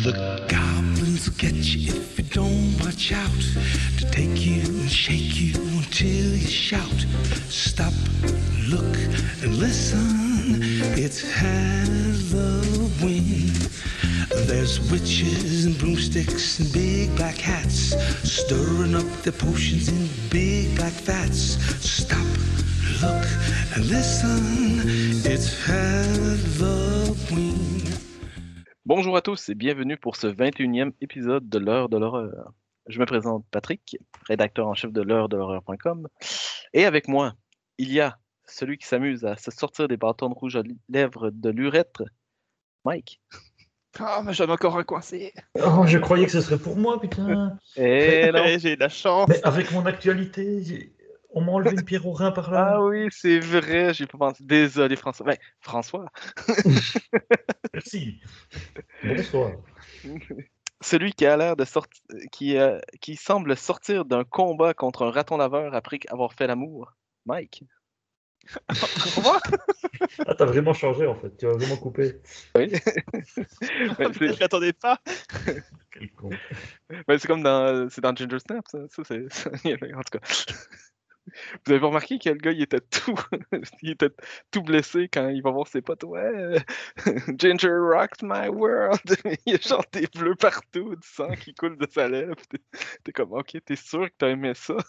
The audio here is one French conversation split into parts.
The goblins will get you if you don't watch out. To take you and shake you until you shout. Stop, look and listen. It's Halloween. There's witches and broomsticks and big black hats, stirring up the potions in big black vats. Stop, look and listen. It's Halloween. Bonjour à tous et bienvenue pour ce 21e épisode de l'heure de l'horreur. Je me présente Patrick, rédacteur en chef de l'heure de l'horreur.com, et avec moi, il y a celui qui s'amuse à se sortir des bâtons rouges à lèvres de l'urètre, Mike. Ah, mais j'en ai encore un coincé. Oh, je croyais que ce serait pour moi, putain. Et non. J'ai de la chance. Mais avec mon actualité, on m'a enlevé une pierre au rein par là. Ah oui, c'est vrai, j'ai pas pensé. Désolé François. Ben, François. Merci. Bonsoir. Celui qui a l'air de sortir, qui semble sortir d'un combat contre un raton laveur après avoir fait l'amour, Mike. Quoi? Ah, t'as vraiment changé en fait. Tu as vraiment coupé. Oui. Je l'attendais pas. Quel con. Ben, c'est comme dans Ginger Snaps, ça c'est en tout cas. Vous avez pas remarqué que le gars il était tout blessé quand il va voir ses potes. Ouais, Ginger rocked my world. Il y a genre des bleus partout, du sang qui coule de sa lèvre. T'es comme ok, t'es sûr que t'as aimé ça?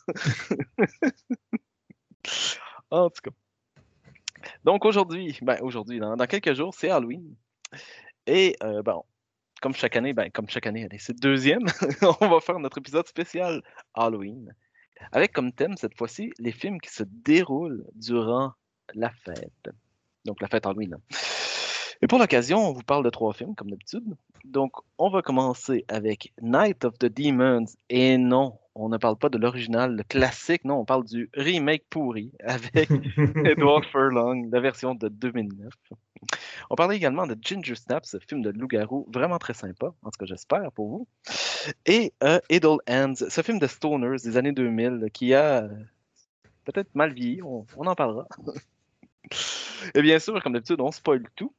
En tout cas. Donc aujourd'hui, dans quelques jours, c'est Halloween. Et bon, comme chaque année, allez, c'est le deuxième, on va faire notre épisode spécial Halloween. Avec comme thème, cette fois-ci, les films qui se déroulent durant la fête. Donc, la fête Halloween. Et pour l'occasion, on vous parle de 3 films, comme d'habitude. Donc, on va commencer avec Night of the Demons. Et non, on ne parle pas de l'original, le classique. Non, on parle du remake pourri avec Edward Furlong, la version de 2009. On parlait également de Ginger Snaps, ce film de loup-garou vraiment très sympa, en tout cas j'espère pour vous. Et Idle Hands, ce film de Stoners des années 2000 qui a peut-être mal vieilli, on en parlera. Et bien sûr, comme d'habitude, on spoil tout.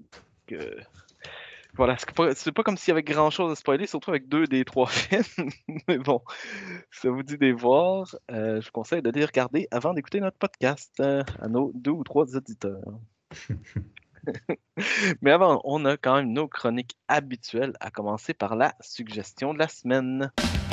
Voilà, c'est pas comme s'il y avait grand-chose à spoiler, surtout avec 2 des 3 films. Mais bon, si ça vous dit de les voir, je vous conseille de les regarder avant d'écouter notre podcast à nos 2 ou 3 auditeurs. Mais avant, on a quand même nos chroniques habituelles, à commencer par la suggestion de la semaine.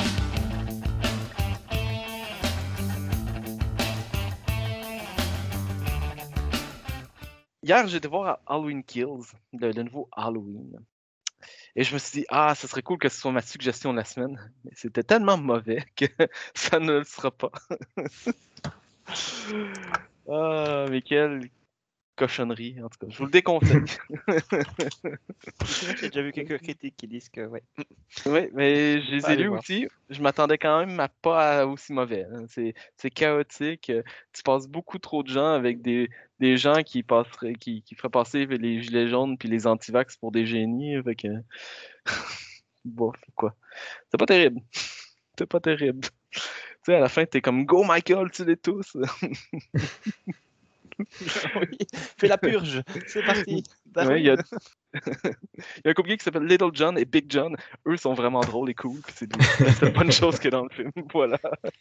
Hier, j'ai été voir Halloween Kills, le nouveau Halloween. Et je me suis dit, ce serait cool que ce soit ma suggestion de la semaine. Mais c'était tellement mauvais que ça ne le sera pas. Mais quelle cochonnerie, en tout cas. Je vous le déconseille. J'ai déjà vu quelques critiques qui disent que ouais. Oui, mais je les ai Allez lus voir. aussi. Je m'attendais quand même à pas aussi mauvais. Hein. C'est chaotique. Tu passes beaucoup trop de gens avec des gens qui feraient passer les gilets jaunes puis les antivax pour des génies. Fait que... Bof, quoi. C'est pas terrible. C'est pas terrible. Tu sais, à la fin, t'es comme Go Michael, tu les tous. Oui, fais la purge, c'est parti. Ouais, il y a un couple gay qui s'appelle Little John et Big John. Eux sont vraiment drôles et cool. C'est la seule bonne chose qu'il y a dans le film. Voilà.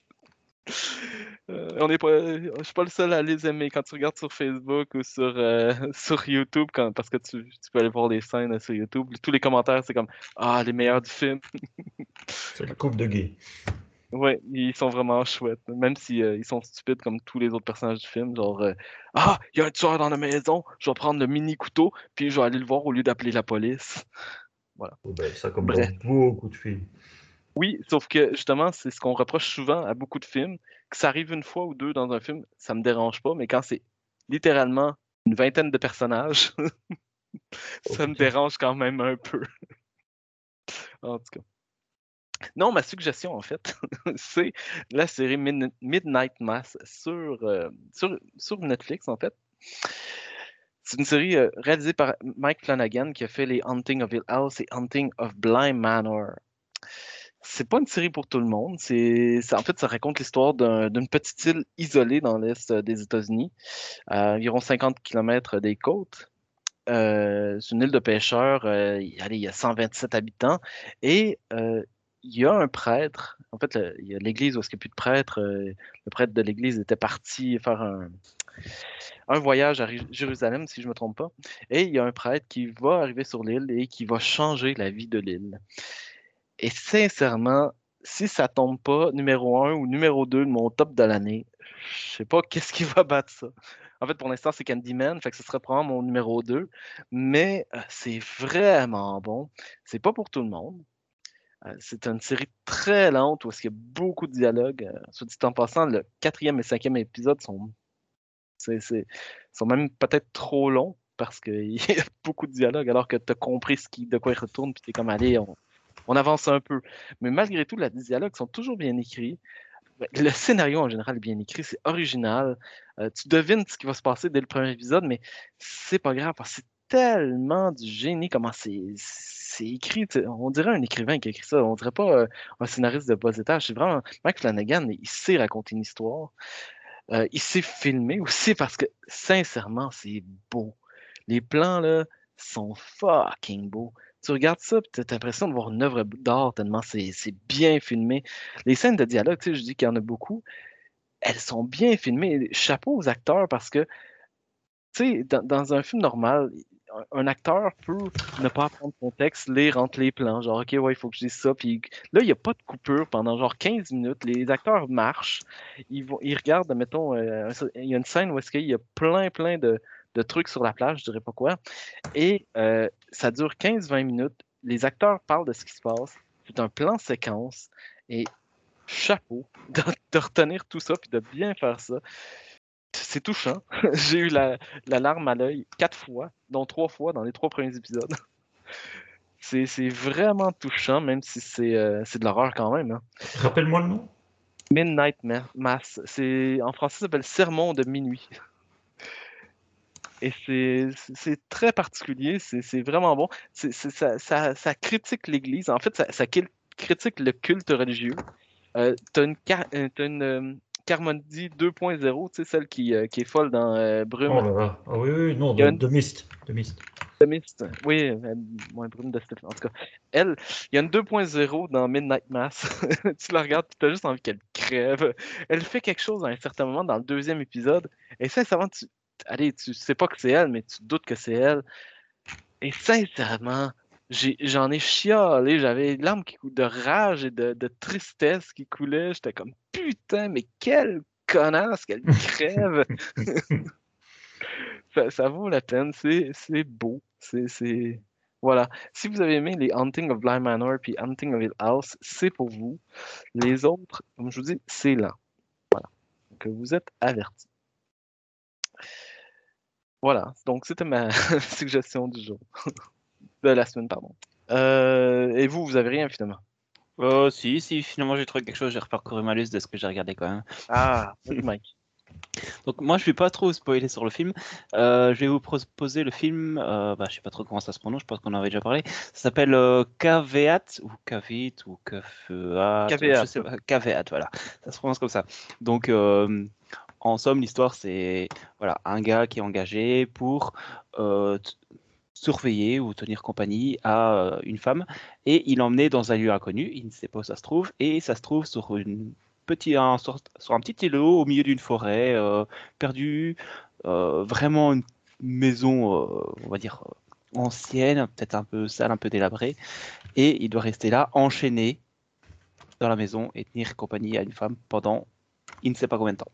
Je suis pas le seul à les aimer. Quand tu regardes sur Facebook ou sur YouTube, parce que tu peux aller voir les scènes sur YouTube, tous les commentaires, c'est comme les meilleurs du film. C'est le couple de gays. Ouais, ils sont vraiment chouettes. Même si ils sont stupides comme tous les autres personnages du film. Genre, il y a un tueur dans la maison, je vais prendre le mini couteau, puis je vais aller le voir au lieu d'appeler la police. Voilà. Oh, ben, ça comme Bref. dans beaucoup de films. Oui, sauf que justement, c'est ce qu'on reproche souvent à beaucoup de films, que ça arrive une fois ou deux dans un film, ça me dérange pas, mais quand c'est littéralement une vingtaine de personnages, ça me dérange quand même un peu. En tout cas. Non, ma suggestion, en fait, c'est la série Midnight Mass sur Netflix, en fait. C'est une série réalisée par Mike Flanagan qui a fait les Haunting of Hill House et Haunting of Bly Manor. C'est pas une série pour tout le monde. En fait, ça raconte l'histoire d'une petite île isolée dans l'est des États-Unis, à environ 50 km des côtes. c'est une île de pêcheurs. Allez, il y a 127 habitants. Et il y a un prêtre. En fait, il y a l'église où il n'y a plus de prêtre. Le prêtre de l'église était parti faire un voyage à Jérusalem, si je ne me trompe pas. Et il y a un prêtre qui va arriver sur l'île et qui va changer la vie de l'île. Et sincèrement, si ça tombe pas numéro 1 ou numéro 2 de mon top de l'année, je sais pas qu'est-ce qui va battre ça. En fait, pour l'instant, c'est Candyman, fait que ce serait probablement mon numéro 2. Mais c'est vraiment bon. C'est pas pour tout le monde. C'est une série très lente où il y a beaucoup de dialogues. Soit dit en passant, le 4e et 5e épisode sont même peut-être trop longs parce qu'il y a beaucoup de dialogues alors que tu as compris de quoi il retourne, puis tu es comme, allez, on avance un peu. Mais malgré tout, les dialogues sont toujours bien écrits. Le scénario en général est bien écrit, c'est original. Tu devines ce qui va se passer dès le premier épisode, mais c'est pas grave parce que c'est tellement du génie comment c'est écrit. On dirait un écrivain qui a écrit ça. On dirait pas un scénariste de bas étage. C'est vraiment Mike Flanagan, il sait raconter une histoire. Il sait filmer aussi parce que sincèrement, c'est beau. Les plans là sont fucking beaux. Tu regardes ça, tu as l'impression de voir une œuvre d'art tellement c'est bien filmé. Les scènes de dialogue, tu sais, je dis qu'il y en a beaucoup, elles sont bien filmées. Chapeau aux acteurs parce que, tu sais, dans un film normal, un acteur peut ne pas apprendre son texte, lire entre les plans, genre, OK, ouais, il faut que je dise ça. Puis là, il n'y a pas de coupure pendant genre 15 minutes. Les acteurs marchent, ils regardent, mettons, il y a une scène où est-ce qu'il y a plein de trucs sur la plage, je dirais pas quoi. Et ça dure 15-20 minutes. Les acteurs parlent de ce qui se passe. C'est un plan séquence. Et chapeau de retenir tout ça puis de bien faire ça. C'est touchant. J'ai eu la larme à l'œil 4 fois, dont 3 fois dans les 3 premiers épisodes. C'est vraiment touchant, même si c'est de l'horreur quand même. Hein. Rappelle-moi le nom. Midnight Mass. En français, ça s'appelle Sermon de minuit. Et c'est très particulier, c'est vraiment bon. Ça critique l'Église. En fait, ça critique le culte religieux. T'as une Carmody 2.0, tu sais, celle qui est folle dans Brume. Oh là là. Ah oui, non, Il y a de Mist. De Mist. The Mist. Oui, moins Brume de Stephen. En tout cas, il y a une 2.0 dans Midnight Mass. Tu la regardes, tu as juste envie qu'elle crève. Elle fait quelque chose à un certain moment dans le 2e épisode. Et sincèrement, tu sais pas que c'est elle, mais tu doutes que c'est elle. Et sincèrement, j'en ai chialé. J'avais les larmes qui coulent de rage et de tristesse qui coulaient. J'étais comme, putain, mais quelle connasse qu'elle crève! Ça vaut la peine. C'est beau. Voilà. Si vous avez aimé les Haunting of Bly Manor puis Haunting of Hill House, c'est pour vous. Les autres, comme je vous dis, c'est lent. Voilà. Donc, vous êtes avertis. Voilà. Donc, c'était ma suggestion du jour. De la semaine, pardon. Et vous avez rien finalement? Si, finalement j'ai trouvé quelque chose, j'ai reparcouru ma liste de ce que j'ai regardé quand même. Ah, oui, Mike. Donc moi je vais pas trop spoiler sur le film. Je vais vous proposer le film, je sais pas trop comment ça se prononce, je pense qu'on en avait déjà parlé. Ça s'appelle Caveat ou Cavit ou Cafeat. Je sais pas, Caveat, voilà. Ça se prononce comme ça. Donc en somme l'histoire c'est voilà un gars qui est engagé pour surveiller ou tenir compagnie à une femme et il l'emmenait dans un lieu inconnu, il ne sait pas où ça se trouve et ça se trouve sur sur un petit îlot au milieu d'une forêt perdue, vraiment une maison on va dire ancienne, peut-être un peu sale, un peu délabrée, et il doit rester là enchaîné dans la maison et tenir compagnie à une femme pendant il ne sait pas combien de temps.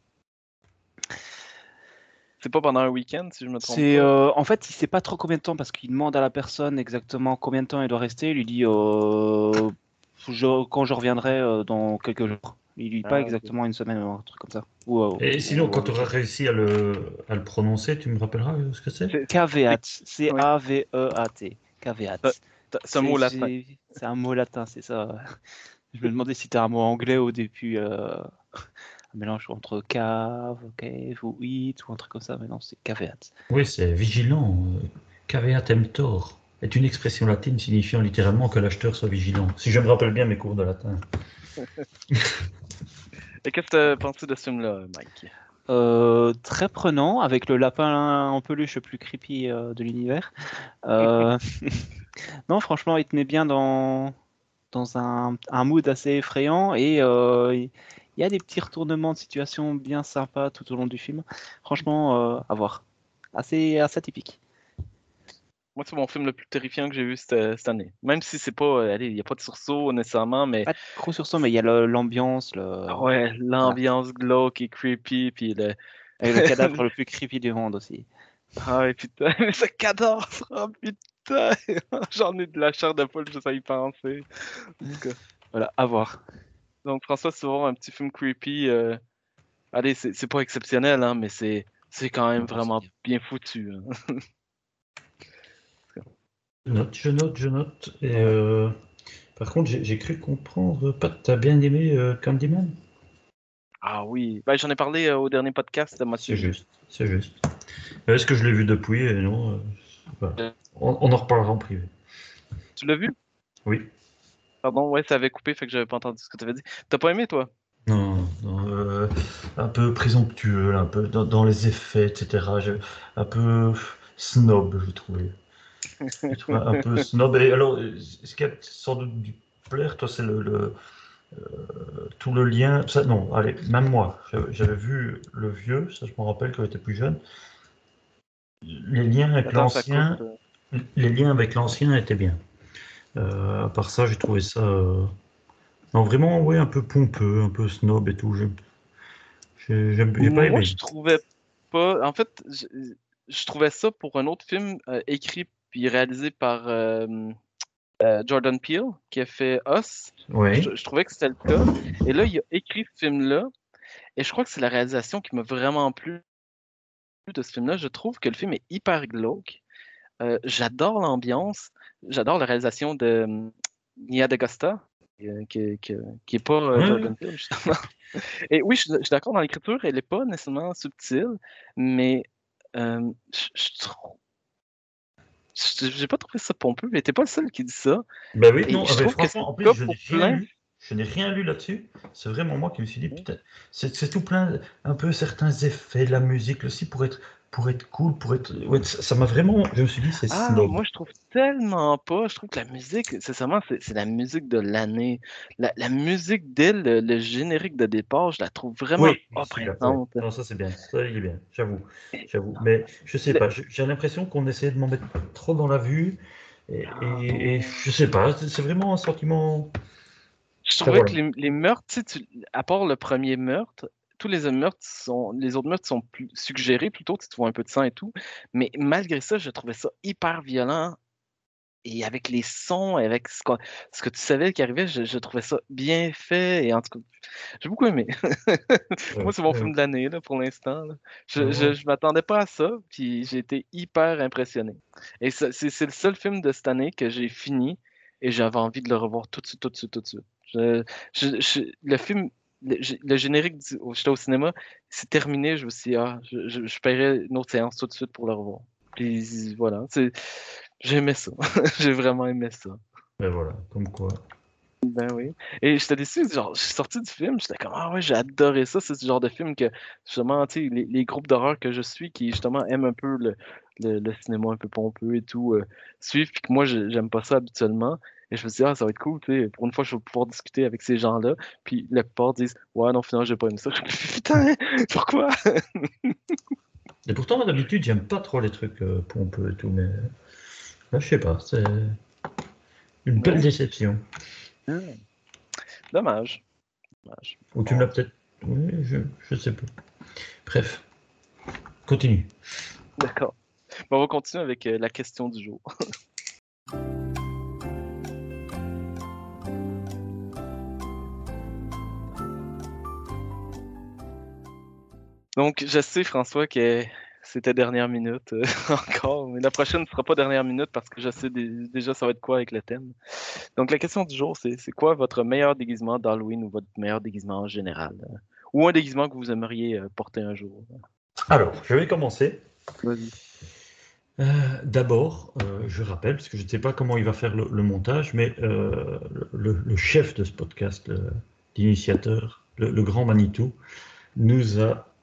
C'est pas pendant un week-end, si je me trompe pas. En fait, il sait pas trop combien de temps parce qu'il demande à la personne exactement combien de temps il doit rester. Il lui dit quand je reviendrai dans quelques jours. Il lui dit pas exactement une semaine ou un truc comme ça. Et sinon, quand tu auras réussi à le prononcer, tu me rappelleras ce que c'est? Caveat. C-A-V-E-A-T. Caveat. C'est un mot latin. C'est un mot latin, c'est ça. Je me demandais si tu as un mot anglais au début. Un mélange entre cave ou it ou un truc comme ça, mais non, c'est caveat. Oui, c'est vigilant. Caveat emptor est une expression latine signifiant littéralement que l'acheteur soit vigilant. Si je me rappelle bien mes cours de latin. Et qu'est-ce que tu as pensé de ce film-là, Mike? Très prenant, avec le lapin en peluche le plus creepy de l'univers. Euh, Non, franchement, il tenait bien dans un mood assez effrayant et il y a des petits retournements de situation bien sympas tout au long du film. Franchement, à voir. Assez atypique. Moi, c'est mon film le plus terrifiant que j'ai vu cette année. Même si c'est pas, allez, il n'y a pas de sursaut nécessairement, mais Pas de gros sursaut, mais il y a l'ambiance, ouais, voilà. l'ambiance glauque et creepy, puis le. Avec le cadavre le plus creepy du monde aussi. Ah ouais, putain, mais ce cadavre, oh putain, j'en ai de la chair de poule juste à y penser. En tout cas. Voilà, à voir. Donc, François, si tu veux voir un petit film creepy, allez, c'est pas exceptionnel, hein, mais c'est quand même Non, c'est vraiment bien. bien foutu. Hein. Je note. Et Ouais. par contre, j'ai cru comprendre, Pat, t'as bien aimé Candyman? Ah oui, ben, j'en ai parlé au dernier podcast, C'est Mathieu. juste, c'est juste. Est-ce que je l'ai vu depuis? Non. Voilà. On en reparlera en privé. Tu l'as vu? Oui. Pardon, ouais, ça avait coupé, fait que j'avais pas entendu ce que tu avais dit. T'as pas aimé, toi? Non, non, un peu présomptueux, là, un peu dans les effets, etc. Un peu snob, je trouvais. Je trouvais un peu snob. Et alors, ce qui a sans doute dû plaire, toi, c'est tout le lien. Ça, non, allez, même moi, j'avais vu le vieux, ça je me rappelle quand j'étais plus jeune. Les liens avec Attends, ça coupe. l'ancien, les liens avec l'ancien étaient bien. À part ça, j'ai trouvé ça, non, vraiment, ouais, un peu pompeux, un peu snob et tout. J'ai pas Moi, aimé. je trouvais pas. En fait, je trouvais ça pour un autre film écrit puis réalisé par Jordan Peele, qui a fait Us. Oui. Je trouvais que c'était le cas. Et là, il a écrit ce film-là. Et je crois que c'est la réalisation qui m'a vraiment plu de ce film-là. Je trouve que le film est hyper glauque. J'adore l'ambiance. J'adore la réalisation de Nia DaCosta, qui est pas Ouais, ouais. Jordan Peele, justement. Et oui, je suis d'accord dans l'écriture, elle n'est pas nécessairement subtile, mais j'ai pas trouvé ça pompeux, mais t'es pas le seul qui dit ça. Ben oui, Et non, je mais trouve que c'est franchement, en le plus, cas je n'ai pour rien plein. lu. Je n'ai rien lu là-dessus. C'est vraiment moi qui me suis dit, putain, c'est tout plein, un peu certains effets, la musique aussi, pour être cool, pour être. Ouais, ça m'a vraiment. Je me suis dit, c'est Ah, snob. moi je trouve tellement pas. Je trouve que la musique, sincèrement, c'est la musique de l'année. La musique d'elle, le générique de départ, je la trouve vraiment Oui, oui, celui-là, ouais. oppressante. Non, ça c'est bien. Ça, il est bien, j'avoue. J'avoue. Mais je sais pas, j'ai l'impression qu'on essaie de m'en mettre trop dans la vue. Ah, Et non. je sais pas, c'est vraiment un sentiment. Je Enfin trouvais voilà. que les meurtres, tu sais, à part le premier meurtre, tous les autres meurtres sont plus suggérés plutôt, tu vois un peu de sang et tout. Mais malgré ça, je trouvais ça hyper violent. Et avec les sons, avec ce que tu savais qui arrivait, je trouvais ça bien fait. Et en tout cas, j'ai beaucoup aimé. Moi, Ouais, c'est mon ouais, film de l'année, là, pour l'instant. Là. ouais. Je m'attendais pas à ça, puis j'ai été hyper impressionné. Et c'est le seul film de cette année que j'ai fini et j'avais envie de le revoir tout de suite, tout de suite, tout de suite. Le film, le générique, j'étais au cinéma, c'est terminé, je me suis dit, ah, je paierais une autre séance tout de suite pour le revoir. Puis voilà, j'ai aimé ça. J'ai vraiment aimé ça. Ben voilà, comme quoi. Ben oui. Et j'étais déçu, genre, je suis sorti du film, j'étais comme, ah ouais, j'ai adoré ça. C'est ce genre de film que, justement, tu sais, les groupes d'horreur que je suis, qui, justement, aiment un peu le cinéma un peu pompeux et tout, suivent, puis que moi, j'aime pas ça habituellement. Et je me suis dit, ah, ça va être cool, tu sais, pour une fois, je vais pouvoir discuter avec ces gens-là. Puis la plupart disent, ouais, non, finalement, j'ai pas aimé ça. Je me dis, putain, pourquoi? Et pourtant, d'habitude, j'aime pas trop les trucs pompeux et tout, mais là, je sais pas, c'est une belle Ouais. déception. Hmm. Dommage. Dommage. Ou tu me l'as peut-être. Oui, je sais pas. Bref, continue. D'accord. Bon, on va continuer avec la question du jour. Donc, je sais, François, que c'était dernière minute encore, mais la prochaine ne sera pas dernière minute parce que je sais déjà ça va être quoi avec le thème. Donc, la question du jour, c'est quoi votre meilleur déguisement d'Halloween ou votre meilleur déguisement en général? Ou un déguisement que vous aimeriez porter un jour? Alors, je vais commencer. Vas-y. D'abord, je rappelle, parce que je ne sais pas comment il va faire le montage, mais le chef de ce podcast, l'initiateur, le grand Manitou, nous a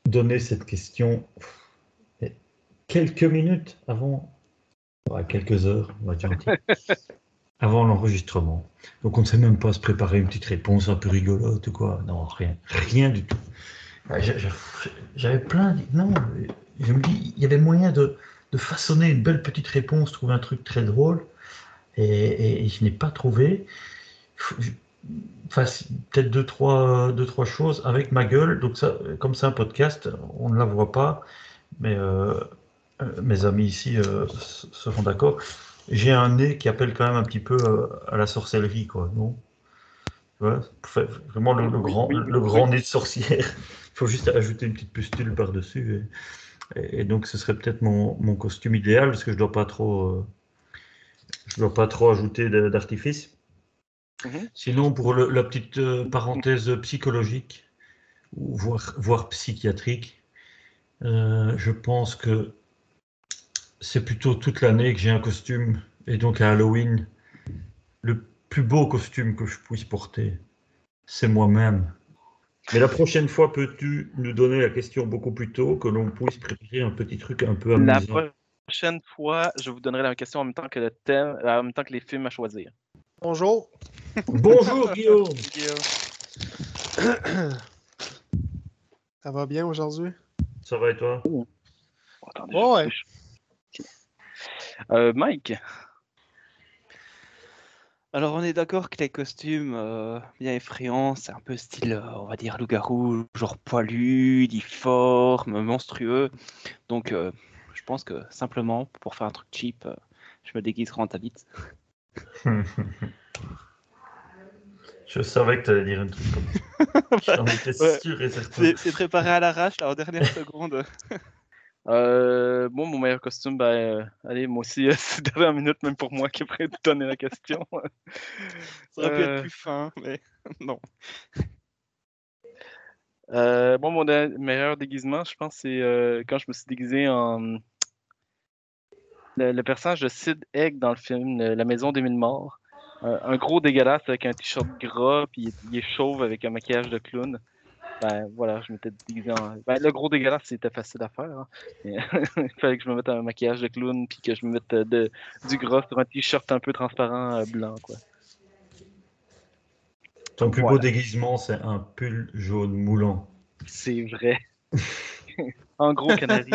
donné cette question quelques minutes avant, quelques heures, on va dire, avant l'enregistrement. Donc on ne sait même pas se préparer une petite réponse un peu rigolote ou quoi. Non, rien du tout. J'avais plein non, je me dis, il y avait moyen de façonner une belle petite réponse, trouver un truc très drôle, et je n'ai pas trouvé. Enfin, peut-être deux, trois choses avec ma gueule. Donc ça, comme c'est un podcast, on ne la voit pas, mais mes amis ici seront d'accord. J'ai un nez qui appelle quand même un petit peu à la sorcellerie, quoi, non? Ouais, vraiment le grand nez de sorcière. Il faut juste ajouter une petite pustule par-dessus. Et donc, ce serait peut-être mon costume idéal, parce que je dois pas trop ajouter d'artifice. Sinon, pour la petite parenthèse psychologique, ou voire psychiatrique, je pense que c'est plutôt toute l'année que j'ai un costume, et donc à Halloween, le plus beau costume que je puisse porter, c'est moi-même. Mais la prochaine fois, peux-tu nous donner la question beaucoup plus tôt, que l'on puisse préparer un petit truc un peu amusant? La prochaine fois, je vous donnerai la question en même temps que le thème, en même temps que les films à choisir. Bonjour. Bonjour Guillaume. Ça va bien aujourd'hui? Ça va et toi? Attendez, Ouais. Mike? Alors, on est d'accord que les costumes bien effrayants, c'est un peu style, on va dire, loup-garou, genre poilu, difforme, monstrueux. Donc, je pense que simplement, pour faire un truc cheap, je me déguiserai en Tabitha. Je savais que tu allais dire un truc comme ça. J'en étais sûr et certain. C'est préparé à l'arrache, là, en dernière seconde. Moi, mon meilleur costume, allez, moi aussi, c'est dernière minute, même pour moi qui est prêt de donner la question. Ça aurait pu être plus fin, mais non. Mon meilleur déguisement, je pense, c'est quand je me suis déguisé en le personnage de Sid Egg dans le film La Maison des Mille Morts. Un gros dégueulasse avec un t-shirt gras, puis il est chauve avec un maquillage de clown. Voilà, je m'étais déguisé en. Le gros dégueulasse, c'était facile à faire. Hein. Il fallait que je me mette un maquillage de clown, puis que je me mette du gras sur un t-shirt un peu transparent blanc, quoi. Ton plus beau déguisement, c'est un pull jaune moulant. C'est vrai. En gros, canari.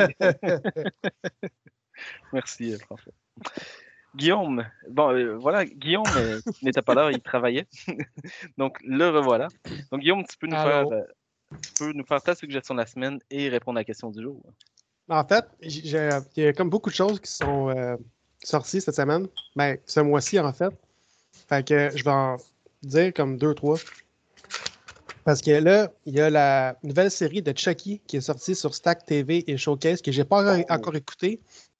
Merci, François. Guillaume, voilà, Guillaume n'était pas là, il travaillait. Donc, le revoilà. Donc, Guillaume, tu peux nous faire ta suggestion de la semaine et répondre à la question du jour. En fait, il y a comme beaucoup de choses qui sont sorties cette semaine. Ce mois-ci, en fait. Fait que je vais en dire comme 2-3. Parce que là, il y a la nouvelle série de Chucky qui est sortie sur Stack TV et Showcase, que je n'ai pas encore écouté.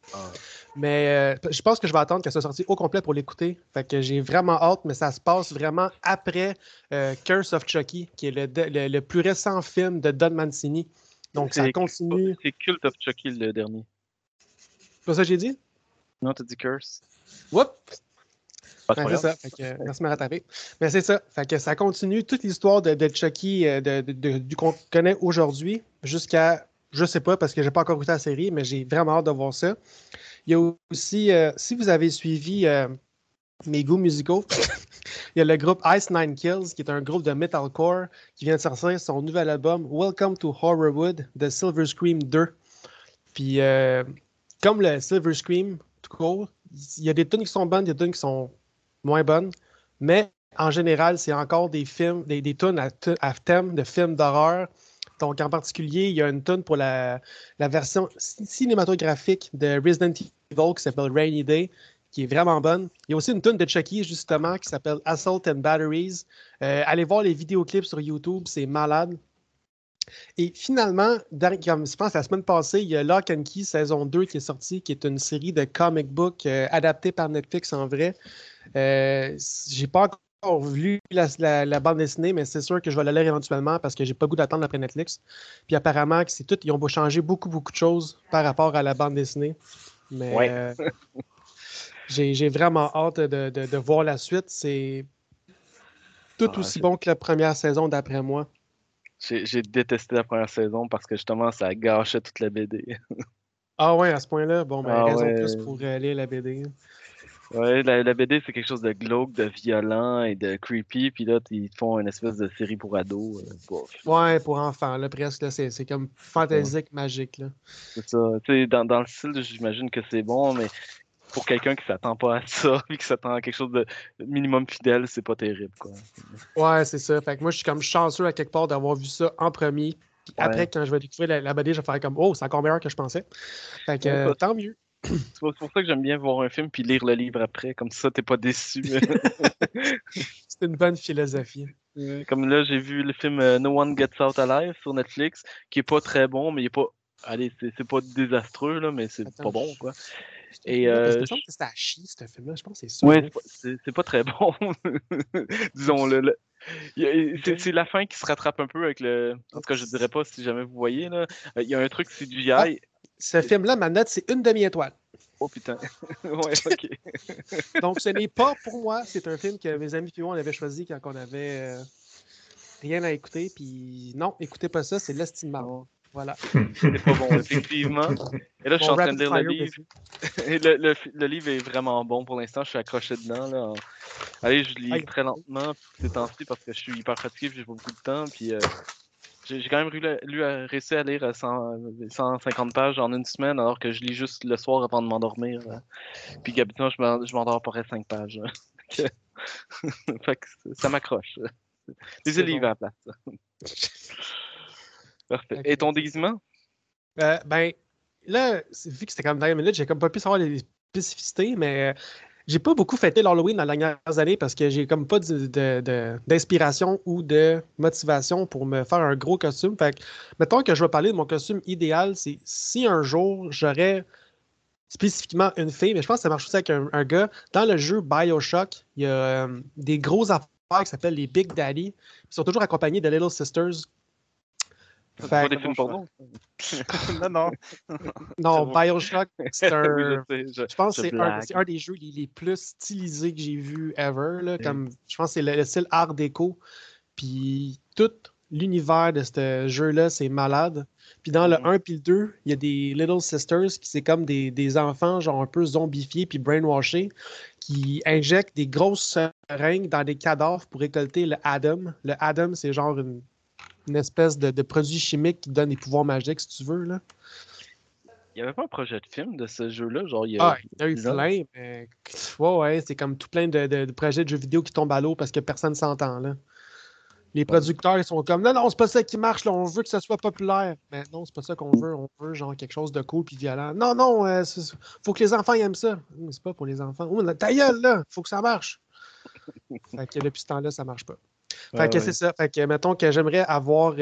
Mais je pense que je vais attendre qu'elle soit sortie au complet pour l'écouter. Fait que j'ai vraiment hâte, mais ça se passe vraiment après Curse of Chucky, qui est le plus récent film de Don Mancini. Donc ça continue. C'est Cult of Chucky le dernier. C'est pas ça que j'ai dit? Non, t'as dit Curse. Whoop! C'est ça. Fait que, merci de me rattraper. Mais c'est ça. Fait que ça continue toute l'histoire de Chucky du qu'on connaît aujourd'hui jusqu'à, je sais pas parce que j'ai pas encore écouté la série, mais j'ai vraiment hâte de voir ça. Il y a aussi, si vous avez suivi mes goûts musicaux, il y a le groupe Ice Nine Kills, qui est un groupe de metalcore qui vient de sortir son nouvel album Welcome to Horrorwood de Silver Scream 2. Puis, comme le Silver Scream, tout court, il y a des tunes qui sont bonnes, des tunes qui sont moins bonnes, mais en général, c'est encore des films, des tunes à thème de films d'horreur. Donc, en particulier, il y a une tune pour la version cinématographique de Resident Evil qui s'appelle Rainy Day, qui est vraiment bonne. Il y a aussi une tune de Chucky, justement, qui s'appelle Assault and Batteries. Allez voir les vidéoclips sur YouTube, c'est malade. Et finalement, comme je pense la semaine passée, il y a Lock and Key saison 2 qui est sortie, qui est une série de comic book adaptée par Netflix en vrai. J'ai pas encore vu la bande dessinée, mais c'est sûr que je vais la lire éventuellement parce que j'ai pas le goût d'attendre après Netflix. Puis apparemment, c'est tout, ils ont changer beaucoup de choses par rapport à la bande dessinée. Mais j'ai vraiment hâte de voir la suite. C'est tout aussi bon que la première saison, d'après moi. J'ai détesté la première saison parce que justement, ça gâchait toute la BD. Ah ouais, à ce point-là, bon, ben, Ah raison de ouais. plus pour lire la BD. Ouais, la BD, c'est quelque chose de glauque, de violent et de creepy. Puis là, ils te font une espèce de série pour ados. Bof. Ouais, pour enfants, là, presque, là, c'est comme C'est ça. fantaisique, magique, là. C'est ça. Tu sais, dans le style, j'imagine que c'est bon, mais pour quelqu'un qui s'attend pas à ça, puis qui s'attend à quelque chose de minimum fidèle, c'est pas terrible, quoi. Ouais, c'est ça. Fait que moi, je suis comme chanceux à quelque part d'avoir vu ça en premier. Puis après, Ouais. quand je vais découvrir la BD, je vais faire comme, oh, c'est encore meilleur que je pensais. Fait que Ouais, tant mieux. c'est pour ça que j'aime bien voir un film puis lire le livre après. Comme ça, t'es pas déçu. C'est une bonne philosophie. Comme là, j'ai vu le film No One Gets Out Alive sur Netflix, qui est pas très bon, mais il est pas. Allez, c'est pas désastreux, là, mais c'est Attends, pas bon, quoi. ce Et film-là, parce que il me semble que c'était à chier, ce film-là. Je pense que c'est ça. ouais, Hein. c'est pas très bon. Disons-le. C'est la fin qui se rattrape un peu avec le. En tout cas, je dirais pas si jamais vous voyez, là. Il y a un truc CGI. Ah, ce film-là, ma note, c'est une demi-étoile. Oh putain. Ouais, ok. Donc, ce n'est pas pour moi. C'est un film que mes amis et moi, on avait choisi quand on avait rien à écouter. Puis non, écoutez pas ça, c'est l'estime marde. Non, Voilà. c'est pas bon, effectivement. Et là, je suis en train de lire le livre. Et le livre est vraiment bon pour l'instant. Je suis accroché dedans, là. Allez, je lis très lentement ces temps-ci parce que je suis hyper fatigué et j'ai pas beaucoup de temps. Puis j'ai quand même réussi à lire 150 pages en une semaine alors que je lis juste le soir avant de m'endormir. Puis habituellement, je m'endors après 5 pages. Fait que ça m'accroche. Lisez le livre à la place. Parfait. Et ton déguisement? Ben, là, vu que c'était comme 20 minutes, j'ai comme pas pu savoir les spécificités, mais j'ai pas beaucoup fêté l'Halloween dans les dernières années parce que j'ai comme pas d'inspiration ou de motivation pour me faire un gros costume. Fait que, mettons que je vais parler de mon costume idéal, c'est si un jour j'aurais spécifiquement une fille, mais je pense que ça marche aussi avec un gars. Dans le jeu BioShock, il y a des gros affaires qui s'appellent les Big Daddy. Ils sont toujours accompagnés de Little Sisters. C'est pas Fait des que- films porno? Non. Non, BioShock, c'est un. Oui, je sais, Je pense que je blague. c'est un des jeux les plus stylisés que j'ai vu ever. Là, comme, je pense que c'est le style Art déco. Puis tout l'univers de ce jeu-là, c'est malade. Puis dans le 1 puis le 2, il y a des Little Sisters qui c'est comme des enfants genre un peu zombifiés puis brainwashés qui injectent des grosses seringues dans des cadavres pour récolter le Adam. Le Adam, c'est genre une espèce de produit chimique qui donne des pouvoirs magiques, si tu veux. Là. Il n'y avait pas un projet de film de ce jeu-là, genre il y a Ah, il y en a eu 10 ans? plein, mais ouais, c'est comme tout plein de projets de jeux vidéo qui tombent à l'eau parce que personne ne s'entend. Là. Les producteurs, ils sont comme non, c'est pas ça qui marche, là, on veut que ça soit populaire. Mais non, c'est pas ça qu'on veut. On veut genre quelque chose de cool puis violent. Non, faut que les enfants aiment ça. C'est pas pour les enfants. Oh, ta gueule, là, faut que ça marche. Fait que depuis ce temps-là, ça marche pas. Fait que c'est ça. Fait que mettons que j'aimerais avoir.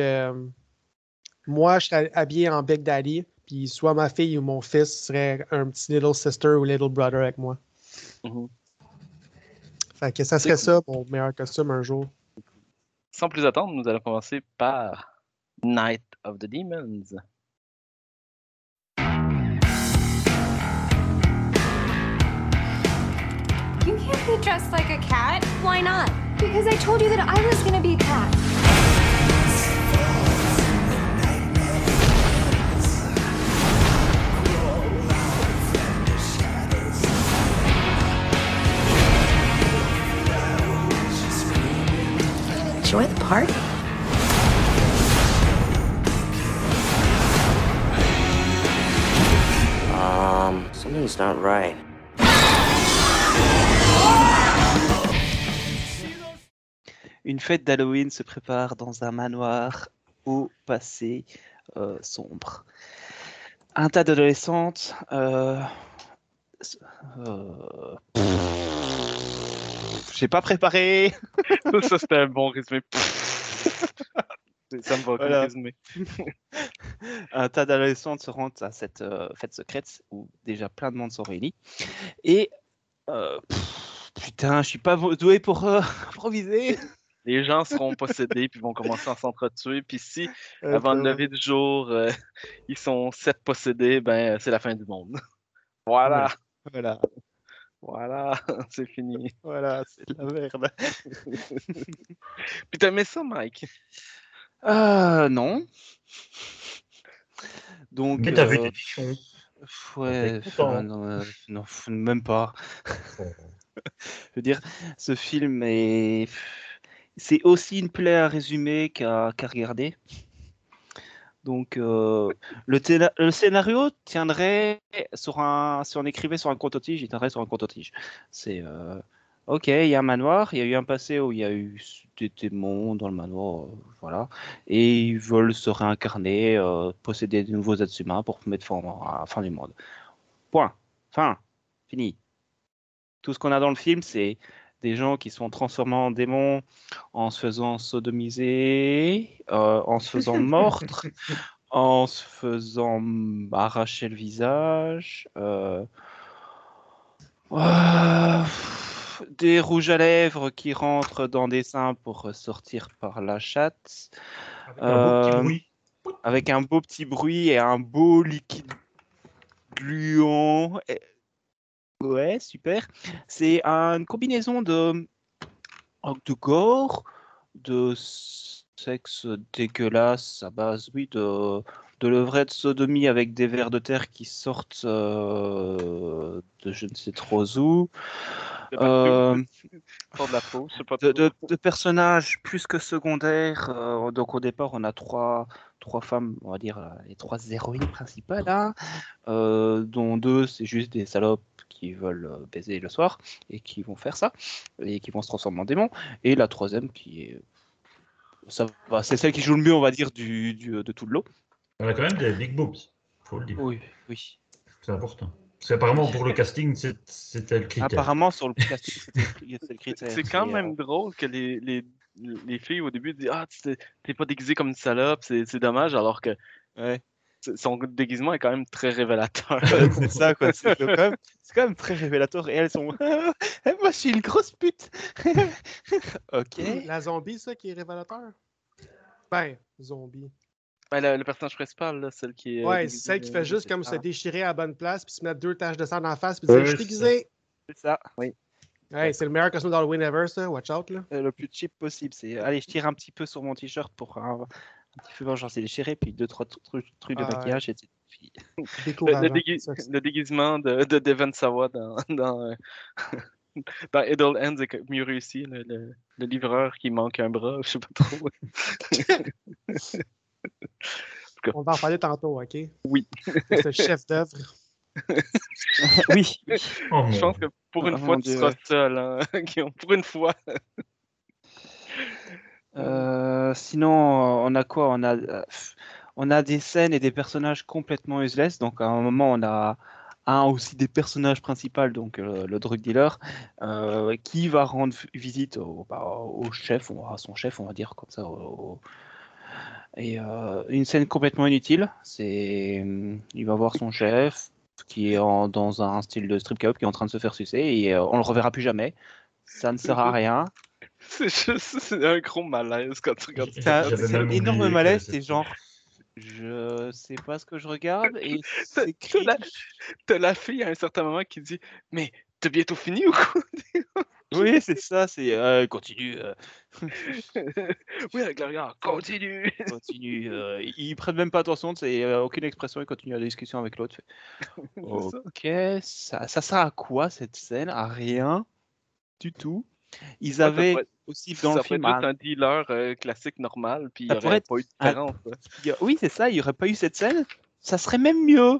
Moi, je serais habillé en Big Daddy, puis soit ma fille ou mon fils serait un petit Little Sister ou Little Brother avec moi. Mhm. Fait que ça serait ça, mon meilleur costume un jour. Sans plus attendre, nous allons commencer par Night of the Demons. You can't be dressed like a cat. Why not? Because I told you that I was gonna be a cat. Enjoy the party. Something's not right. Une fête d'Halloween se prépare dans un manoir au passé sombre. Un tas d'adolescentes. J'ai pas préparé. Ça, c'était un bon résumé. Ça me va comme Voilà. résumé. Un tas d'adolescentes se rendent à cette fête secrète où déjà plein de monde sont réunis. Et putain, je suis pas doué pour improviser. Les gens seront possédés puis vont commencer à s'entretuer. Puis si, avant le lever du jour, ils sont 7 possédés, ben c'est la fin du monde. Voilà. Voilà, c'est fini. Voilà, c'est de la merde. Puis t'aimais ça, Mike? Non. Donc, Mais t'as vu des fichons. ouais, T'es content. non, même pas. Oh. Je veux dire, ce film c'est aussi une plaie à résumer qu'à regarder. Donc, le scénario tiendrait si on écrivait sur un compte-tige, il tiendrait sur un compte-tige. C'est ok, il y a un manoir, il y a eu un passé où il y a eu des démons dans le manoir, voilà, et ils veulent se réincarner, posséder de nouveaux êtres humains pour mettre fin à la fin du monde. Point. Fin. Fini. Tout ce qu'on a dans le film, c'est des gens qui sont transformés en démons en se faisant sodomiser, en se faisant mordre, en se faisant arracher le visage, des rouges à lèvres qui rentrent dans des seins pour sortir par la chatte, Avec un beau petit bruit. avec un beau petit bruit et un beau liquide gluant. Ouais, super. C'est une combinaison de gore, de sexe dégueulasse à base, oui, de levrette sodomie avec des vers de terre qui sortent de je ne sais trop où. De Euh, pour de la peau, je sais pas de personnages plus que secondaires. Donc au départ, on a trois femmes, on va dire les trois héroïnes principales, hein, dont deux, c'est juste des salopes qui veulent baiser le soir et qui vont faire ça et qui vont se transformer en démons. Et la troisième qui est ça va, c'est celle qui joue le mieux, on va dire, de tout le lot. On a quand même des big boobs, faut le dire. Oui, oui. C'est important. Parce qu'apparemment, pour le casting, c'était le critère. Apparemment, sur le casting, c'est le critère. C'est quand même drôle que les filles au début disent ah t'es pas déguisé comme une salope, c'est dommage, alors que Ouais. son déguisement est quand même très révélateur. C'est ça, quoi. C'est quand même très révélateur. Et elles sont. Moi, je suis une grosse pute. Ok. La zombie, ça, qui est révélateur? Ben, zombie. Ben, le personnage principal, là, celle qui est. Ouais, déguisée, c'est celle qui fait juste c'est comme ça. se déchirer à la bonne place, puis se mettre 2 taches de sang dans la face, puis dire Ouais, je suis c'est déguisé. C'est ça. Hey, c'est le meilleur costume d'Halloween ever, ça. Watch out, là. Le plus cheap possible. C'est allez, je tire un petit peu sur mon t-shirt pour un petit peu genre c'est déchiré, puis 2-3 trucs de Ah, maquillage et c'est fini. Décourageant. le déguisement de Devon Sawa dans Idle Hands est mieux réussi. Le livreur qui manque un bras, je sais pas trop. On va en parler tantôt, OK? Oui. C'est un chef d'œuvre. Oui. Oh, Je mon pense que pour une Oh, fois, mon tu Dieu, seras ouais. seul, hein, Guillaume. Pour une fois. Sinon, on a quoi? On a des scènes et des personnages complètement useless. Donc, à un moment, on a aussi des personnages principaux, donc le drug dealer, qui va rendre visite au chef, à son chef, on va dire comme ça. Et une scène complètement inutile. Il va voir son chef qui est dans un style de strip club qui est en train de se faire sucer et on le reverra plus jamais. Ça ne sert à rien. C'est un gros malaise quand tu regardes C'est J'avais un même énorme oublié que malaise. c'était- C'est genre, je sais pas ce que je regarde et T'as- c'est t'as la- cringe. T'as la fille à un certain moment qui dit mais t'as bientôt fini ou quoi? Oui, c'est ça. C'est continue. Oui, avec l'arrière, continue. Continue. Ils prennent même pas attention. C'est aucune expression. Ils continuent la discussion avec l'autre. C'est ça. Ok, ça sert à quoi cette scène? À rien du tout. Ils Ouais, ça avaient pourrait- aussi dans le Ça pourrait film être juste un dealer classique normal, puis il ça n'y pourrait aurait être pas eu de un- différence. Là. Oui, c'est ça, il n'y aurait pas eu cette scène, ça serait même mieux.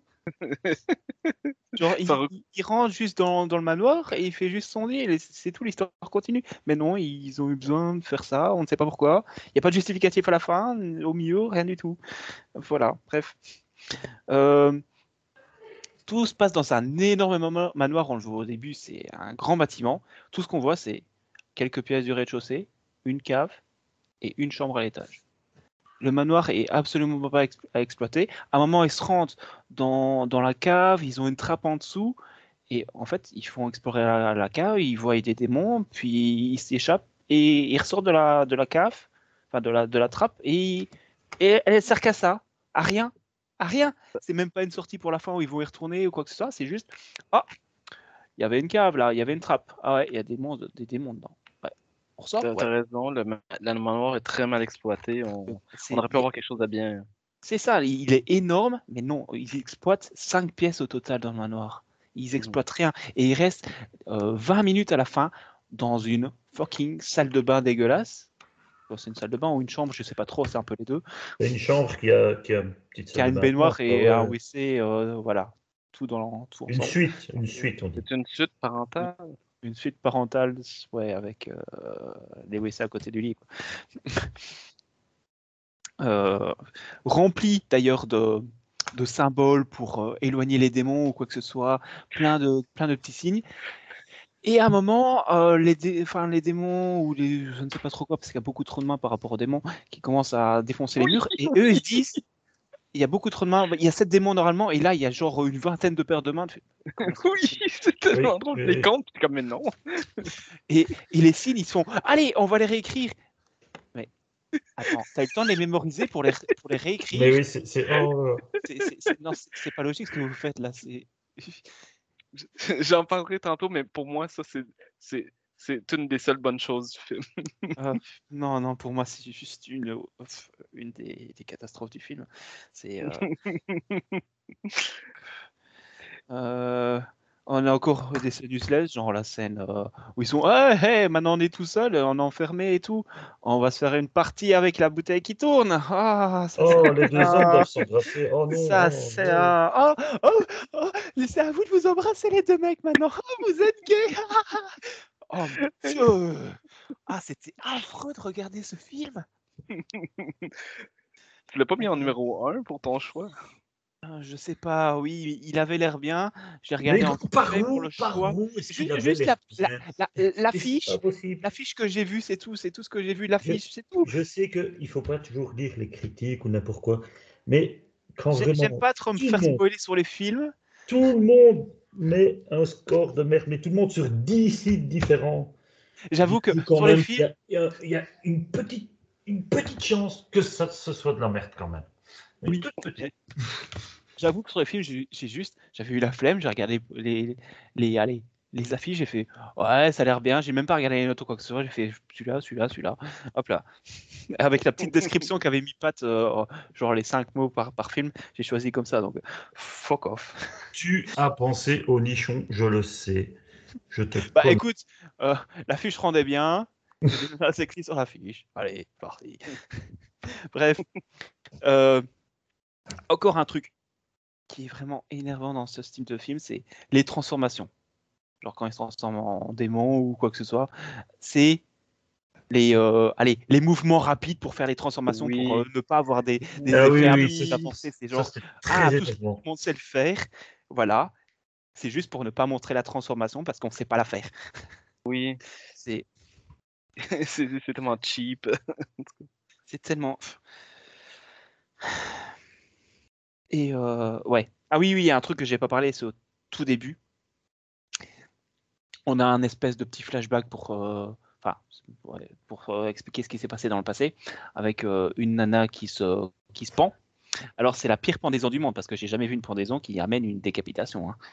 Genre, Ça aurait- il rentre juste dans le manoir et il fait juste son deal et c'est tout, l'histoire continue. Mais non, ils ont eu besoin de faire ça, on ne sait pas pourquoi. Il n'y a pas de justificatif à la fin, au milieu, rien du tout. Voilà, bref. Tout se passe dans un énorme manoir, on le voit au début, c'est un grand bâtiment. Tout ce qu'on voit, c'est quelques pièces du rez-de-chaussée, une cave et une chambre à l'étage. Le manoir est absolument pas à exploiter. À un moment, ils se rendent dans la cave, ils ont une trappe en dessous, et en fait, ils font explorer la cave, ils voient des démons, puis ils s'échappent, et ils ressortent de la cave, enfin de la trappe, et elle sert qu'à ça, à rien, à rien. C'est même pas une sortie pour la fin où ils vont y retourner ou quoi que ce soit, c'est juste, ah, il y avait une cave là, il y avait une trappe, ah ouais, il y a des démons dedans. Ouais. pour ça. T'as Ouais. raison, la manoir est très mal exploité. On aurait pu avoir quelque chose à bien. C'est ça, il est énorme, mais non, ils exploitent 5 pièces au total dans le manoir. Ils exploitent rien. Et il reste 20 minutes à la fin dans une fucking salle de bain dégueulasse. Bon, c'est une salle de bain ou une chambre, je sais pas trop, c'est un peu les deux. Il y a une chambre qui a une petite Qui salle a de une bain. baignoire et un Ouais. WC, voilà, tout tout Une ensemble. suite, on dit. C'est une suite parentale. Une suite parentale, ouais, avec les WC à côté du lit, quoi. Rempli d'ailleurs de symboles pour éloigner les démons ou quoi que ce soit, plein de petits signes. Et à un moment, les démons ou je ne sais pas trop quoi, parce qu'il y a beaucoup trop de mains par rapport aux démons qui commencent à défoncer les murs, et eux ils se disent, il y a beaucoup trop de mains, il y a 7 démons normalement, et là il y a genre une vingtaine de paires de mains. Oui, c'est tellement drôle. oui, Les oui. comptes, comme mais non. Et les signes, ils sont, allez, on va les réécrire. Mais attends, t'as eu le temps de les mémoriser pour les réécrire? Mais oui, Non, c'est pas logique ce que vous faites là. J'en parlerai tantôt, mais pour moi, ça, c'est une des seules bonnes choses du film. Non, pour moi, c'est juste une des catastrophes du film. C'est. On a encore des scènes useless, genre la scène où ils sont hey, maintenant on est tout seul, on est enfermé et tout. On va se faire une partie avec la bouteille qui tourne. Ah, ça, les deux hommes doivent s'embrasser. Oh non, ça oh, c'est non. c'est à vous de vous embrasser les deux mecs maintenant. Oh, vous êtes gays. Oh mon Dieu. Ah, c'était affreux de regarder ce film. Tu l'as pas mis en numéro 1 pour ton choix? Je sais pas, oui, il avait l'air bien. J'ai regardé Mais en par pour le où choix. est-ce qu'il avait Juste l'air bien? l'affiche. C'est pas possible. L'affiche que j'ai vue, c'est tout ce que j'ai vu de l'affiche, c'est tout. Je sais qu'il ne faut pas toujours lire les critiques ou n'importe quoi, mais quand J'aime vraiment pas trop me faire spoiler sur les films. tout le monde met un score de merde, mais tout le monde sur 10 sites différents, J'avoue que dis quand sur les même films, qu'il y a une petite chance que ça ce soit de la merde quand même. Mais Oui. toute petite. j'avoue que sur les films, j'avais eu la flemme, j'ai regardé les affiches, j'ai fait ouais, ça a l'air bien, j'ai même pas regardé les notes ou quoi que ce soit, j'ai fait celui-là, hop là. Avec la petite description qu'avait mis Pat, genre les 5 mots par film, j'ai choisi comme ça, donc fuck off. Tu as pensé au nichon, je le sais. Je te Bah connais. écoute, l'affiche rendait bien, c'est écrit sur l'affiche. Allez, parti. Bref, encore un truc qui est vraiment énervant dans ce style de film, c'est les transformations. Genre quand ils se transforment en démons ou quoi que ce soit, c'est les mouvements rapides pour faire les transformations, Oui. pour ne pas avoir des Ah oui, effets oui, plus avancés. C'est ça, genre, c'était très tout le énervant. monde sait le faire, voilà. C'est juste pour ne pas montrer la transformation parce qu'on ne sait pas la faire. Oui, C'est c'est tellement cheap. c'est tellement. Et ouais. Ah oui, il y a un truc que j'ai pas parlé, c'est au tout début. On a un espèce de petit flashback pour expliquer ce qui s'est passé dans le passé, avec une nana qui se pend. Alors c'est la pire pendaison du monde parce que j'ai jamais vu une pendaison qui amène une décapitation. Hein.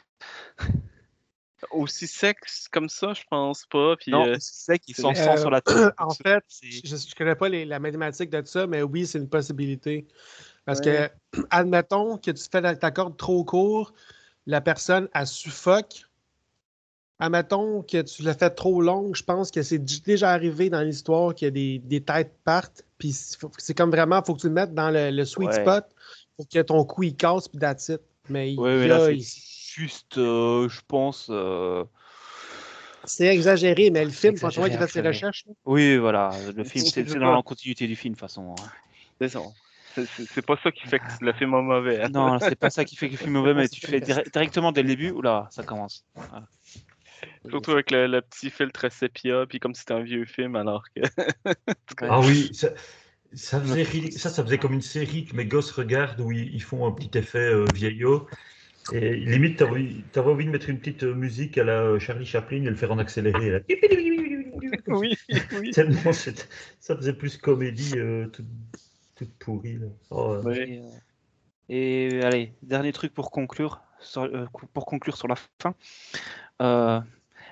Aussi sexe comme ça, je pense pas. Puis, Non, c'est qu'ils s'en sent sur la tête. En fait, je ne connais pas la mathématique de ça, mais oui, c'est une possibilité. Parce Ouais. que, admettons que tu fais ta corde trop court, la personne, elle suffoque. Admettons que tu l'as fait trop longue, je pense que c'est déjà arrivé dans l'histoire qu'il y a des têtes partent. Puis c'est comme vraiment, il faut que tu le mettes dans le sweet Ouais. spot pour que ton cou il casse, puis that's it. Mais Ouais, là c'est juste, je pense. c'est exagéré, mais le film, franchement, exagéré il a fait ses après. recherches. Oui, voilà, le film, C'est c'est ça. dans la continuité du film, de toute façon. Hein. C'est ça. C'est pas ça qui fait que le film est mauvais. Hein. Non, c'est pas ça qui fait que le film est mauvais, mais tu fais directement dès le début, oula, ça commence. Voilà. Surtout avec le petit filtre sépia, puis comme c'était un vieux film, alors que. Ah oui, ça faisait comme une série que mes gosses regardent où ils font un petit effet vieillot. Et limite, t'avais envie de mettre une petite musique à la Charlie Chaplin et le faire en accéléré. Là. Oui, oui. Tellement ça faisait plus comédie toute pourrie. Là. Oh, Ouais. Et allez, dernier truc pour conclure sur la fin.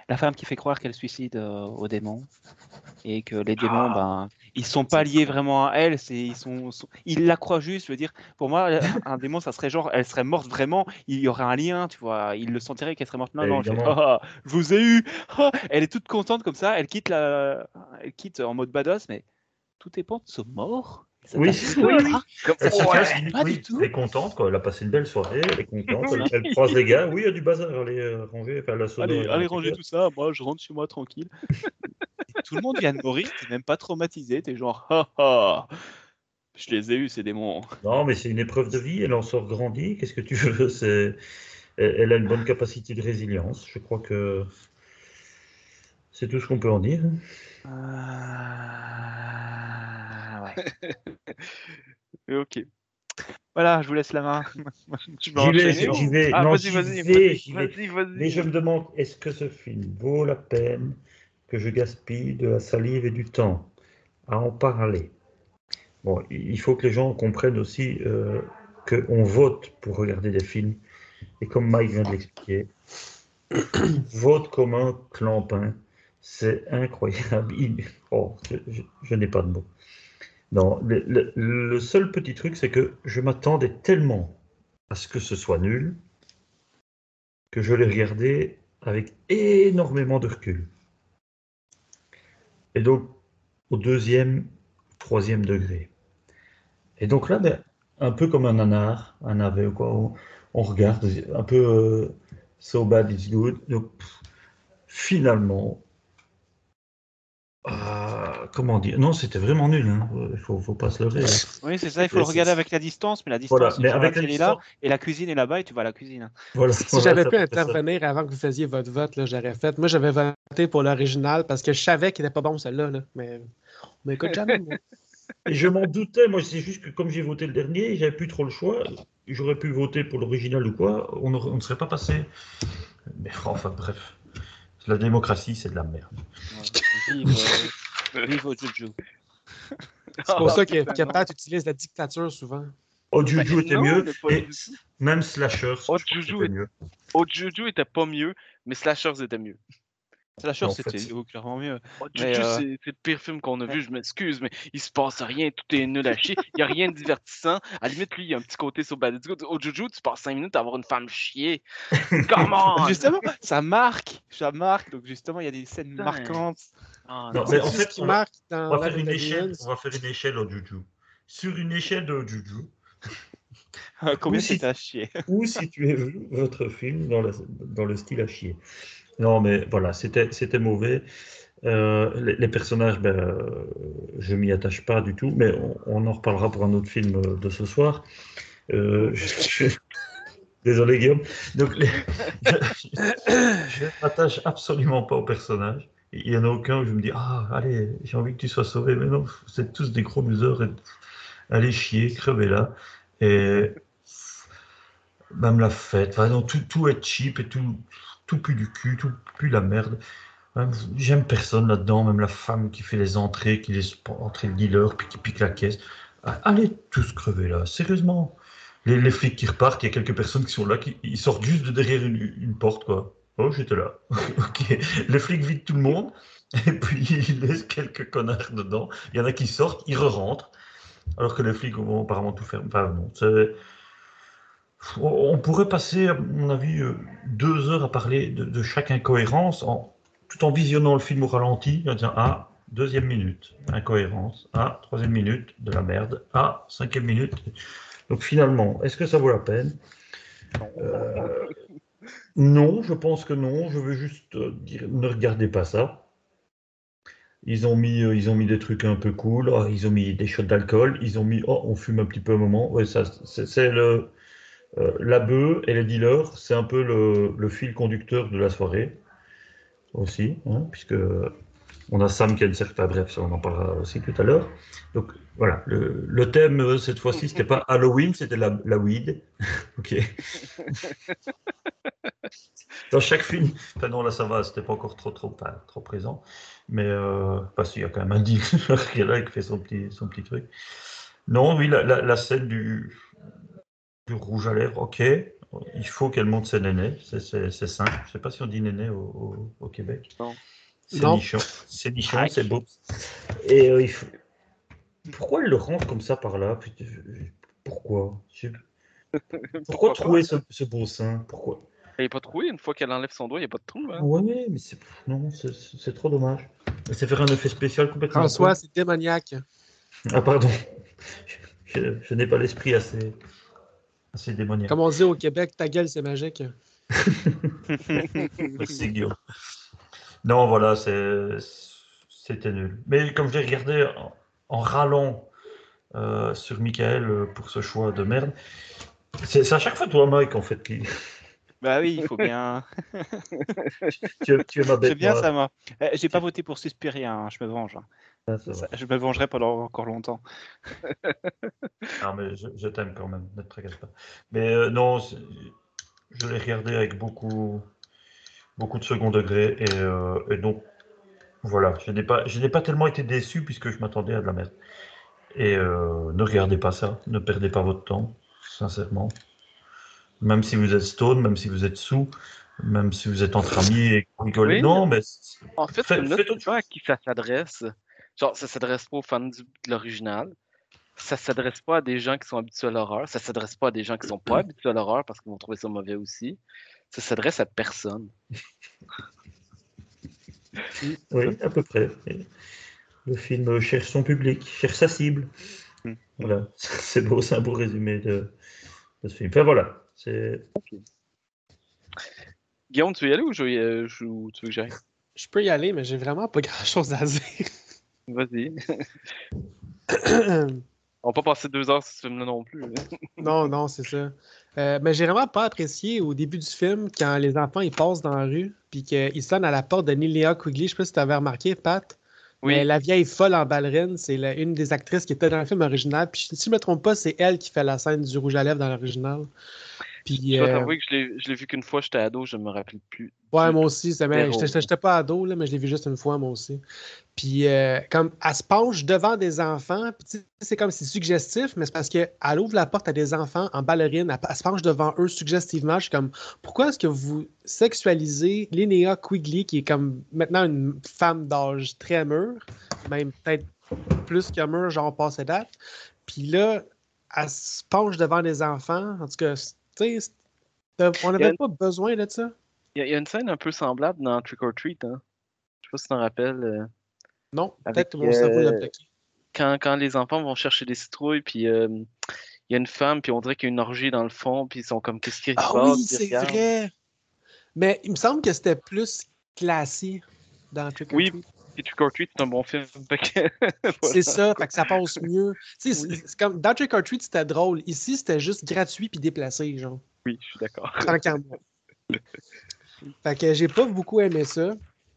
la femme qui fait croire qu'elle suicide aux démons et que les démons, ben, ils sont pas liés vraiment à elle, ils la croient juste. Je veux dire, pour moi, un démon, ça serait genre, elle serait morte vraiment, il y aurait un lien, tu vois, il le sentirait qu'elle serait morte. Non, je fais, Évidemment. je vous ai eu. Elle est toute contente comme ça, elle quitte en mode badass, mais tous tes potes sont morts. Ça Oui, t'a fait oui, peur, oui. hein. Elle se casse, pas oui, du tout. elle est contente, quoi. Elle a passé une belle soirée, elle est contente, elle croise les gars. Oui, il y a du bazar, allez ranger, faire la sono. Allez ranger tout ça, moi je rentre chez moi tranquille. Tout le monde vient de mourir, t'es même pas traumatisé, t'es genre, je les ai eus ces démons. Non, mais c'est une épreuve de vie, elle en sort grandie. Qu'est-ce que tu veux? Elle a une bonne capacité de résilience. Je crois que c'est tout ce qu'on peut en dire. Ouais. Ok. Voilà, je vous laisse la main. Je vais J'y vais, enchaîner. j'y vais. Ah, Non, vas-y, j'y vas-y, vais, vas-y, j'y vais. vas-y, Mais je me vas-y. demande, est-ce que ce film vaut la peine que je gaspille de la salive et du temps à en parler? Bon, il faut que les gens comprennent aussi qu'on vote pour regarder des films. Et comme Mike vient de l'expliquer, vote comme un clampin. C'est incroyable. Je n'ai pas de mots. Non, le seul petit truc, c'est que je m'attendais tellement à ce que ce soit nul que je l'ai regardé avec énormément de recul. Et donc, au deuxième, troisième degré. Et donc là, ben, un peu comme un nanar, un navet ou quoi, on regarde, un peu so bad it's good. Donc, finalement, comment dire? Non, c'était vraiment nul. Hein. Il faut pas se leurrer. Hein. Oui, c'est ça, il faut le regarder avec la distance, mais la Voilà, distance, mais genre avec la la télé est là, distance, et la cuisine est là-bas, et tu vas à la cuisine. voilà, Si voilà, j'avais ça pu fait ça. intervenir avant que vous faisiez votre vote, là, j'aurais fait. Moi, j'avais voté pour l'original parce que je savais qu'il n'était pas bon, celle-là. Là. Mais on m'écoute jamais. Moi. Et je m'en doutais, moi c'est juste que comme j'ai voté le dernier, j'avais plus trop le choix. J'aurais pu voter pour l'original ou quoi, on ne serait pas passé. Mais enfin bref, la démocratie c'est de la merde. Ouais. Vive au Juju. C'est pour ça que putain, non. Pat utilise la dictature souvent. Oh, Juju était non, mieux, mais pas et du tout. même Slashers, Oh, je crois que Juju c'était mieux. Juju était pas mieux, mais Slashers était mieux. Slasher, En c'était fait, clairement mieux. Oh, Mais, Juju, c'est le pire film qu'on a vu, je m'excuse, mais il se passe rien, tout est nul à chier, il n'y a rien de divertissant. À la limite, lui, il y a un petit côté sur Bad It's Good. Au Juju, tu passes 5 minutes à avoir une femme chier. Come on! Justement, ça marque, donc justement, il y a des scènes Putain. marquantes. Oh, Non, non. mais en C'est ce fait, qui marque dans on va faire Larry une échelle, Davidson. on va faire une échelle au Juju. Sur une échelle de Juju, Combien Ou si- c'était à chier. ou situez-vous votre film dans le style à chier? Non, mais voilà, c'était mauvais. Les personnages, ben, je m'y attache pas du tout, mais on en reparlera pour un autre film de ce soir. Désolé Guillaume. Donc, je m'attache absolument pas aux personnages. Il y en a aucun où je me dis, ah, allez, j'ai envie que tu sois sauvé. Mais non, vous êtes tous des gros losers. Allez chier, crevez là. Et même la fête, enfin, non, tout est cheap et tout pue du cul, tout pue la merde. J'aime personne là-dedans, même la femme qui fait les entrées, qui laisse entrer le dealer, puis qui pique la caisse. Allez tous crever là, sérieusement. Les flics qui repartent, il y a quelques personnes qui sont là, ils sortent juste de derrière une porte, quoi. Oh, j'étais là. Ok. Les flics vident tout le monde, et puis ils laissent quelques connards dedans. Il y en a qui sortent, ils re-rentrent, alors que les flics vont apparemment tout faire. Enfin, non, on pourrait passer, à mon avis, 2 heures à parler de chaque incohérence, tout en visionnant le film au ralenti, en disant, ah, deuxième minute, incohérence, ah, troisième minute, de la merde, ah, cinquième minute. Donc finalement, est-ce que ça vaut la peine? Non, je pense que non. Je veux juste dire, ne regardez pas ça. Ils ont mis des trucs un peu cool. Oh, ils ont mis des shots d'alcool. Ils ont mis, oh, on fume un petit peu un moment. Ouais, ça, c'est la bœuf et les dealers. C'est un peu le fil conducteur de la soirée aussi, hein, puisque on a Sam qui a une certaine, bref, ça on en parlera aussi tout à l'heure. Donc voilà, le thème cette fois-ci, c'était pas Halloween, c'était la weed. Ok. Dans chaque film, enfin non là ça va, c'était pas encore trop présent, mais parce qu'il y a quand même un dealer qui est là et qui fait son petit truc. Non, oui, la scène du rouge à lèvres, ok, il faut qu'elle monte ses nénés, c'est simple. Je sais pas si on dit néné au Québec. Non. C'est Non. nichon, Ah, c'est beau. Et pourquoi elle le rentre comme ça par là? Pourquoi? Pourquoi Pourquoi pas? trouer ce beau sein? Pourquoi? Il n'est pas troué. Une fois qu'elle enlève son doigt, il n'y a pas de trou. Hein. Ouais, mais non, c'est trop dommage. Et c'est faire un effet spécial complètement François, con. c'est démoniaque. Ah pardon, je n'ai pas l'esprit assez démoniaque. Comme on dit au Québec, ta gueule, c'est magique. Merci Guillaume. Non, voilà, c'était nul. Mais comme j'ai regardé en râlant sur Michael pour ce choix de merde, c'est à chaque fois toi, Mike, en fait, qui Bah oui, il faut bien. tu es ma bête J'aime bien noire. ça, moi. J'ai pas voté pour Suspiria, hein, je me venge. Hein. Ah, ça va. Je me vengerai pendant encore longtemps. Non, mais je t'aime quand même, ne te tracasse pas. Mais non, je l'ai regardé avec beaucoup de second degré et donc voilà, je n'ai pas tellement été déçu puisque je m'attendais à de la merde. Et ne regardez pas ça, ne perdez pas votre temps, sincèrement. Même si vous êtes stone, même si vous êtes sous, même si vous êtes entre amis et que vous rigolez. Oui. Non, mais En fait, faites là, autre tu sais pas à qui ça s'adresse. Genre, ça s'adresse pas aux fans de l'original. Ça s'adresse pas à des gens qui sont habitués à l'horreur. Ça s'adresse pas à des gens qui sont pas habitués à l'horreur parce qu'ils vont trouver ça mauvais aussi. Ça s'adresse à personne. Oui, à peu près. Et le film cherche son public, cherche sa cible. Mm. Voilà, c'est beau, c'est un beau résumé de ce film. Enfin voilà, c'est. Guillaume, tu veux y aller ou ou tu veux que j'aille? Je peux y aller, mais j'ai vraiment pas grand-chose à dire. Vas-y. On va pas passer 2 heures sur ce film-là non plus. Non, c'est ça. Mais j'ai vraiment pas apprécié au début du film quand les enfants ils passent dans la rue puis qu'ils sonnent à la porte de Linnea Quigley. Je sais pas si tu avais remarqué, Pat. Mais Oui. la vieille folle en ballerine, c'est une des actrices qui était dans le film original. Puis si je me trompe pas, c'est elle qui fait la scène du rouge à lèvres dans l'original. Puis, Je dois t'avouer que je l'ai vu qu'une fois, j'étais ado, je me rappelle plus. ouais, du moi tout. aussi. Zéro. J'étais pas ado, là, mais je l'ai vu juste une fois, moi aussi. Puis, comme elle se penche devant des enfants, puis tu sais, c'est comme c'est suggestif, mais c'est parce qu'elle ouvre la porte à des enfants en ballerine, elle se penche devant eux suggestivement. Je suis comme, pourquoi est-ce que vous sexualisez Linnea Quigley, qui est comme maintenant une femme d'âge très mûr, même peut-être plus que mûr, genre passé date. Puis là, elle se penche devant des enfants. En tout cas, tu sais, on n'avait pas besoin de ça. Il y a une scène un peu semblable dans Trick or Treat. Hein. Je sais pas si tu t'en rappelles. Non, Avec, peut-être mon cerveau l'a bloqué. Quand les enfants vont chercher des citrouilles, puis il y a une femme, puis on dirait qu'il y a une orgie dans le fond, puis ils sont comme, qu'est-ce qui se Ah passe? oui, Ils c'est regardent. vrai. Mais il me semble que c'était plus classique dans Trick or Oui, Treat. puis Trick or Treat, c'est un bon film. Fait que, voilà. C'est ça, fait que ça passe mieux. Tu sais, Oui. c'est comme dans Trick or Treat, c'était drôle. Ici, c'était juste gratuit puis déplacé, genre. Oui, je suis d'accord. Tant qu'à moi. Fait que j'ai pas beaucoup aimé ça.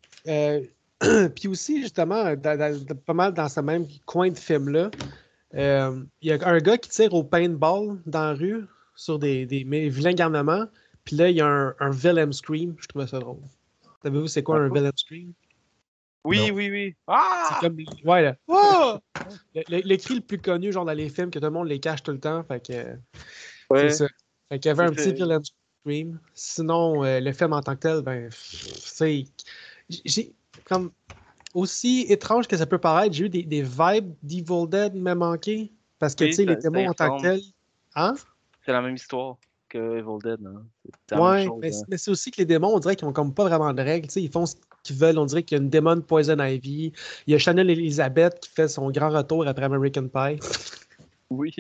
Puis aussi, justement, pas mal dans ce même coin de film-là, il y a un gars qui tire au paintball dans la rue sur des vilains garnements. Puis là, il y a un villain scream. Je trouvais ça drôle. Savez-vous c'est quoi un villain scream? Oui, Non. oui. C'est Ah! comme. Ouais, là. Oh! Le cri le plus connu, genre dans les films, que tout le monde les cache tout le temps. Fait que. Ouais. C'est ça. Fait qu'il y avait un C'est- petit villain scream. Sinon, le film en tant que tel, ben. C'est. J'ai. Comme. Aussi étrange que ça peut paraître, j'ai eu des vibes d'Evil Dead me manquer. Parce que, Oui, tu sais, les ça démons en tant que informe. tels. Hein? C'est la même histoire que Evil Dead. Hein. C'est la même Ouais, chose. Hein. mais c'est aussi que les démons, on dirait qu'ils ont comme pas vraiment de règles. Tu sais, ils font ce qu'ils veulent. On dirait qu'il y a une démon Poison Ivy. Il y a Chanel Elizabeth qui fait son grand retour après American Pie. Oui.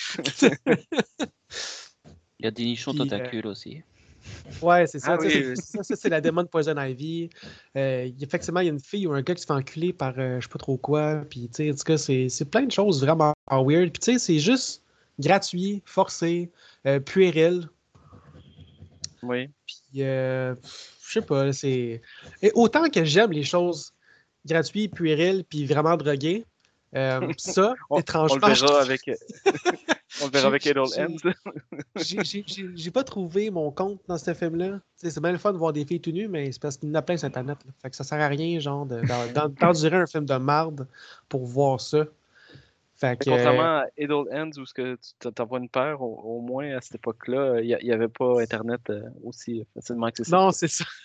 Il y a des nichons Puis, tentacules aussi. Ouais, c'est ça. Ah Tu sais, oui, ça, c'est la démon Poison Ivy. Effectivement, il y a une fille ou un gars qui se fait enculer par je sais pas trop quoi. Puis, tu sais, en tout cas, c'est plein de choses vraiment weird. Puis, tu sais, c'est juste gratuit, forcé, puéril. Oui. Puis, je sais pas, c'est. Et autant que j'aime les choses gratuites, puériles, puis vraiment droguées, ça, On étrangement, le verra avec. On le verra avec Idle j'ai- Ends. j'ai pas trouvé mon compte dans ce film-là. Tu sais, c'est bien le fun de voir des filles tout nues, mais c'est parce qu'il y en a plein sur Internet. Fait que ça sert à rien, genre, d'endurer un film de marde pour voir ça. Fait que, Contrairement à Idle Hands, où tu t'envoies une paire, au moins à cette époque-là, il n'y avait pas Internet aussi facilement accessible. non, c'est ça.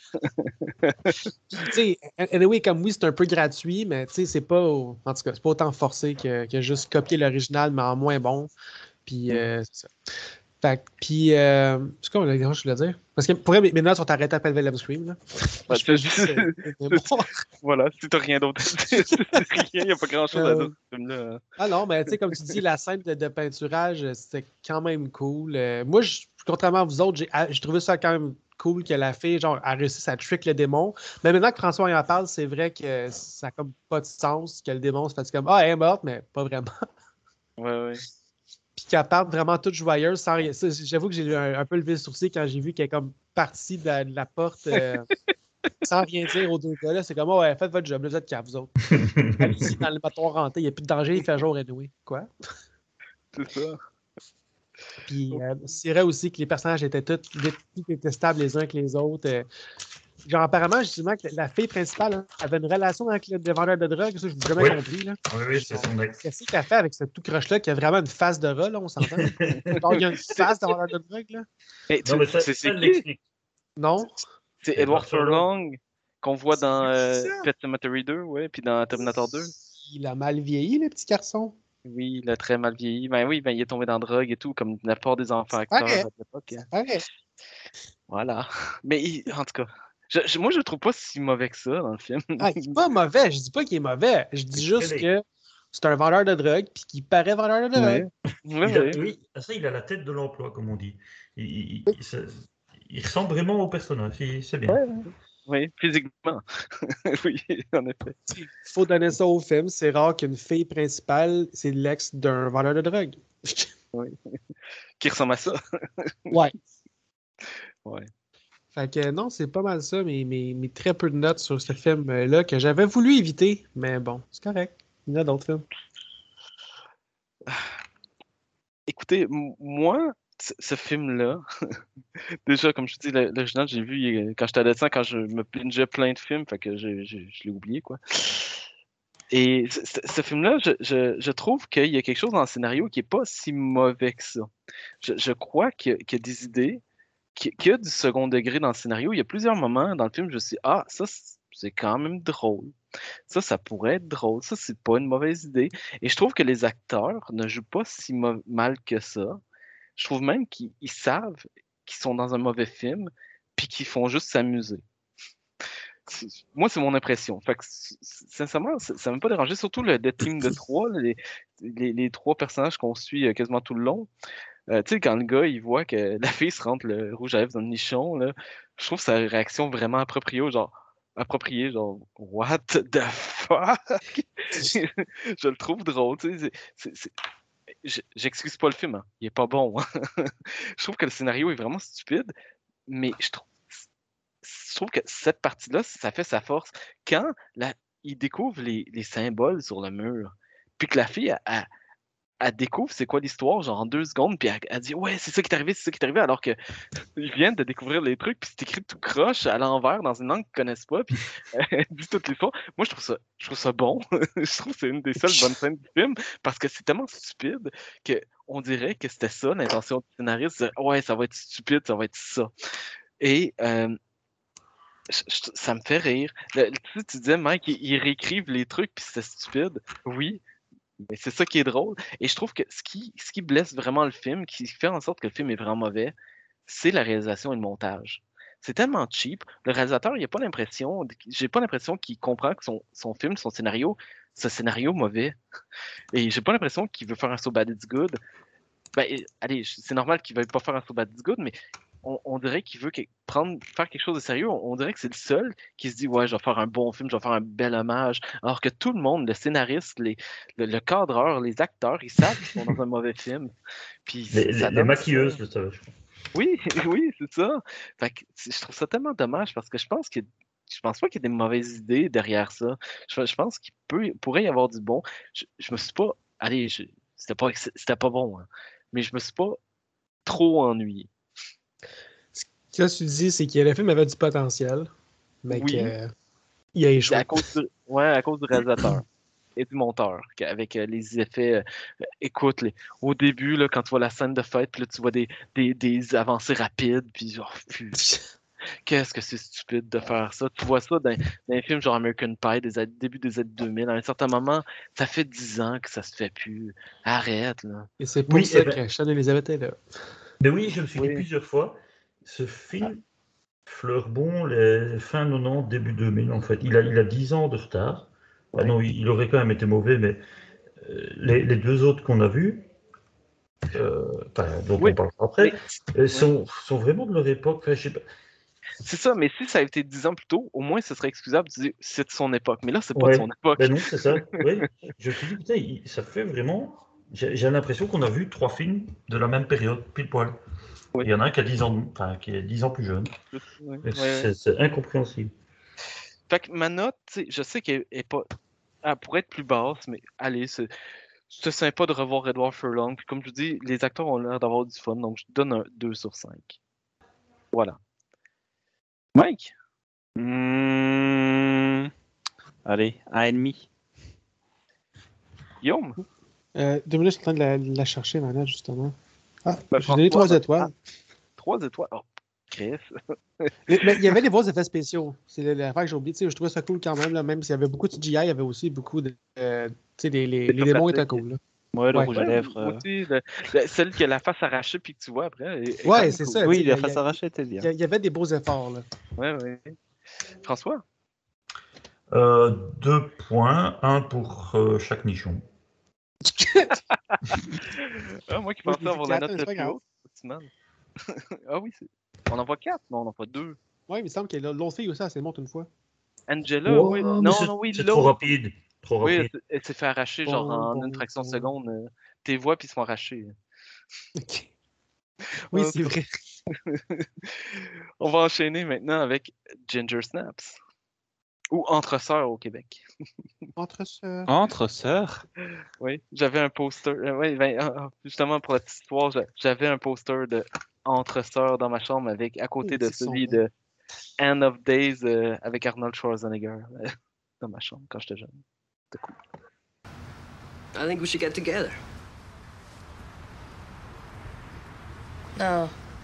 Tu sais, anyway, comme oui, c'est un peu gratuit, mais tu sais, c'est pas, en tout cas, c'est pas autant forcé que juste copier l'original, mais en moins bon. Puis, c'est ça. Fait que, puis, c'est quoi la je voulais dire? Parce que pour vrai, mes notes sont arrêtées à Pelvel Love Scream. Là. Ben, Je fais juste. Mais bon. Voilà, si t'as rien d'autre à dire, il n'y a pas grand-chose à dire sur ce film-là. Ah non, mais tu sais, comme tu dis, la scène de peinturage, c'était quand même cool. Moi, contrairement à vous autres, j'ai trouvé ça quand même cool que la fille, genre, a réussi à trick le démon. Mais maintenant que François en parle, c'est vrai que ça n'a comme pas de sens que le démon se fasse comme ah, elle est morte, mais pas vraiment. Ouais. Puis qu'elle parte vraiment toute joyeuse sans rien. J'avoue que j'ai un peu levé le sourcil quand j'ai vu qu'elle est comme partie de la porte sans rien dire aux deux gars. Là, c'est comme oh, ouais, faites votre job, là, vous êtes qu'à vous autres. Allez-y dans le bâton renté, il n'y a plus de danger, il fait jour et nuit. Quoi? C'est ça. Puis c'est vrai aussi que les personnages étaient tous détestables les uns que les autres. Genre, apparemment, justement, que la fille principale hein, avait une relation avec le vendeur de drogue. Ça, je n'ai jamais compris. Là. Oui, c'est son ex. Qu'est-ce qu'elle fait avec ce tout croche-là qui a vraiment une face de rat, là, on s'entend? Genre, il y a une face de vendeur de drogue, là? Hey, Non, mais ça c'est l'explique. Non? C'est Edward Furlong qu'on voit dans C'est ça. Pet Sematary 2, ouais, puis dans Terminator 2. Il a mal vieilli, le petit garçon. Oui, il a très mal vieilli. Ben oui, ben il est tombé dans la drogue et tout, comme la plupart des enfants acteurs Ouais. à l'époque. Hein. Ouais. Voilà. Mais en tout cas, moi je le trouve pas si mauvais que ça dans le film. Ah, il est pas mauvais. Je dis pas qu'il est mauvais. Je dis juste que c'est un vendeur de drogue puis qu'il paraît vendeur de drogue. Ouais. Oui, ça, il a la tête de l'emploi, comme on dit. Il ressemble vraiment au personnage. C'est bien. Oui, physiquement. Oui, en effet. Il faut donner ça au film. C'est rare qu'une fille principale, c'est l'ex d'un vendeur de drogue. Oui. Qui ressemble à ça. Ouais. Ouais. Fait que non, c'est pas mal ça, mes très peu de notes sur ce film-là que j'avais voulu éviter. Mais bon, c'est correct. Il y en a d'autres films. Écoutez, moi, ce film-là, déjà, comme je te dis, l'original, j'ai vu quand j'étais adolescent, quand je me bingeais plein de films, fait que je l'ai oublié, quoi. Et ce film-là, je trouve qu'il y a quelque chose dans le scénario qui n'est pas si mauvais que ça. Je crois qu'il y a des idées, qu'il y a du second degré dans le scénario. Il y a plusieurs moments dans le film, je me suis dit, ah, ça, c'est quand même drôle. Ça pourrait être drôle. Ça, c'est pas une mauvaise idée. Et je trouve que les acteurs ne jouent pas si mal que ça. Je trouve même qu'ils savent qu'ils sont dans un mauvais film, puis qu'ils font juste s'amuser. Moi, c'est mon impression. Fait que, sincèrement, ça m'a pas dérangé. Surtout le team de trois, les trois personnages qu'on suit quasiment tout le long. Tu sais, quand le gars, il voit que la fille se rentre le rouge à lèvres dans le nichon, là, je trouve sa réaction vraiment appropriée, genre, what the fuck? Je le trouve drôle, tu sais. J'excuse pas le film, hein. Il est pas bon. Hein. Je trouve que le scénario est vraiment stupide, mais je trouve que cette partie-là, ça fait sa force. Quand il découvre les symboles sur le mur, puis que la fille, elle découvre c'est quoi l'histoire, genre en 2 secondes, puis elle dit ouais, c'est ça qui est arrivé, alors que ils viennent de découvrir les trucs, puis c'est écrit tout croche à l'envers dans une langue qu'ils connaissent pas, puis elle dit toutes les fois. Moi, je trouve ça bon. Je trouve que c'est une des seules bonnes scènes du film, parce que c'est tellement stupide que on dirait que c'était ça l'intention du scénariste. Ouais, ça va être stupide, ça va être ça. Et ça me fait rire. Tu disais, Mike, ils réécrivent les trucs, puis c'est stupide. Oui. Mais c'est ça qui est drôle. Et je trouve que ce qui blesse vraiment le film, qui fait en sorte que le film est vraiment mauvais, c'est la réalisation et le montage. C'est tellement cheap. Le réalisateur, j'ai pas l'impression qu'il comprend que son film, son scénario, c'est un scénario mauvais. Et j'ai pas l'impression qu'il veut faire un So Bad It's Good. Ben, allez, c'est normal qu'il veuille pas faire un So Bad It's Good, mais on dirait qu'il veut faire quelque chose de sérieux. On dirait que c'est le seul qui se dit ouais, je vais faire un bon film, je vais faire un bel hommage. Alors que tout le monde, le scénariste, le cadreur, les acteurs, ils savent qu'ils sont dans un mauvais film. Puis les maquilleuses, je savais. Oui, oui, c'est ça. Fait que, je trouve ça tellement dommage parce que je pense pas qu'il y ait des mauvaises idées derrière ça. Je pense qu'il pourrait y avoir du bon. Je me suis pas. Allez, c'était pas bon, hein, mais je me suis pas trop ennuyé. Ce que tu dis, c'est que le film avait du potentiel, mais Oui. qu'il a échoué. À cause du réalisateur. et du monteur, avec les effets. Écoute, au début, là, quand tu vois la scène de fête, puis là, tu vois des avancées rapides, puis genre, qu'est-ce que c'est stupide de faire ça. Tu vois ça dans un film genre American Pie, début des années 2000. À un certain moment, ça fait 10 ans que ça se fait plus. Arrête, là. Et c'est pour Oui, ça eh ben, que Sean Elizabeth est là. mais oui, je me suis dit Oui. plusieurs fois, ce film fleure bon les fin 90, début 2000 en fait. Il a 10 ans de retard. Ah Ouais. non, il aurait quand même été mauvais, mais les deux autres qu'on a vus, dont Oui, on parlera après, mais- sont vraiment de leur époque. Enfin, je sais pas. C'est ça, mais si ça avait été 10 ans plus tôt, au moins ce serait excusable de dire c'est de son époque. Mais là, c'est pas de Ouais, son époque. ben non, c'est ça. Oui, je me suis dit, putain, ça fait vraiment. J'ai l'impression qu'on a vu 3 films de la même période, pile poil. Oui. Il y en a un qui a 10 ans, enfin, qui est 10 ans plus jeune. Ouais, Et ouais. c'est incompréhensible. Fait que ma note, tu sais, je sais qu'elle est pas. Elle pourrait être plus basse, mais allez, c'est sympa de revoir Edward Furlong. Puis comme je vous dis, les acteurs ont l'air d'avoir du fun, donc je donne un 2 sur 5. Voilà. Mike? Allez, 1,5. Guillaume? 2 minutes, je suis en train de la chercher, maintenant, justement. Ah, Ben, j'ai donné François, 3 étoiles. 3 étoiles. Oh, Chris. Mais il y avait des beaux effets spéciaux. C'est l'affaire que j'ai oublié. Tu sais, je trouvais ça cool quand même. Là, même s'il y avait beaucoup de CGI, il y avait aussi beaucoup de. Tu sais, les démons étaient cool. Là. Ouais, le Ouais. rouge à Ouais, lèvres. moi aussi, celle qui a la face arrachée puis que tu vois après. Est quand Ouais, même c'est cool. ça. Oui, tu sais, la face arrachée était bien. Il y avait des beaux efforts. Là. Ouais, ouais. François? 2 points, 1 pour chaque nichon. Ah, moi qui Moi, pensais je l'ai avoir dit la quatre, note c'est pas la plus grave. haute. C'est mal. Ah oui, on en voit 4? Non, on en voit 2. Oui, il me semble que l'autre fille aussi, elle s'est morte une fois. Angela, oui. Oh, mais Non, non, oui, c'est trop l'autre. rapide. Trop Oui, rapide. elle s'est fait arracher genre en une fraction de seconde. Tes voix puis ils se font arracher. Ok. Ouais, Oui, c'est vrai. On va enchaîner maintenant avec Ginger Snaps. Ou Entre Sœurs au Québec. Entre sœurs. Entre sœurs. Oui, j'avais un poster. Oui, ben, justement pour la petite histoire, j'avais un poster de Entre Sœurs dans ma chambre avec à côté de Ils sont celui bons. de End of Days avec Arnold Schwarzenegger dans ma chambre quand j'étais jeune. C'était cool. I think we should get together. No.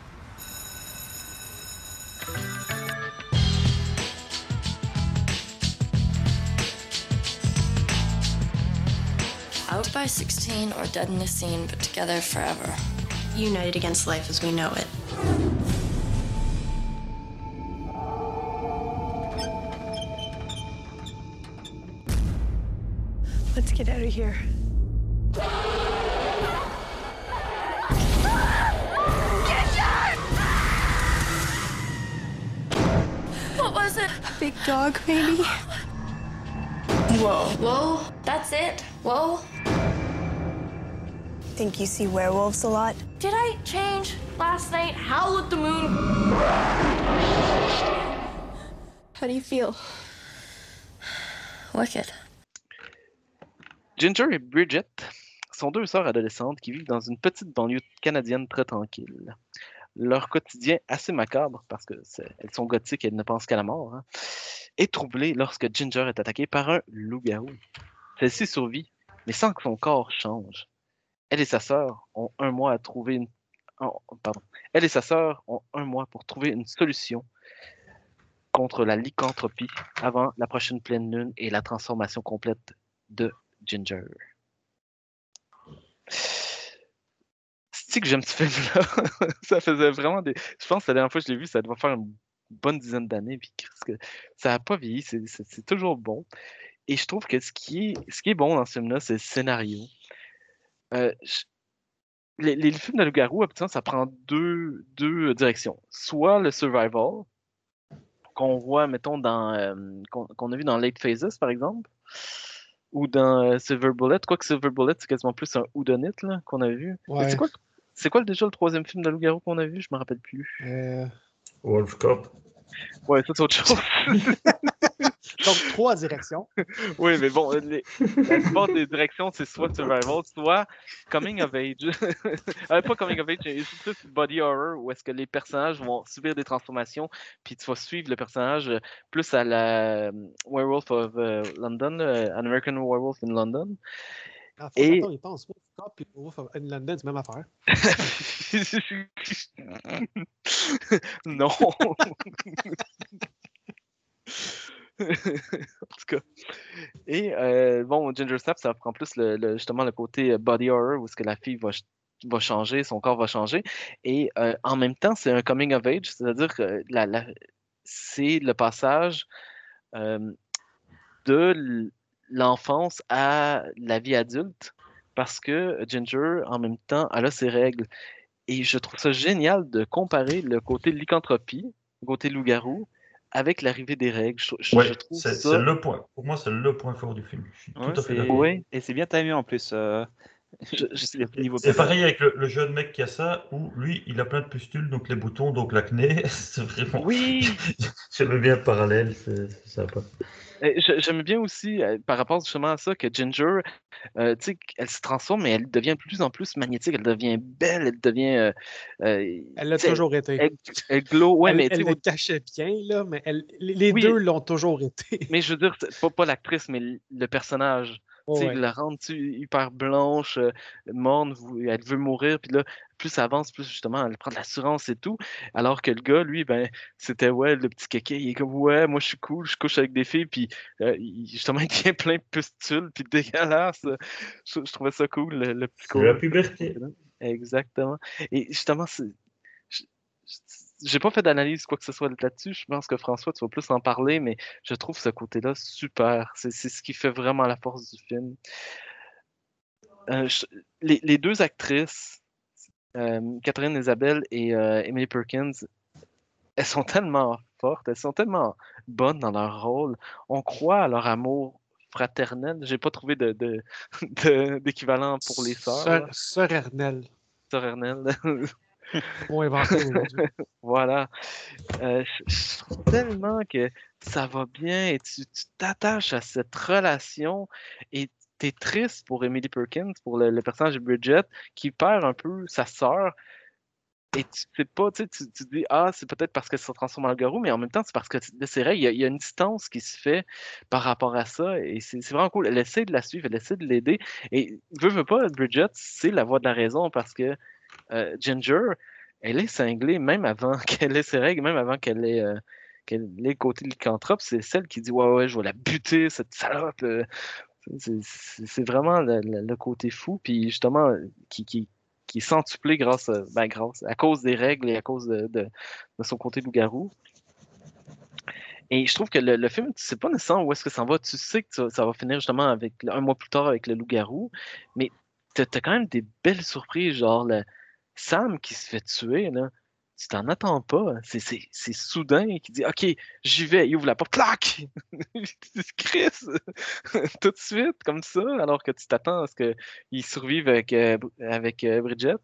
Out by 16 or dead in the scene, but together forever. United against life as we know it. Let's get out of here. What was it? Big dog, maybe? Whoa. Whoa? That's it? Whoa? Think you see werewolves a lot? Did I change last night? Howl at the moon? How do you feel? Wicked. Ginger et Bridget sont deux sœurs adolescentes qui vivent dans une petite banlieue canadienne très tranquille. Leur quotidien assez macabre, parce qu'elles sont gothiques et elles ne pensent qu'à la mort, est troublé lorsque Ginger est attaquée par un loup-garou. Celle-ci survit, mais sans que son corps change. Elle et sa sœur ont un mois à trouver une... Elle et sa sœur ont un mois pour trouver une solution contre la lycanthropie avant la prochaine pleine lune et la transformation complète de Ginger. C'est que j'aime ce film-là. Ça faisait vraiment des... Je pense que la dernière fois que je l'ai vu, ça doit faire une bonne dizaine d'années. Puis que ça n'a pas vieilli. C'est toujours bon. Et je trouve que ce qui est bon dans ce film-là, c'est le scénario. Les films de loup-garou, habituellement, ça prend deux directions. Soit le survival, qu'on voit, mettons, qu'on a vu dans Late Phases, par exemple, ou dans Silver Bullet. Quoique Silver Bullet, c'est quasiment plus un whodunit là, qu'on a vu. Ouais. C'est quoi déjà le troisième film de loup-garou qu'on a vu? Je me rappelle plus. Wolf Cop. Ouais, ça c'est autre chose. Donc, 3 directions. Oui, mais bon, la plupart des directions, c'est soit survival, soit coming of age. Pas coming of age, c'est plus body horror, où est-ce que les personnages vont subir des transformations, puis tu vas suivre le personnage plus à la Werewolf of London, An American Werewolf in London. En fait, attends, il pense pas. Puis Wolf of London, c'est la même affaire. Non. En tout cas. Et bon, Ginger Snap, ça prend plus justement le côté body horror où est-ce que la fille va changer, son corps va changer. Et en même temps, c'est un coming of age, c'est-à-dire que c'est le passage de l'enfance à la vie adulte parce que Ginger, en même temps, elle a ses règles. Et je trouve ça génial de comparer le côté lycanthropie, le côté loup-garou, avec l'arrivée des règles. Je trouve ça... c'est le point. Pour moi, c'est le point fort du film. Je suis tout à fait d'accord. Oui. Et c'est bien timé en plus. C'est pareil avec le jeune mec qui a ça, où lui, il a plein de pustules, donc les boutons, donc l'acné. C'est vraiment... Oui! J'aime bien le parallèle, c'est sympa. J'aime bien aussi, par rapport justement à ça, que Ginger, tu sais, elle se transforme, mais elle devient de plus en plus magnétique, elle devient belle, elle devient... elle l'a toujours été. Elle glow, ouais, mais... Elle le cachait bien, là, mais les deux l'ont toujours été. Mais je veux dire, pas l'actrice, mais le personnage. Tu sais, la rendre hyper blanche, morne, elle veut mourir, puis là, plus ça avance, plus justement, elle prend de l'assurance et tout. Alors que le gars, lui, ben, c'était, le petit kéké, il est comme, moi je suis cool, je couche avec des filles, puis justement, il devient plein de pustules, puis dégueulasse. Je trouvais ça cool, le petit C'est la puberté. Exactement. Et justement, j'ai pas fait d'analyse quoi que ce soit là-dessus. Je pense que François, tu vas plus en parler, mais je trouve ce côté-là super. C'est ce qui fait vraiment la force du film. Les deux actrices, Catherine Isabelle et Emily Perkins, elles sont tellement fortes, elles sont tellement bonnes dans leur rôle. On croit à leur amour fraternel. J'ai pas trouvé d'équivalent pour les sœurs. Sœur Ernelle. Sœur Ernelle. Bon inventé aujourd'hui. Voilà. Je trouve tellement que ça va bien et tu t'attaches à cette relation et t'es triste pour Emily Perkins, pour le personnage de Bridget, qui perd un peu sa sœur. Et tu sais pas, tu dis, c'est peut-être parce qu'elle se transforme en loup-garou, mais en même temps, c'est parce que c'est vrai, il y a une distance qui se fait par rapport à ça, et c'est vraiment cool. Elle essaie de la suivre, elle essaie de l'aider, et veut pas, Bridget, c'est la voix de la raison, parce que Ginger, elle est cinglée, même avant qu'elle ait ses règles, même avant qu'elle ait le côté lycanthrope, c'est celle qui dit, ouais, je vais la buter, cette salope. C'est vraiment le côté fou, puis justement, qui est centuplé grâce à cause des règles et à cause de son côté loup-garou. Et je trouve que le film, tu sais pas nécessairement où est-ce que ça va. Tu sais que ça va finir justement un mois plus tard avec le loup-garou, mais t'as quand même des belles surprises, genre Sam qui se fait tuer, là. Tu t'en attends pas. C'est soudain qui dit OK, j'y vais. Il ouvre la porte, clac! Chris! Tout de suite, comme ça, alors que tu t'attends à ce qu'il survive avec Bridget.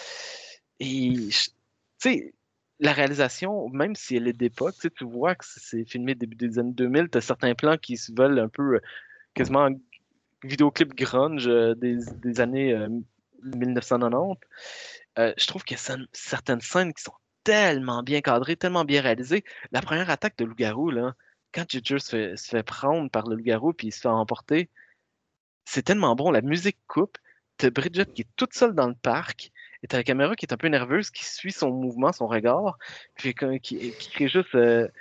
Et, tu sais, la réalisation, même si elle est d'époque, tu vois que c'est filmé début des années 2000, tu as certains plans qui se veulent un peu quasiment vidéoclip grunge des années 1990. Je trouve qu'il y a certaines scènes qui sont tellement bien cadrées, tellement bien réalisées. La première attaque de loup-garou, là, quand Ginger se fait prendre par le loup-garou puis il se fait emporter, c'est tellement bon. La musique coupe. T'as Bridget qui est toute seule dans le parc et t'as la caméra qui est un peu nerveuse, qui suit son mouvement, son regard, puis qui crie juste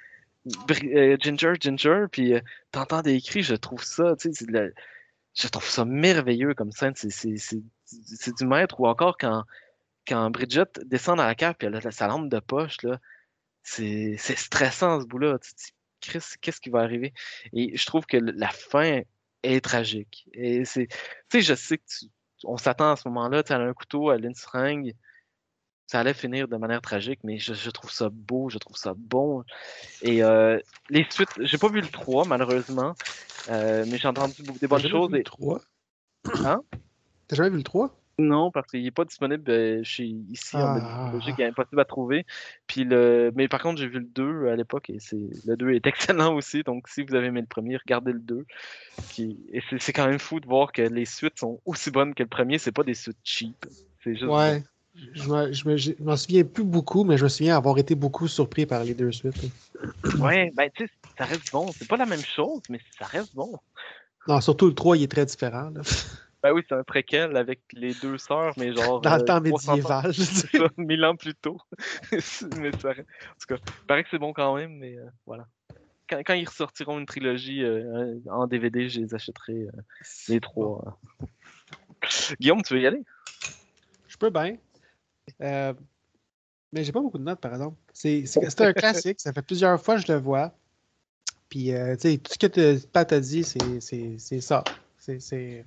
Ginger, puis t'entends des cris. Je trouve ça, tu sais, je trouve ça merveilleux comme scène. C'est du maître. Ou encore quand Bridget descend dans la cave et elle a sa lampe de poche, là, c'est stressant ce bout-là. Tu te dis, Chris, qu'est-ce qui va arriver? Et je trouve que la fin est tragique. Et tu sais, je sais que on s'attend à ce moment-là, tu sais, elle a un couteau, elle a une seringue. Ça allait finir de manière tragique, mais je trouve ça beau, je trouve ça bon. Et les suites, j'ai pas vu le 3, malheureusement, mais j'ai entendu des bonnes choses. Vu le 3? Hein? T'as jamais vu le 3? Non, parce qu'il n'est pas disponible ici en Belgique, il est Ah, impossible à trouver. Mais par contre, j'ai vu le 2 à l'époque et le 2 est excellent aussi. Donc, si vous avez aimé le premier, regardez le 2. Et c'est quand même fou de voir que les suites sont aussi bonnes que le premier. C'est pas des suites cheap. C'est juste bon. ouais. Je m'en souviens plus beaucoup, mais je me souviens avoir été beaucoup surpris par les deux suites. Ouais, ben tu sais, ça reste bon. C'est pas la même chose, mais ça reste bon. Non, surtout le 3, il est très différent. Là. Ben oui, c'est un préquel avec les deux sœurs, mais genre Dans le temps 300 ans, médiéval. c'est ça, 1000 ans plus tôt. Mais en tout cas, il paraît que c'est bon quand même, mais voilà. Quand ils ressortiront une trilogie en DVD, je les achèterai les trois. Guillaume, tu veux y aller? Je peux bien. Mais j'ai pas beaucoup de notes, par exemple. C'est un classique. Ça fait plusieurs fois que je le vois. Puis, tu sais, tout ce que Pat a dit, c'est ça. C'est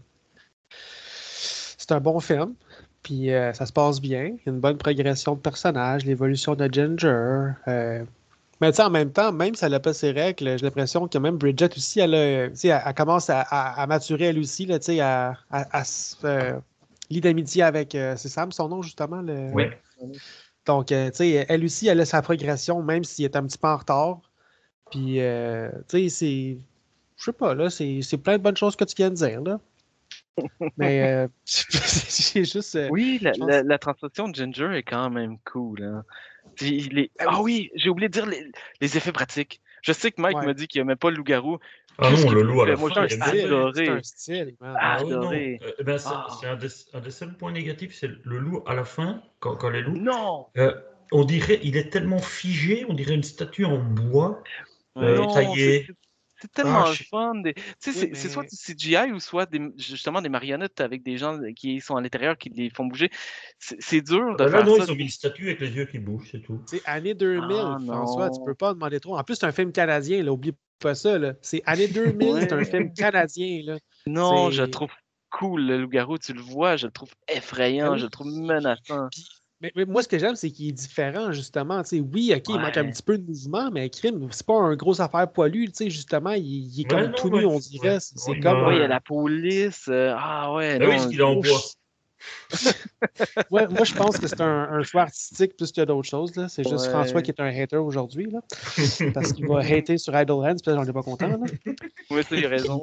un bon film. Puis, ça se passe bien. Il y a une bonne progression de personnages, l'évolution de Ginger. Mais tu sais, en même temps, même si elle n'a pas ses règles, j'ai l'impression que même Bridget aussi, elle commence à maturer elle aussi, là, tu sais, à se lier d'amitié avec. C'est Sam, son nom, justement. Oui. Donc, tu sais, elle aussi, elle a sa progression, même s'il est un petit peu en retard. Puis, tu sais, c'est. Je sais pas, là, c'est plein de bonnes choses que tu viens de dire, là. Mais j'ai juste. Oui, je pense- la translation de Ginger est quand même cool. Hein. Ah oui, j'ai oublié de dire les effets pratiques. Je sais que Mike Ouais. m'a dit qu'il n'aimait pas le loup-garou. Ah Qu'est-ce non, qu'il le loup à fait? la Moi, fin, j'ai il est mauvais. C'est adoré. un style, man. Ah oui, non. Adoré. C'est un des seuls points négatifs, c'est le loup à la fin, quand les loups. Non! On dirait, il est tellement figé, on dirait une statue en bois Non, taillée. c'est tellement Ah, le fun. Tu sais, Oui, c'est soit mais- du CGI ou soit justement des marionnettes avec des gens qui sont à l'intérieur qui les font bouger. C'est dur de Là, faire non, ça. ils ont mis une statue avec les yeux qui bougent, c'est tout. C'est année 2000, Ah François, tu peux non. pas demander trop. En plus, c'est un film canadien, là, oublie pas ça, là. C'est année 2000, c'est un Ouais. film canadien, là. Non, je le C'est... trouve cool, le loup-garou. Tu le vois, je le trouve Ben effrayant, oui. je le trouve menaçant. Puis- mais moi, ce que j'aime, c'est qu'il est différent, justement. Tu sais, oui, OK, il manque un Ouais. petit peu de mouvement, mais crime, c'est pas un gros affaire poilu. Tu sais, justement, il est Ouais, comme non, tout ouais. nu, on dirait. Ouais. C'est Oui, comme Oui, il y a un... la police. Ah ouais, Ah oui, non. parce qu'il est en bois. Ouais, moi, je pense que c'est un choix artistique plus que d'autres choses, là. C'est juste Ouais. François qui est un hater aujourd'hui, là. Parce qu'il va hater sur Idle Hands, puis là, j'en ai pas content, là. Oui, ça, il a raison.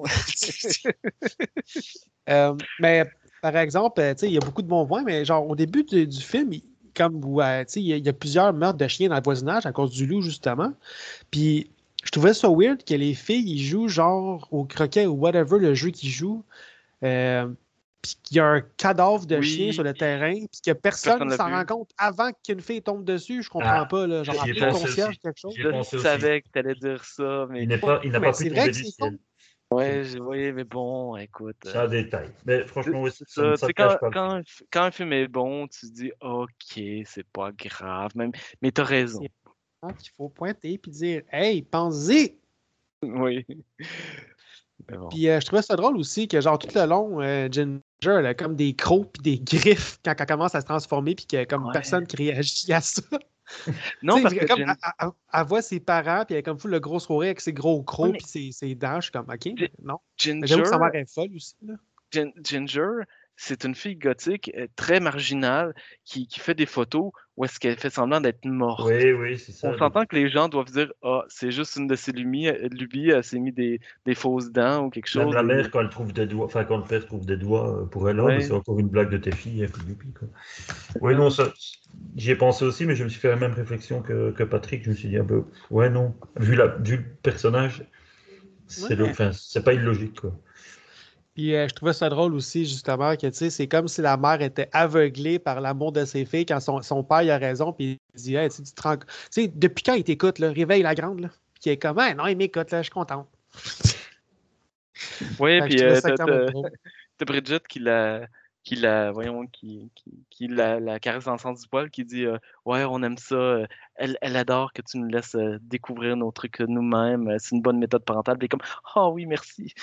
Mais par exemple, tu sais, il y a beaucoup de bons points, mais genre au début du film, comme tu sais, il y a plusieurs meurtres de chiens dans le voisinage à cause du loup, justement. Puis je trouvais ça weird que les filles, ils jouent genre au croquet ou whatever le jeu qu'ils jouent. Puis qu'il y a un cadavre de Oui. chien sur le terrain, puis que personne Personne ne l'a s'en vu. rend compte avant qu'une fille tombe dessus. Je comprends pas, là. Genre, j'y ai appeler le pensé concierge, aussi. quelque chose. J'y ai Je pensé aussi. savais que tu allais dire ça, mais Il n'a pas Mais pu c'est vrai tomber que du c'est ciel. ouais, oui, mais bon, écoute. C'est un détail. Mais franchement, oui, C'est ça ne ça. Tu sais, cache pas. quand un film est bon, tu te dis OK, c'est pas grave. Mais t'as raison. Il faut pointer puis dire hey, pense-y! Oui. Mais bon. Puis je trouvais ça drôle aussi que, genre, tout le long, Ginger, elle a comme des crocs puis des griffes quand elle commence à se transformer, puis qu'il y a comme Ouais. personne qui réagit à ça. Non, Tu sais, parce que comme, elle voit ses parents, puis elle est comme fou le gros sourire avec ses gros crocs, Ouais, puis ses dents. Je suis comme, OK, mais non. Mais Ginger, j'avoue que sa mère est folle aussi. Là. Ginger, c'est une fille gothique très marginale qui fait des photos où est-ce qu'elle fait semblant d'être morte. Oui, c'est ça. On s'entend que les gens doivent dire ah, c'est juste une de ses lubies, elle s'est mis des fausses dents ou quelque Même chose. la mère, quand elle trouve des doigts, enfin, quand le père trouve des doigts pour elle, Ouais. c'est encore une blague de tes filles, quoi. Oui, non, ça, j'y ai pensé aussi, mais je me suis fait la même réflexion que Patrick. Je me suis dit un peu, ouais, non, vu le personnage, c'est pas illogique, quoi. Puis je trouvais ça drôle aussi, justement, que tu sais, c'est comme si la mère était aveuglée par l'amour de ses filles quand son père il a raison, puis il dit hey, tu sais, depuis quand il t'écoute, là, réveille la grande, là. Puis qui est comme hey, non, il m'écoute, là, je suis contente. Oui, Fait que puis je trouvais ça quand même drôle. t'as Bridget qui la caresse dans le sens du poil, qui dit ouais, on aime ça, elle adore que tu nous laisses découvrir nos trucs nous-mêmes, c'est une bonne méthode parentale. Puis elle est comme ah oui, merci.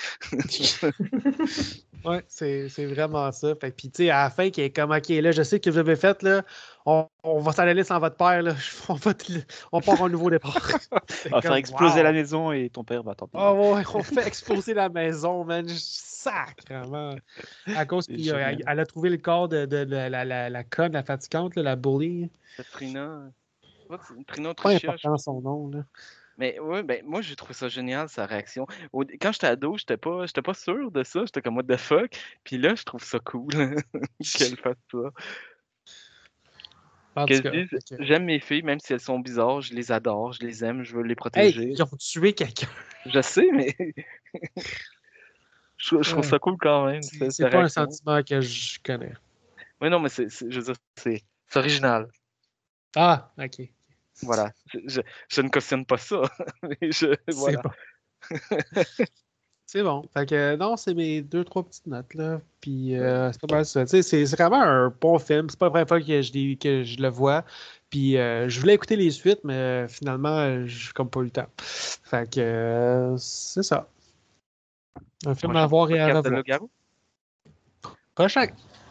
Ouais, c'est vraiment ça. Fait que, puis, tu sais, à la fin, qui est comme, OK, là, je sais que vous avez fait, là, on va s'en aller sans votre père, là. On part un nouveau départ. On va faire exploser la maison et ton père va t'en payer. Oh, ouais, on fait exploser la maison, man. Sacrement. À cause qu'elle a trouvé le corps de la conne, la fatigante, là, la bully. Trina. Trina Pas Tricia. important son nom, là. Mais ouais, ben moi j'ai trouvé ça génial sa réaction. Quand j'étais ado, j'étais pas sûr de ça, j'étais comme what the fuck. Puis là, je trouve ça cool qu'elle fasse ça. En tout cas, J'aime mes filles, même si elles sont bizarres, je les adore, je les aime, je veux les hey, protéger. ils ont tué quelqu'un. Je sais, mais je trouve ça cool quand même. C'est pas un sentiment que je connais. Oui, non, mais je veux dire, c'est original. Ah, ok. Voilà. Je ne cautionne pas ça. Mais voilà. C'est bon. Fait que non, c'est mes 2-3 petites notes là. Puis c'est pas mal ça. C'est vraiment un bon film. C'est pas la première fois que je le vois. Puis je voulais écouter les suites, mais finalement, j'ai comme pas eu le temps. Fait que c'est ça. Un film à voir et à revoir. Prochain.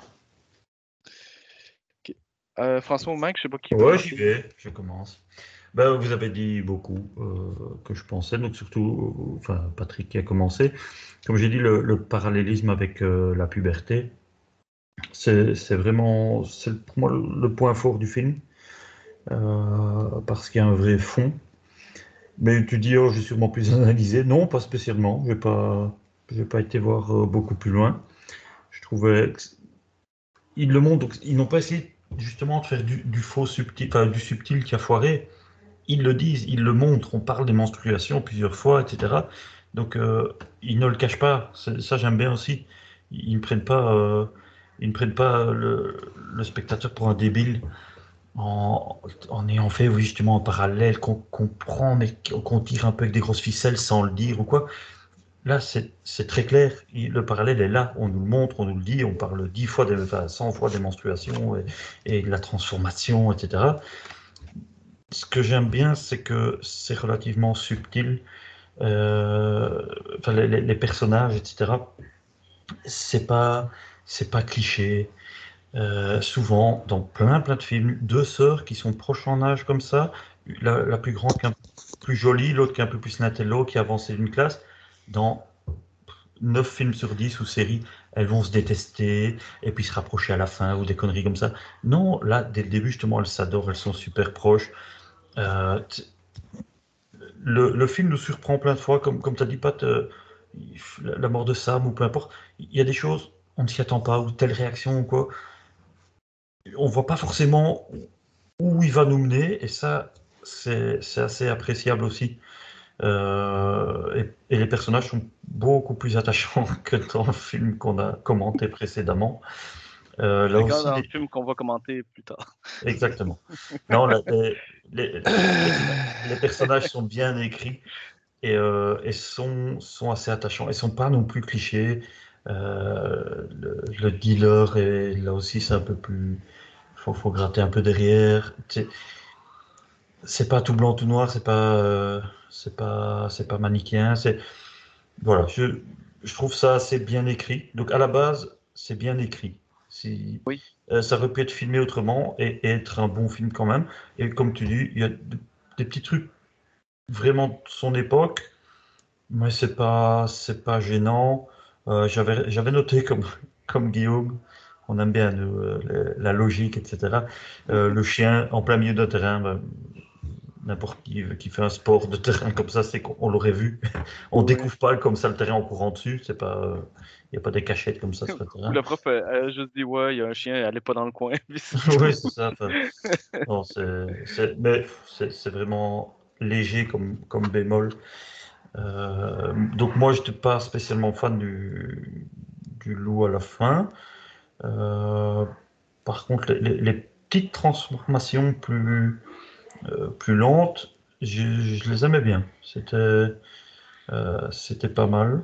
François ou Mike, je sais pas qui. Ouais, j'y vais. Je commence. Ben, vous avez dit beaucoup que je pensais, donc surtout, enfin Patrick qui a commencé. Comme j'ai dit, le parallélisme avec la puberté, c'est vraiment, c'est pour moi le point fort du film, parce qu'il y a un vrai fond. Mais tu dis, oh, j'ai sûrement plus analysé. Non, pas spécialement. J'ai pas été voir beaucoup plus loin. Je trouvais ils le montrent, donc ils n'ont pas essayé justement de faire du faux subtil, enfin du subtil qui a foiré. Ils le disent, ils le montrent, on parle des menstruations plusieurs fois, etc. Donc ils ne le cachent pas, ça j'aime bien aussi. Ils ne prennent pas, le spectateur pour un débile en ayant fait oui, justement en parallèle, qu'on prend, mais qu'on tire un peu avec des grosses ficelles sans le dire ou quoi. Là, c'est très clair, le parallèle est là, on nous le montre, on nous le dit, on parle 10 fois, 100 fois des menstruations et de la transformation, etc. Ce que j'aime bien, c'est que c'est relativement subtil. Enfin, les personnages, etc. C'est pas cliché. Souvent, dans plein de films, deux sœurs qui sont proches en âge comme ça, la plus grande qui est un peu plus jolie, l'autre qui est un peu plus l'intello, qui a avancé d'une classe, dans 9 films sur 10 ou séries, elles vont se détester et puis se rapprocher à la fin ou des conneries comme ça. Non, là, dès le début, justement, elles s'adorent, elles sont super proches. Le film nous surprend plein de fois, comme tu as dit, Pat, la mort de Sam ou peu importe. Il y a des choses, on ne s'y attend pas, ou telle réaction ou quoi. On ne voit pas forcément où il va nous mener, et ça, c'est assez appréciable aussi. Et les personnages sont beaucoup plus attachants que dans le film qu'on a commenté précédemment. Là aussi, dans le film qu'on va commenter plus tard. Exactement. Non, les personnages sont bien écrits et sont assez attachants. Ils sont pas non plus clichés. Le dealer, et là aussi, c'est un peu plus... Faut gratter un peu derrière. C'est pas tout blanc, tout noir. C'est pas manichéen. Voilà. Je trouve ça assez bien écrit. Donc à la base, c'est bien écrit. Oui. Ça aurait pu être filmé autrement et être un bon film quand même. Et comme tu dis, il y a des petits trucs vraiment de son époque, mais c'est pas gênant. J'avais noté comme Guillaume, on aime bien la logique, etc. Le chien en plein milieu d'un terrain, n'importe qui fait un sport de terrain comme ça, c'est qu'on l'aurait vu. On découvre pas comme ça le terrain en courant dessus. C'est pas, il y a pas des cachettes comme ça sur le terrain. Le prof a juste dit ouais, il y a un chien, allez pas dans le coin. Oui, c'est ça. Non, mais c'est vraiment léger comme bémol. Donc moi, je n'étais pas spécialement fan du loup à la fin. Par contre, les petites transformations plus lentes, je les aimais bien. C'était pas mal.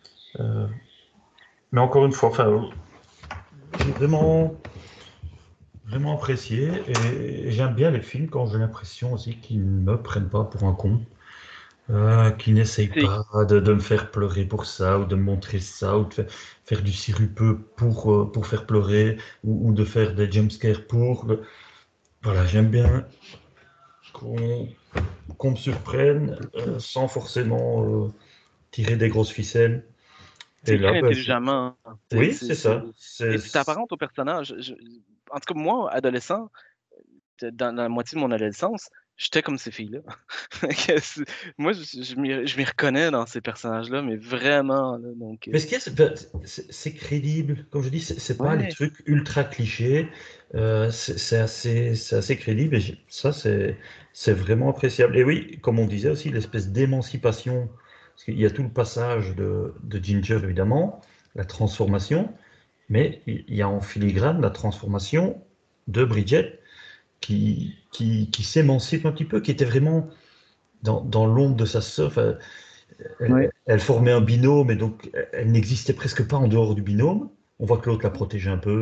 Mais encore une fois, j'ai vraiment apprécié et j'aime bien les films quand j'ai l'impression aussi qu'ils ne me prennent pas pour un con. Qui n'essaye pas de me faire pleurer pour ça, ou de me montrer ça, ou de faire du sirupeux pour faire pleurer, ou de faire des jumpscares pour... Voilà, j'aime bien qu'on me surprenne sans forcément tirer des grosses ficelles. C'est Et là, écrit bah, intelligemment. oui, c'est ça. Et puis t'apparentes au personnage. En tout cas, moi, adolescent, dans la moitié de mon adolescence, j'étais comme ces filles-là. Moi, je m'y reconnais dans ces personnages-là, mais vraiment. Là, donc, Mais ce qu'il y a, c'est crédible. Comme je dis, c'est pas les ouais. trucs ultra clichés. C'est assez crédible. Et ça, c'est vraiment appréciable. Et oui, comme on disait aussi, l'espèce d'émancipation. Parce qu'il y a tout le passage de Ginger, évidemment, la transformation. Mais il y a en filigrane la transformation de Bridget qui s'émancipe un petit peu, qui était vraiment dans l'ombre de sa sœur. Enfin, Ouais. elle formait un binôme et donc elle n'existait presque pas en dehors du binôme. On voit que l'autre la protégeait un peu.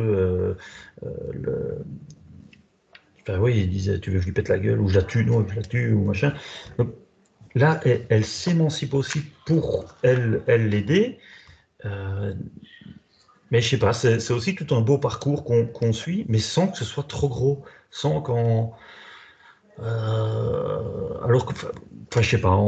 Enfin, oui, il disait tu veux que je lui pète la gueule ou je la tue, non, je la tue ou machin. Donc, là, elle s'émancipe aussi pour elle l'aider. Euh, mais je sais pas, c'est aussi tout un beau parcours qu'on suit, mais sans que ce soit trop gros, sans qu'en alors que, enfin, je sais pas,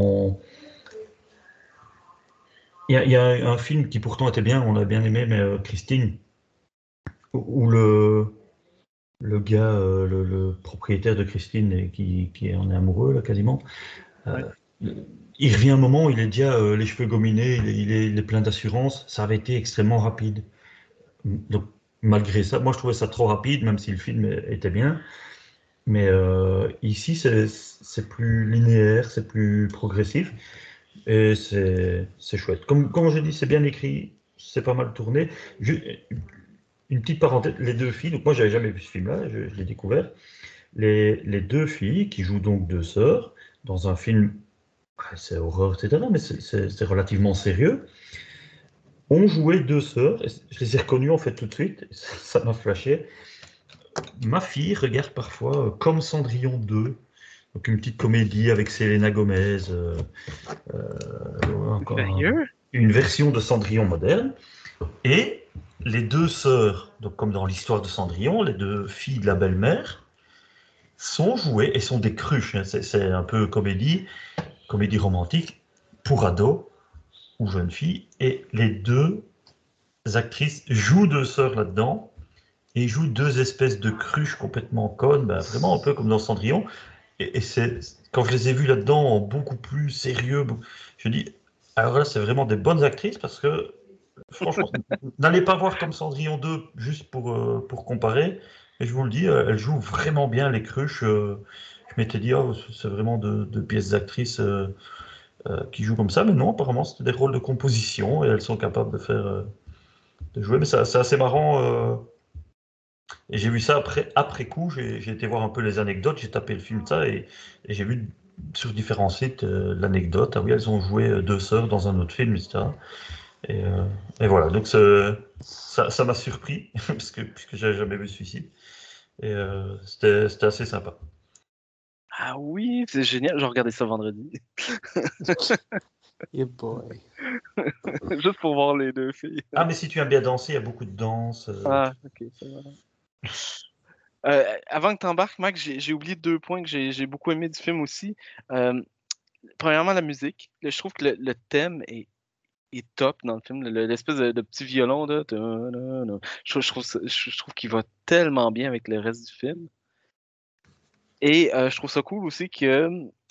il y a un film qui pourtant était bien, on l'a bien aimé, mais Christine, où le gars, le propriétaire de Christine, qui en est amoureux, là, quasiment, Ouais. il revient un moment, il est déjà les cheveux gominés, il est plein d'assurance, ça avait été extrêmement rapide. Donc, malgré ça, moi je trouvais ça trop rapide, même si le film était bien. Mais ici, c'est plus linéaire, c'est plus progressif. Et c'est chouette. Comme je dis, c'est bien écrit, c'est pas mal tourné. Une petite parenthèse, les deux filles, donc moi j'avais jamais vu ce film-là, je l'ai découvert. Les deux filles qui jouent donc deux sœurs dans un film, c'est horreur, etc., mais c'est relativement sérieux, ont joué deux sœurs. Et je les ai reconnues en fait tout de suite, ça m'a flashé. Ma fille regarde parfois Comme Cendrillon 2, donc une petite comédie avec Selena Gomez, encore Sérieux? une version de Cendrillon moderne. Et les deux sœurs, donc comme dans l'histoire de Cendrillon, les deux filles de la belle-mère, sont jouées et sont des cruches. Hein. C'est un peu comédie romantique pour ados ou jeunes filles. Et les deux actrices jouent deux sœurs là-dedans et jouent deux espèces de cruches complètement connes, ben, vraiment un peu comme dans Cendrillon. Et quand je les ai vues là-dedans, en beaucoup plus sérieux, je dis, alors là, c'est vraiment des bonnes actrices parce que franchement, n'allez pas voir comme Cendrillon 2 juste pour comparer. Et je vous le dis, elle joue vraiment bien les cruches. Je m'étais dit, oh, c'est vraiment de pièces d'actrices qui jouent comme ça. Mais non, apparemment, c'était des rôles de composition et elles sont capables de jouer. Mais c'est assez marrant. Et j'ai vu ça après coup. J'ai été voir un peu les anecdotes. J'ai tapé le film, ça, et j'ai vu sur différents sites l'anecdote. Ah oui, elles ont joué deux sœurs dans un autre film, etc. Et, euh, et voilà, donc ça m'a surpris, puisque j'avais jamais vu celui-ci. Et c'était assez sympa. Ah oui, c'est génial. Je regardais ça vendredi. Yeah boy. Juste pour voir les deux filles. Ah, mais si tu aimes bien danser, il y a beaucoup de danse. Ah, ok, ça va. Avant que tu embarques, Mac, j'ai oublié deux points que j'ai beaucoup aimé du film aussi. Euh, Premièrement, la musique. Là, je trouve que le thème est top dans le film. L'espèce de petit violon, là, je trouve qu'il va tellement bien avec le reste du film. Et je trouve ça cool aussi que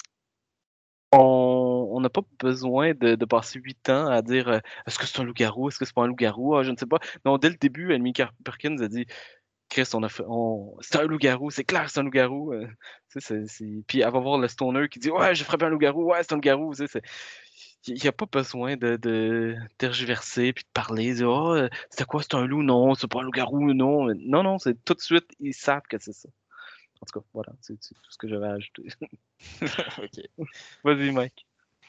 on n'a pas besoin de passer 8 ans à dire est-ce que c'est un loup-garou, est-ce que c'est pas un loup-garou, ah, je ne sais pas. Non, dès le début, Amy Perkins a dit Chris, c'est un loup-garou, c'est clair, c'est un loup-garou. Tu sais, puis elle va voir le stoner qui dit ouais, j'ai frappé un loup-garou, ouais, c'est un loup-garou. Tu sais, il n'y a pas besoin de tergiverser puis de parler, dire oh, c'est quoi, c'est un loup, non, c'est pas un loup-garou, non. Non, non, c'est tout de suite, ils savent que c'est ça. En tout cas, voilà, c'est tout ce que j'avais à ajouter. Ok. Vas-y, Mike.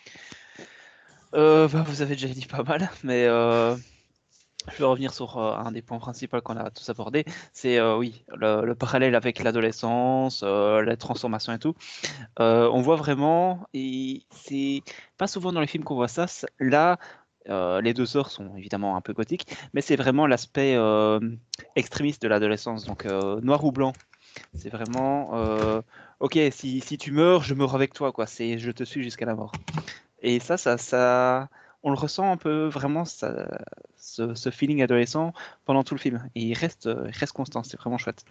Vous avez déjà dit pas mal, mais je vais revenir sur un des points principaux qu'on a tous abordé. C'est oui, le parallèle avec l'adolescence, la transformation et tout. On voit vraiment, et c'est pas souvent dans les films qu'on voit ça. Là, les deux sœurs sont évidemment un peu gothiques, mais c'est vraiment l'aspect extrémiste de l'adolescence, donc noir ou blanc. C'est vraiment, ok, si tu meurs, je meurs avec toi, quoi. C'est je te suis jusqu'à la mort. Et ça, on le ressent un peu vraiment ce feeling adolescent pendant tout le film. Et il reste constant, c'est vraiment chouette.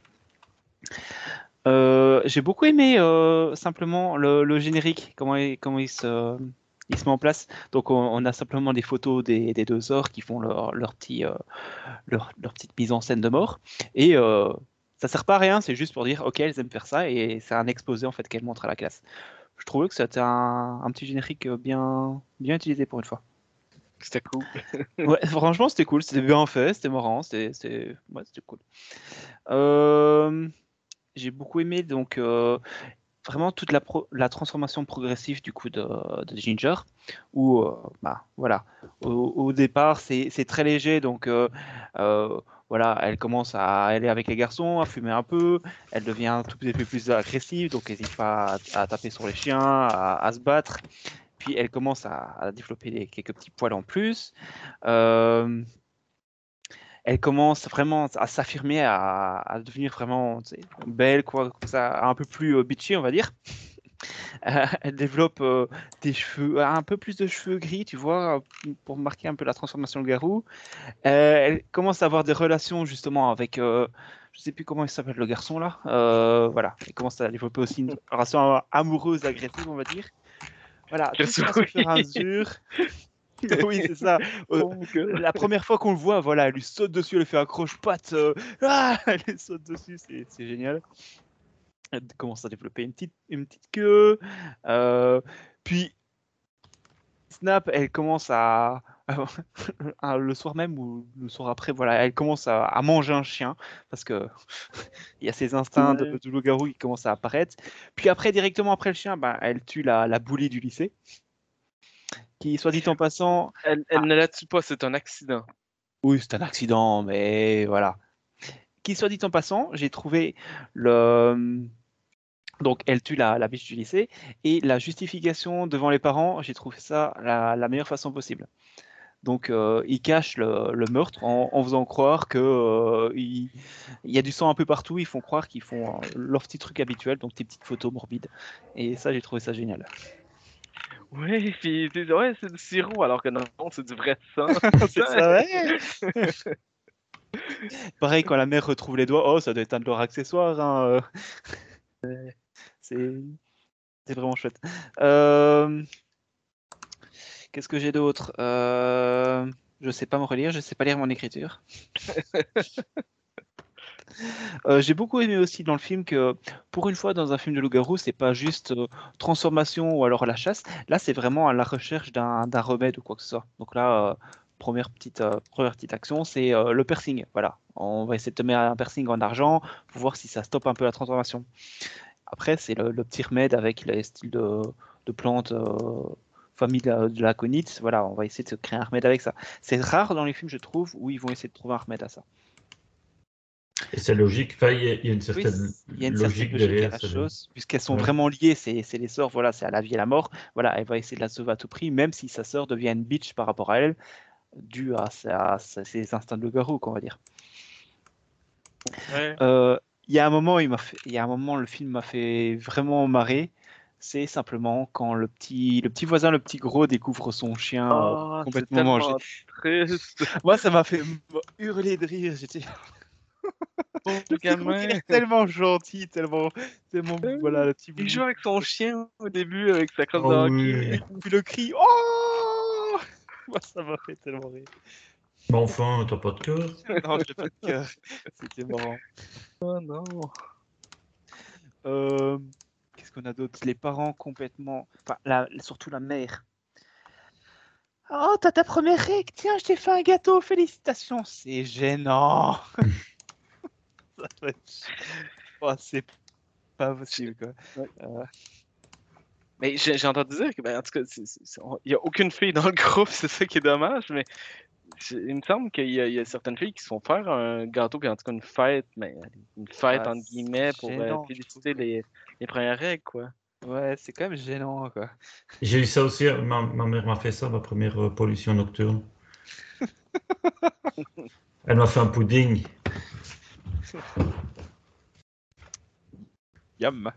J'ai beaucoup aimé simplement le générique, comment il se met en place. Donc on a simplement des photos des deux sœurs qui font leur petite mise en scène de mort. Et ça sert pas à rien, c'est juste pour dire ok, elles aiment faire ça et c'est un exposé en fait qu'elles montrent à la classe. Je trouvais que c'était un petit générique bien utilisé pour une fois. C'était cool. Ouais, franchement, c'était cool, c'était bien fait, c'était marrant, c'était cool. J'ai beaucoup aimé donc vraiment toute la transformation progressive du coup de Ginger, où voilà, au départ c'est très léger, donc voilà, elle commence à aller avec les garçons, à fumer un peu, elle devient un tout petit peu plus agressive, donc n'hésite pas à taper sur les chiens, à se battre, puis elle commence à développer quelques petits poils en plus. Elle commence vraiment à s'affirmer, à devenir vraiment belle, quoi, comme ça, un peu plus bitchy, on va dire. Elle développe des cheveux, un peu plus de cheveux gris, tu vois, pour marquer un peu la transformation de Garou. Elle commence à avoir des relations justement avec, je sais plus comment il s'appelle le garçon là. Voilà, elle commence à développer aussi une relation amoureuse, agressive, on va dire. Voilà, tout ça se fait à mesure. Oui, c'est ça. La première fois qu'on le voit, voilà, elle lui saute dessus, elle lui fait un croche-patte. Elle lui saute dessus, c'est génial. Elle commence à développer une petite queue. Puis, Snap, elle commence le soir même ou le soir après, voilà, elle commence à manger un chien parce que il y a ses instincts de loup-garou qui commencent à apparaître. Puis après, directement après le chien, elle tue la bully du lycée. Qui, soit dit en passant... Elle ne la tue pas, c'est un accident. Oui, c'est un accident, mais voilà. Qui, soit dit en passant, j'ai trouvé donc, elle tue la biche du lycée, et la justification devant les parents, j'ai trouvé ça la meilleure façon possible. Donc, ils cachent le meurtre en faisant croire que il y a du sang un peu partout, ils font croire qu'ils font leur petit truc habituel, donc des petites photos morbides. Et ça, j'ai trouvé ça génial. Oui, puis ouais, c'est du sirop, alors que non, c'est du vrai sang. C'est ça, ouais. Pareil, quand la mère retrouve les doigts, oh, ça doit être un de leurs accessoires. Hein. C'est vraiment chouette. Qu'est-ce que j'ai d'autre? Je sais pas me relire, je sais pas lire mon écriture. J'ai beaucoup aimé aussi dans le film que, pour une fois, dans un film de loup-garou, c'est pas juste transformation ou alors la chasse. Là, c'est vraiment à la recherche d'un remède ou quoi que ce soit. Donc là, première petite action, c'est le piercing. Voilà, on va essayer de te mettre un piercing en argent pour voir si ça stoppe un peu la transformation. Après, c'est le petit remède avec les styles de plantes, famille de l'aconite. Voilà, on va essayer de créer un remède avec ça. C'est rare dans les films, je trouve, où ils vont essayer de trouver un remède à ça. Et c'est logique, enfin, il y a une certaine logique derrière à la chose, puisqu'elles sont vraiment liées, c'est les sœurs, voilà, c'est à la vie et à la mort. Voilà, elle va essayer de la sauver à tout prix, même si sa sœur devient une bitch par rapport à elle, dû à ses instincts de loup-garou, qu'on va dire. Ouais. Il y a un moment, le film m'a fait vraiment marrer. C'est simplement quand le petit voisin, le petit gros, découvre son chien complètement mangé. Triste. Moi, ça m'a fait hurler de rire. J'étais... Le gamin, il est tellement gentil, tellement voilà, le petit. Il joue avec son chien au début avec sa crotte de hockey. Puis le cri, oh! Moi, ça m'a fait tellement rire. Mais enfin, t'as pas de cœur? Non, j'ai pas de cœur. C'était marrant. Oh non. Qu'est-ce qu'on a d'autre? Les parents complètement. Enfin, surtout la mère. Oh, t'as ta première règle. Tiens, je t'ai fait un gâteau. Félicitations. C'est gênant. Oh, c'est pas possible, quoi. Ouais. Mais j'ai entendu dire que, en tout cas, il n'y a aucune fille dans le groupe, c'est ça qui est dommage, mais il me semble qu'il y a certaines filles qui se font faire un gâteau, puis en tout cas une fête, mais une fête entre guillemets pour féliciter les premières règles, quoi. Ouais, c'est quand même gênant, quoi. J'ai eu ça aussi, ma mère m'a fait ça, ma première pollution nocturne. Elle m'a fait un pudding. Yam.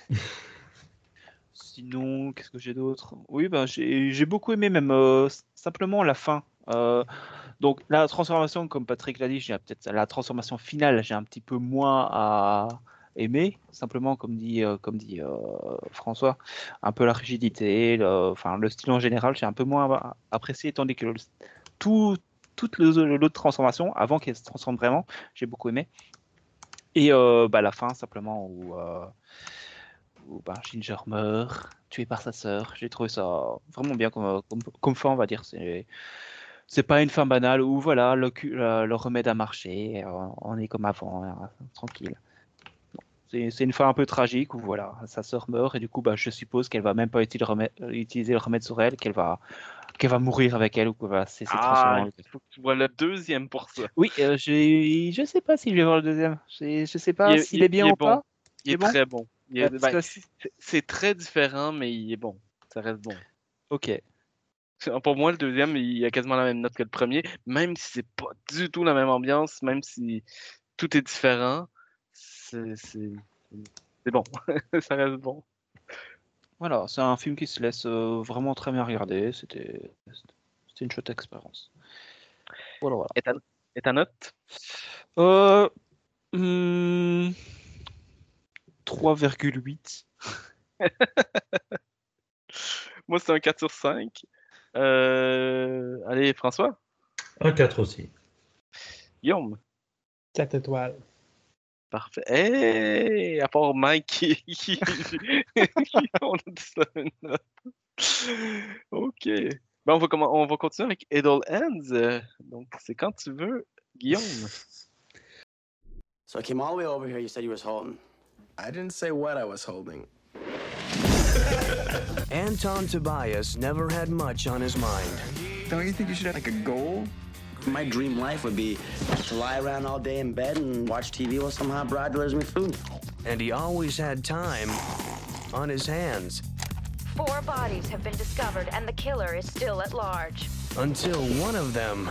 Sinon, qu'est-ce que j'ai d'autre? Oui, ben, j'ai beaucoup aimé même simplement la fin. Donc la transformation, comme Patrick l'a dit, j'ai peut-être la transformation finale, j'ai un petit peu moins à aimer. Simplement, comme dit François, un peu la rigidité, le style en général, j'ai un peu moins apprécié, tandis que toute l'autre transformation, avant qu'elle se transforme vraiment, j'ai beaucoup aimé. Et la fin, simplement, où Ginger meurt, tué par sa sœur. J'ai trouvé ça vraiment bien comme fin, on va dire. C'est pas une fin banale où voilà, le remède a marché, on est comme avant, tranquille. C'est une fin un peu tragique où voilà, sa sœur meurt et du coup, je suppose qu'elle va même pas utiliser le remède sur elle, qu'elle va mourir avec elle ou qu'elle va cesser de transformer. Il faut que tu vois le deuxième pour ça. Oui, je sais pas si je vais voir le deuxième. Je sais pas s'il est bien ou pas. Il est très bon. que c'est très différent, mais il est bon. Ça reste bon. Ok. Pour moi, le deuxième, il a quasiment la même note que le premier, même si c'est pas du tout la même ambiance, même si tout est différent, c'est bon. Ça reste bon. Voilà, c'est un film qui se laisse vraiment très bien regarder. C'était une chouette expérience. Voilà. Et ta note? 3,8. Moi, c'est un 4 sur 5. Allez, François? Un 4 aussi. Guillaume? 4 étoiles. Parfait. Hey, à part Mike qui on a dit ça une note. OK. On va continuer avec Idle Hands. Donc, c'est quand tu veux, Guillaume. So I came all the way over here. You said you was holding. I didn't say what I was holding. Anton Tobias never had much on his mind. Don't you think you should have like a goal? My dream life would be to lie around all day in bed and watch TV while some hot broad delivers me food. And he always had time on his hands. 4 bodies have been discovered and the killer is still at large. Until one of them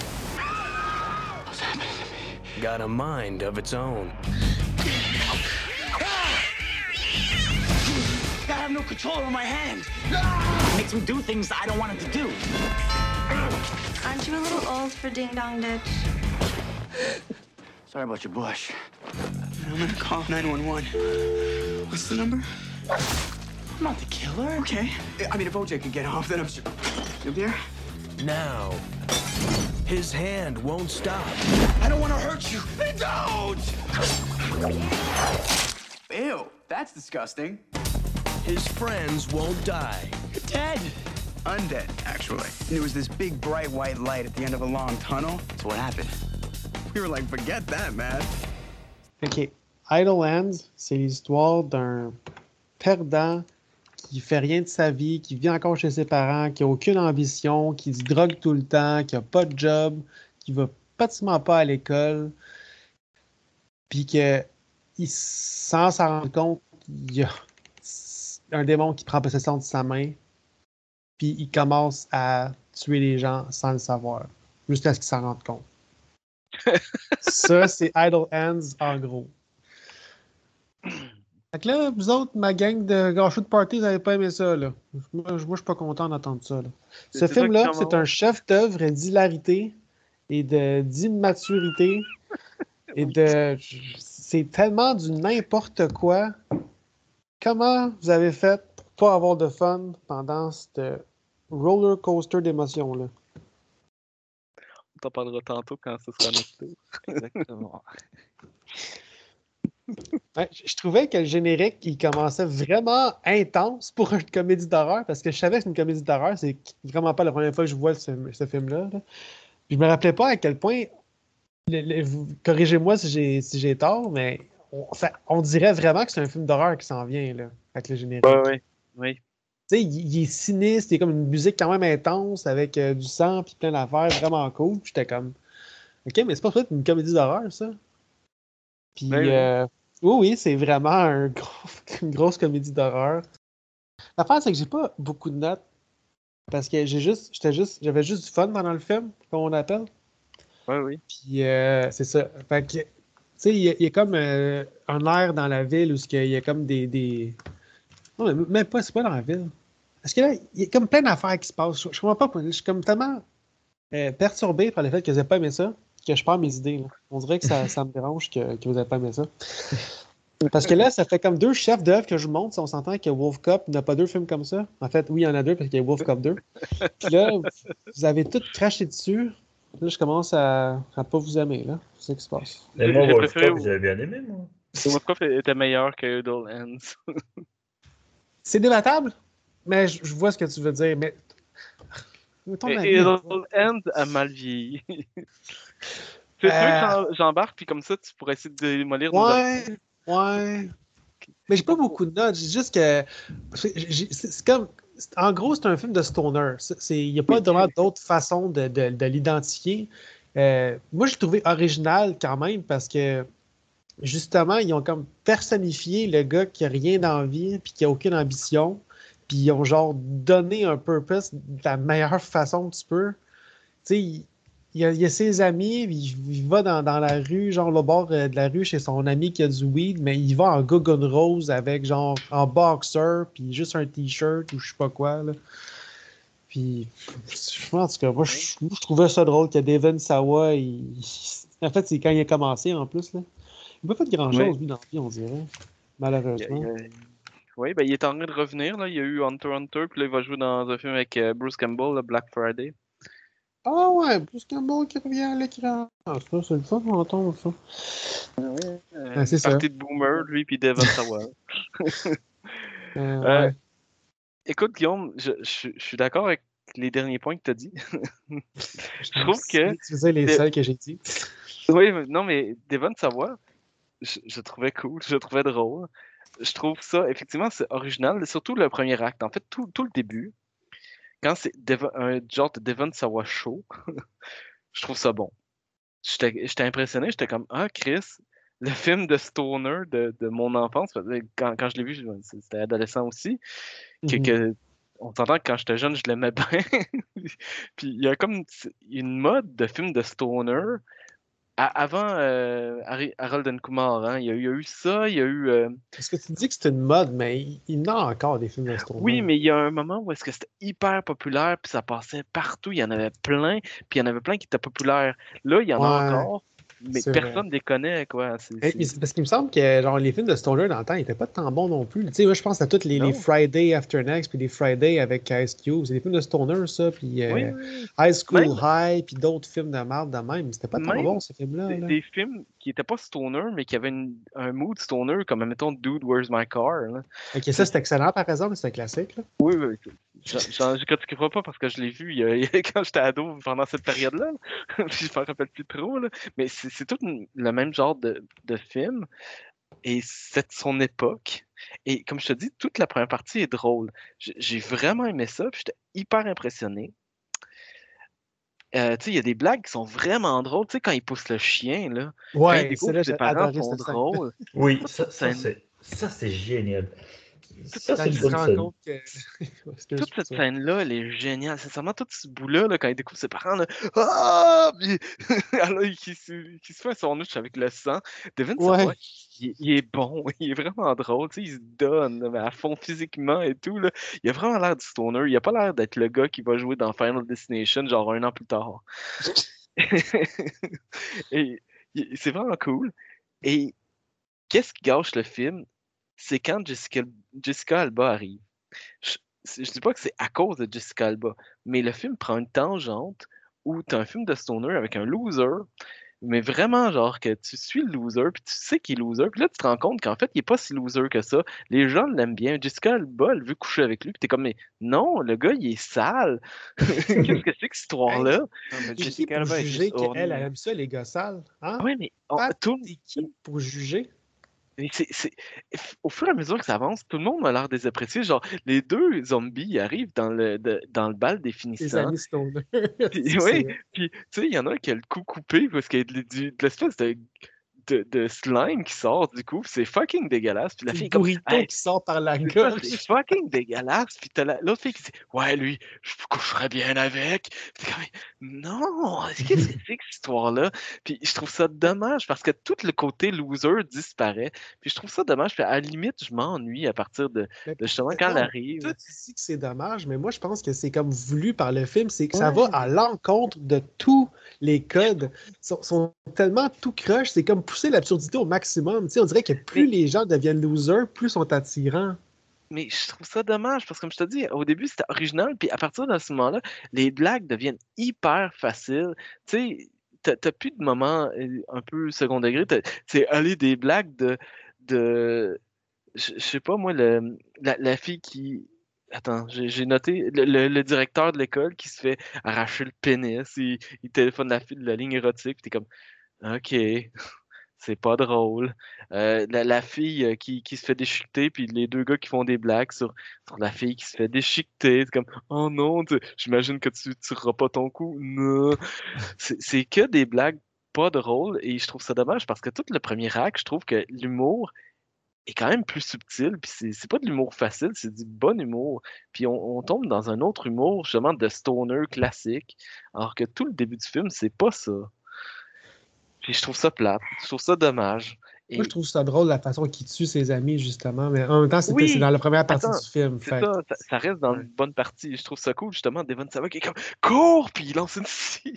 got a mind of its own. I have no control over my hand. It makes me do things I don't want it to do. Aren't you a little old for Ding Dong Ditch? Sorry about your bush. I'm gonna call 911. What's the number? I'm not the killer. Okay. I mean, if OJ could get off, then I'm sure. You here? Now, his hand won't stop. I don't want to hurt you. Don't! Ew, that's disgusting. His friends won't die. You're dead. Undead, actually. And there was this big, bright white light at the end of a long tunnel. So what happened? We were like, forget that, man. OK. Idle Hands, c'est l'histoire d'un perdant qui fait rien de sa vie, qui vit encore chez ses parents, qui a aucune ambition, qui se drogue tout le temps, qui a pas de job, qui va pratiquement pas à l'école, puis que sans s'en rendre compte, il y a un démon qui prend possession de sa main, puis il commence à tuer les gens sans le savoir, jusqu'à ce qu'il s'en rende compte. Ça, c'est Idle Hands en gros. Fait que là, vous autres, ma gang de gâcheux de party, vous n'avez pas aimé ça, là. Moi, je suis pas content d'entendre ça, là. Ce film-là, c'est un chef-d'œuvre d'hilarité et d'immaturité et c'est tellement du n'importe quoi. Comment vous avez fait pour pas avoir de fun pendant cette roller coaster d'émotions-là? On t'en parlera tantôt quand ce sera notre tour. Exactement. Ouais, je trouvais que le générique, il commençait vraiment intense pour une comédie d'horreur, parce que je savais que c'est une comédie d'horreur, c'est vraiment pas la première fois que je vois ce film-là. Là. Puis je me rappelais pas à quel point, corrigez-moi si j'ai tort, mais on dirait vraiment que c'est un film d'horreur qui s'en vient, là, avec le générique. Oui. Tu sais, il est sinistre, il est comme une musique quand même intense, avec du sang puis plein d'affaires, vraiment cool. Puis j'étais comme, OK, mais c'est pas peut-être une comédie d'horreur, ça? Puis, oui, c'est vraiment une grosse comédie d'horreur. L'affaire, c'est que j'ai pas beaucoup de notes. Parce que j'avais juste du fun pendant le film, comme on appelle. Oui. Puis, c'est ça. Fait que, tu sais, il y a comme un air dans la ville où il y a comme des... Non, mais même pas, c'est pas dans la ville. Parce que là, il y a comme plein d'affaires qui se passent. Je comprends pas, je suis comme tellement perturbé par le fait que vous n'avez pas aimé ça, que je perds mes idées. Là. On dirait que ça me dérange que vous n'avez pas aimé ça. Parce que là, ça fait comme 2 chefs d'œuvre que je vous montre. Si on s'entend que Wolf Cop n'a pas 2 films comme ça. En fait, oui, il y en a 2 parce qu'il y a Wolf Cop 2. Puis là, vous avez tout craché dessus. Là, je commence à pas vous aimer. Là. C'est ce qui se passe. Mais moi, J'ai Wolf préféré- Cop, j'avais bien aimé, moi. Wolf Cop était meilleur que Idle Ends. C'est débattable, mais je vois ce que tu veux dire. Mais ton avis, Idle Ends a mal vieilli. C'est sûr que j'embarque, puis comme ça, tu pourrais essayer de démolir nos arguments. Ouais. Mais j'ai pas beaucoup de notes. J'ai juste que. C'est comme. En gros, c'est un film de stoner. Il n'y a pas vraiment d'autre façon de l'identifier. Moi, je l'ai trouvé original quand même parce que justement, ils ont comme personnifié le gars qui a rien d'envie puis qui a aucune ambition. Puis ils ont genre donné un purpose de la meilleure façon que tu peux. Tu sais, il y a ses amis, il va dans la rue, genre le bord de la rue chez son ami qui a du weed, mais il va en gogon rose avec genre en boxer, puis juste un t-shirt ou je sais pas quoi. Là. Puis, je pense que moi, je trouvais ça drôle que Devon Sawa, en fait, c'est quand il a commencé en plus. Là. Il n'a pas fait grand-chose, lui, dans la vie, on dirait. Malheureusement. Oui, ben, il est en train de revenir. Là. Il y a eu Hunter x Hunter, puis là, il va jouer dans un film avec Bruce Campbell, là, Black Friday. Ah ouais, Bruce Campbell qui revient à l'écran. Ah, ça, c'est le fun qu'on entend, ça. C'est ça. Partie de Boomer, lui, puis Devon Sawa. Ouais. Écoute, Guillaume, je suis d'accord avec les derniers points que tu as dit. Je trouve que... Tu faisais les seuls que j'ai dit. Oui, non, mais Devon Sawa, je trouvais cool, je trouvais drôle. Je trouve ça, effectivement, c'est original, surtout le premier acte. En fait, tout le début, quand c'est un genre de Devon Sawa show, je trouve ça bon. J'étais impressionné, j'étais comme, ah, Chris, le film de Stoner de mon enfance, quand je l'ai vu, c'était adolescent aussi, on s'entend que quand j'étais jeune, je l'aimais bien. Puis il y a comme une mode de film de Stoner. Avant Harold and Kumar, hein, il y a eu ça, il y a eu... Est-ce que tu dis que c'est une mode, mais il y en a encore des films de Stoner? Oui, mais il y a un moment où est-ce que c'était hyper populaire, puis ça passait partout, il y en avait plein, puis il y en avait plein qui étaient populaires. Là, il y en a encore, mais personne ne les connaît, quoi. Parce qu'il me semble que genre, les films de Stoner dans le temps, ils n'étaient pas tant bons non plus. Tu sais, moi, je pense à tous les Friday After Next, puis les Friday avec Ice Cube. C'est des films de Stoner, ça, puis High School High, puis d'autres films de merde de même. C'était pas tant bon, ces films-là. Des films qui n'étaient pas Stoner, mais qui avaient un mood Stoner, comme, mettons, Dude, Where's My Car? Là. Ok, ça, c'est excellent, par exemple, c'est un classique. Là. Oui. Je critiquerai pas parce que je l'ai vu quand j'étais ado pendant cette période-là. Puis je m'en rappelle plus trop. Là. Mais c'est tout le même genre de film. Et c'est son époque. Et comme je te dis, toute la première partie est drôle. J'ai vraiment aimé ça. Puis j'étais hyper impressionné. Il y a des blagues qui sont vraiment drôles. Tu sais, quand il pousse le chien, là. Ouais, quand il découvre que ses parents sont drôles. Oui, ça c'est génial. Ça, c'est une bonne scène. Toute cette scène-là, elle est géniale. Sincèrement, tout ce bout-là, là, quand il découvre ses parents, là, ah! Puis, alors, qui se fait un sandwich avec le sang. Devin Sawa, il est bon, il est vraiment drôle. Tu sais, il se donne là, mais à fond physiquement et tout. Là. Il a vraiment l'air du stoner. Il a pas l'air d'être le gars qui va jouer dans Final Destination, genre 1 an plus tard. Et c'est vraiment cool. Et qu'est-ce qui gâche le film? C'est quand Jessica Alba arrive. Je dis pas que c'est à cause de Jessica Alba, mais le film prend une tangente où tu as un film de stoner avec un loser, mais vraiment genre que tu suis le loser, puis tu sais qu'il est loser, puis là tu te rends compte qu'en fait il est pas si loser que ça. Les gens l'aiment bien. Jessica Alba, elle veut coucher avec lui, puis t'es comme, mais non, le gars il est sale. Qu'est-ce que c'est que cette histoire-là? Jessica Alba est juger qu'elle aime ça, les gars sales. Hein? Oui, mais qui pour juger? Au fur et à mesure que ça avance, tout le monde a l'air désapprécié. Genre, les 2 zombies arrivent dans le bal des finissants. Les amis stoner. Oui, puis tu sais, il y en a qui a le cou coupé parce qu'il y a de l'espèce de de slime qui sort du coup, c'est fucking dégueulasse. Puis la C'est fille le est comme, burrito hey, qui sort par la c'est ça, gorge. c'est fucking dégueulasse. Puis t'as l'autre fille qui dit, ouais, lui, je coucherais bien avec. Puis t'es comme, non, qu'est-ce que c'est que cette histoire-là? Puis je trouve ça dommage parce que tout le côté loser disparaît. Puis je trouve ça dommage. Puis à la limite, je m'ennuie à partir de justement quand elle Non, arrive. toi, tu dis que c'est dommage, mais moi, je pense que c'est comme voulu par le film. C'est que ça va à l'encontre de tous les codes. Ils sont tellement tout croche. C'est comme pousser l'absurdité au maximum. Tu sais, on dirait que plus les gens deviennent losers, plus ils sont attirants. Mais je trouve ça dommage parce que, comme je te dis, au début, c'était original. Puis à partir de ce moment-là, les blagues deviennent hyper faciles. Tu sais, t'as plus de moments un peu second degré. C'est aller des blagues de je sais pas, moi, la fille qui. Attends, j'ai noté le directeur de l'école qui se fait arracher le pénis. Il téléphone la fille de la ligne érotique. Puis t'es comme, OK, c'est pas drôle. La fille qui se fait déchiqueter, puis les deux gars qui font des blagues sur la fille qui se fait déchiqueter. C'est comme, oh non, j'imagine que tu tireras pas ton coup. Non. C'est que des blagues pas drôles. Et je trouve ça dommage parce que tout le premier acte, je trouve que l'humour est quand même plus subtil, puis c'est pas de l'humour facile, c'est du bon humour. Puis on tombe dans un autre humour, justement, de stoner classique, alors que tout le début du film, c'est pas ça. Puis je trouve ça plate, je trouve ça dommage. Et... Moi, je trouve ça drôle la façon qu'il tue ses amis, justement, mais en même temps, c'est dans la première partie du film. C'est ça reste dans une bonne partie. Je trouve ça cool, justement, Devon Sawa qui est comme « Cours! » Puis il lance une scie.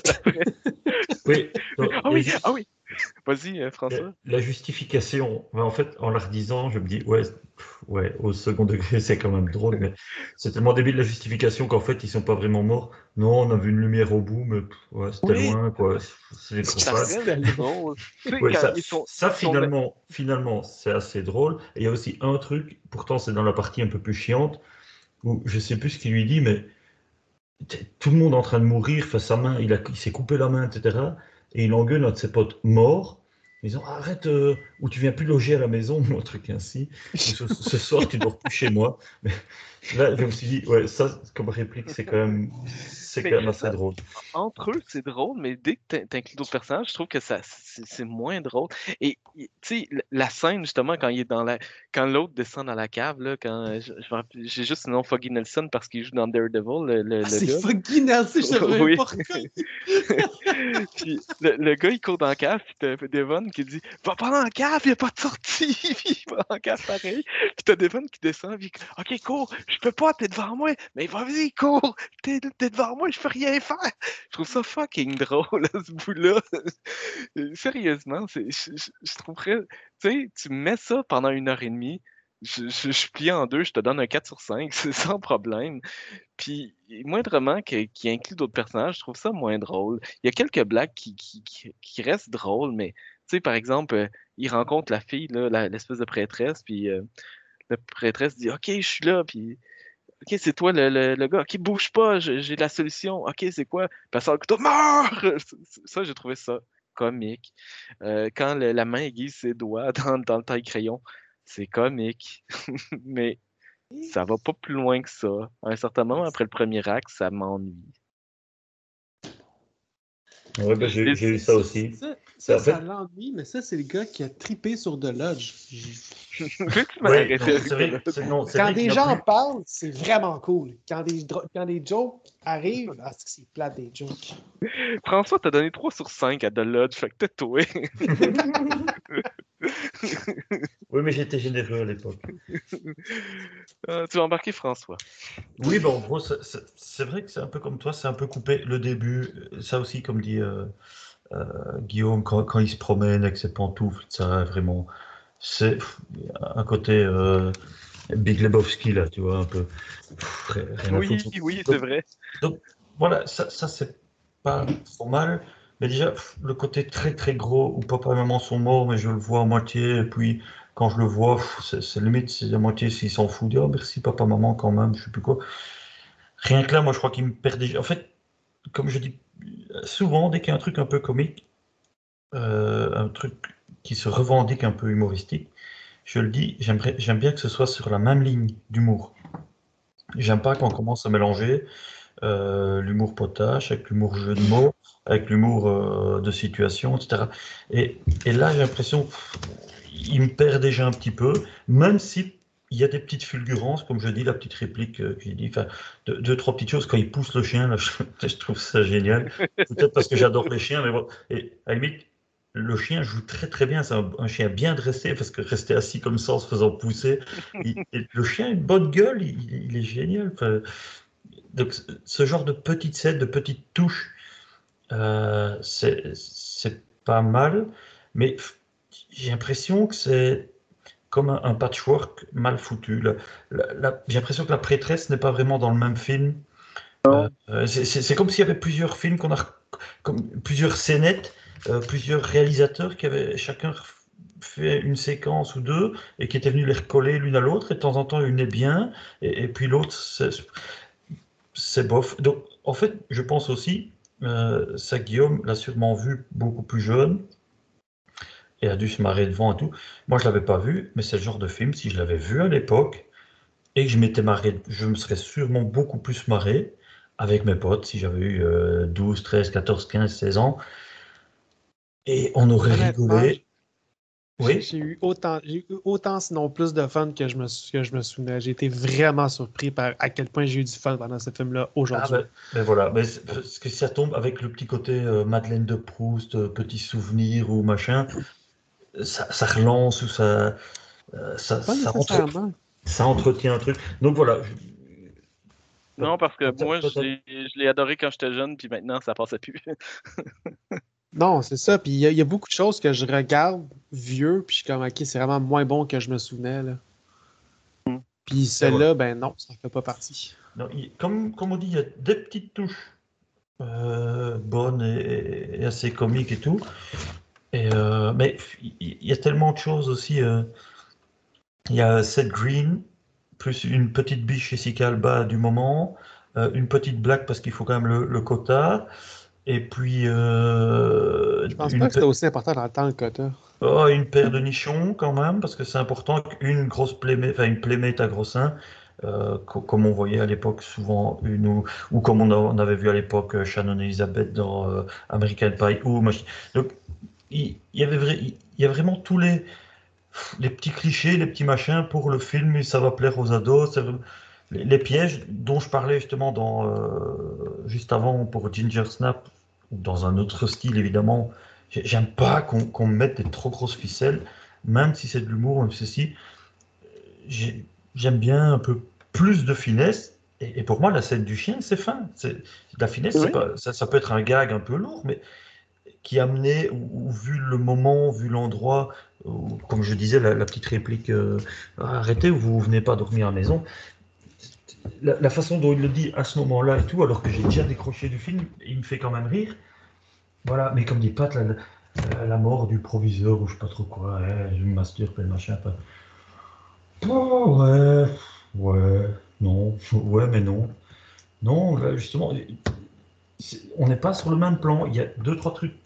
Oui. Donc, ah oui! Vas-y, François. La justification, en fait, en la redisant, je me dis, ouais, au second degré, c'est quand même drôle, mais c'est tellement débile la justification qu'en fait, ils sont pas vraiment morts. Non, on a vu une lumière au bout, mais ouais, c'était loin, quoi. C'est trop finalement, c'est assez drôle. Et il y a aussi un truc, pourtant, c'est dans la partie un peu plus chiante, où je sais plus ce qu'il lui dit, mais tout le monde est en train de mourir, face à sa main, il s'est coupé la main, etc. Et il engueule un de ses potes morts. Ils disent arrête, ou tu viens plus loger à la maison, ou un truc ainsi. Ce soir, tu dors plus chez moi. Mais là, je me suis dit, ouais, ça, comme réplique, c'est quand même assez drôle. Entre eux, c'est drôle, mais dès que tu inclus d'autres personnages, je trouve que c'est moins drôle. Et tu sais, la scène, justement, quand il est quand l'autre descend dans la cave, là, quand j'ai juste le nom Foggy Nelson parce qu'il joue dans Daredevil, c'est gars. Foggy Nelson, je savais pas Puis le gars, il court dans la cave, puis t'as Devon qui dit « Va pas dans la cave, il n'y a pas de sortie! » Puis il va dans la cave pareil. Puis t'as Devon qui descend, puis « Ok, cours, je peux pas, t'es devant moi, mais vas-y, cours, t'es devant moi, je peux rien faire! » Je trouve ça fucking drôle, ce bout-là. Sérieusement, je trouverais... Tu sais, tu mets ça pendant 1h30, je plie en deux, je te donne un 4/5, c'est sans problème. Puis, moindrement qui inclut d'autres personnages, je trouve ça moins drôle. Il y a quelques blagues qui restent drôles, mais, tu sais, par exemple, il rencontre la fille, là, l'espèce de prêtresse, puis la prêtresse dit « Ok, je suis là, puis... Ok, c'est toi le gars. Ok, bouge pas, j'ai la solution. Ok, c'est quoi? Puis elle sort le couteau, meurs! Ça, j'ai trouvé ça comique. Quand la main aiguise ses doigts dans le taille-crayon, c'est comique. Mais ça va pas plus loin que ça. À un certain moment, après le premier acte, ça m'ennuie. Ouais, ben, j'ai eu ça aussi. Ça l'ennuie, mais ça, c'est le gars qui a trippé sur The Lodge. Quand des gens parlent, c'est vraiment cool. Quand des jokes arrivent, c'est plate des jokes. François, t'as donné 3/5 à The Lodge, fait que t'es toi. Oui, mais j'étais généreux à l'époque. Tu vas embarquer François. Oui, ben, en gros, c'est vrai que c'est un peu comme toi, c'est un peu coupé le début. Ça aussi, comme dit Guillaume, quand il se promène avec ses pantoufles, ça vraiment, c'est un côté Big Lebowski, là, tu vois, un peu. Oui, c'est vrai. Donc, voilà, ça c'est pas trop mal. Mais déjà, le côté très très gros où papa et maman sont morts, mais je le vois à moitié, et puis quand je le vois, c'est limite, c'est à moitié s'il s'en fout, dire oh, merci papa, maman quand même, je sais plus quoi. Rien que là, moi je crois qu'il me perd déjà. En fait, comme je dis souvent, dès qu'il y a un truc un peu comique, un truc qui se revendique un peu humoristique, je le dis, j'aime bien que ce soit sur la même ligne d'humour. J'aime pas quand on commence à mélanger. l'humour potache, avec l'humour jeu de mots, avec l'humour de situation, etc. Et là, j'ai l'impression qu'il me perd déjà un petit peu, même si il y a des petites fulgurances, comme je dis, la petite réplique que j'ai dit, enfin, deux, trois petites choses. Quand il pousse le chien, là, je trouve ça génial. Peut-être parce que j'adore les chiens, mais bon. Et à la limite, le chien joue très très bien. C'est un chien bien dressé, parce que rester assis comme ça en se faisant pousser. Et le chien a une bonne gueule, il est génial. Enfin, donc, ce genre de petites scènes, de petites touches, c'est pas mal, mais j'ai l'impression que c'est comme un patchwork mal foutu. J'ai l'impression que la prêtresse n'est pas vraiment dans le même film. C'est comme s'il y avait plusieurs films comme plusieurs scénettes, plusieurs réalisateurs qui avaient chacun fait une séquence ou deux et qui étaient venus les recoller l'une à l'autre, et de temps en temps une est bien et puis l'autre c'est bof. Donc en fait je pense aussi ça, Guillaume l'a sûrement vu beaucoup plus jeune et a dû se marrer devant et tout. Moi, je l'avais pas vu, mais c'est le genre de film, si je l'avais vu à l'époque et que je m'étais marré, je me serais sûrement beaucoup plus marré avec mes potes si j'avais eu 12, 13, 14, 15, 16 ans. Et on aurait rigolé. Oui. J'ai eu autant, sinon plus de fun que je me souvenais. J'ai été vraiment surpris par à quel point j'ai eu du fun pendant ce film-là aujourd'hui. Ben voilà, parce que ça tombe avec le petit côté Madeleine de Proust, petit souvenir ou machin, ça relance ou ça entretient un truc. Donc voilà. Non, parce que moi, je l'ai adoré quand j'étais jeune, puis maintenant, ça passait plus. Non, c'est ça. Puis il y a beaucoup de choses que je regarde vieux, puis je suis comme, OK, c'est vraiment moins bon que je me souvenais. Là. Puis celle-là, ben non, ça ne fait pas partie. Non, comme on dit, il y a des petites touches bonnes et assez comiques et tout. Mais il y a tellement de choses aussi. Il y a Seth Green, plus une petite biche Jessica Alba du moment, une petite blague parce qu'il faut quand même le quota. Et puis. Je pense pas que c'était aussi important dans le temps, le quota. Oh, une paire de nichons quand même, parce que c'est important qu'une grosse playmate, enfin une playmate à gros seins, comme on voyait à l'époque souvent ou comme on avait vu à l'époque Shannon Elizabeth dans American Pie ou machin. Donc il y a vraiment tous les petits clichés, les petits machins pour le film, et ça va plaire aux ados. Les pièges dont je parlais justement juste avant pour Ginger Snap, ou dans un autre style évidemment. J'aime pas qu'on me mette des trop grosses ficelles, même si c'est de l'humour, même ceci. J'aime bien un peu plus de finesse. Et pour moi, la scène du chien, c'est fin. La finesse, oui. Ça peut être un gag un peu lourd, mais qui amenait, ou vu le moment, vu l'endroit, comme je disais, la petite réplique arrêtez ou vous venez pas dormir à la maison. La façon dont il le dit à ce moment-là et tout, alors que j'ai déjà décroché du film, il me fait quand même rire. Voilà, mais comme dit Pat, la mort du proviseur ou je sais pas trop quoi, je me masturbe et le machin. Oh, ouais, non, ouais, mais non. Non, là, justement, on n'est pas sur le même plan. Il y a deux, trois trucs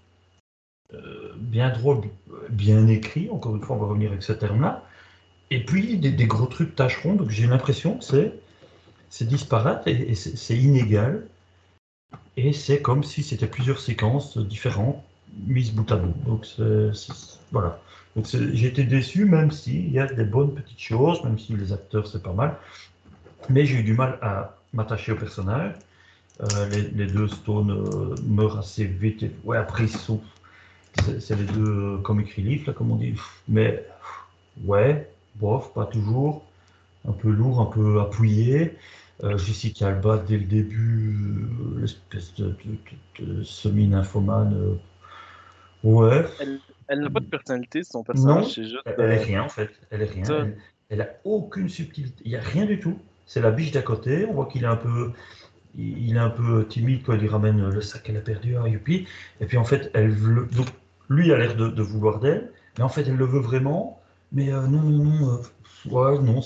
bien drôles, bien écrits, encore une fois, on va revenir avec ce terme-là. Et puis des gros trucs tâcherons, donc j'ai l'impression que c'est disparate et c'est inégal. Et c'est comme si c'était plusieurs séquences différentes mises bout à bout. Donc voilà. Donc j'ai été déçu, même s'il y a des bonnes petites choses, même si les acteurs c'est pas mal. Mais j'ai eu du mal à m'attacher au personnage. Les deux Stones meurent assez vite. Ouais, après ils sont. C'est les deux comic relief, là, comme on dit. Mais ouais, bof, pas toujours. Un peu lourd, un peu appuyé. Jessica Alba, dès le début, l'espèce de semi-nymphomane. Ouais. Elle n'a pas de personnalité, son personnage. Non, c'est juste, elle est rien en fait. Elle est rien. Elle a aucune subtilité. Il n'y a rien du tout. C'est la biche d'à côté. On voit qu'il est un peu timide quand il lui ramène le sac qu'elle a perdu à Youpi. Et puis en fait, donc, lui a l'air de vouloir d'elle, mais en fait, elle le veut vraiment. Mais non. Ouais, non,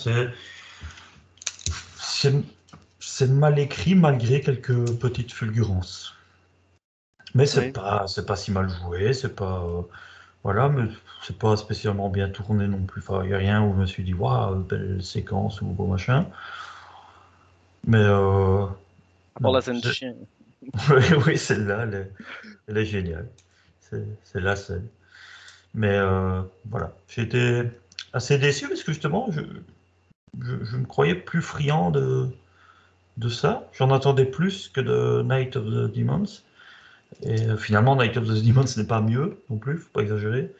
c'est mal écrit malgré quelques petites fulgurances. Mais c'est pas si mal joué, c'est pas voilà, mais c'est pas spécialement bien tourné non plus. Enfin, il y a rien où je me suis dit waouh, belle séquence ou beau machin. Mais Pour la scène du chien. Oui, celle-là, elle est géniale. C'est la scène. Mais voilà, j'ai été assez déçu parce que justement, je me croyais plus friand de ça. J'en attendais plus que de Night of the Demons. Et finalement, Night of the Demons n'est pas mieux non plus, faut pas exagérer.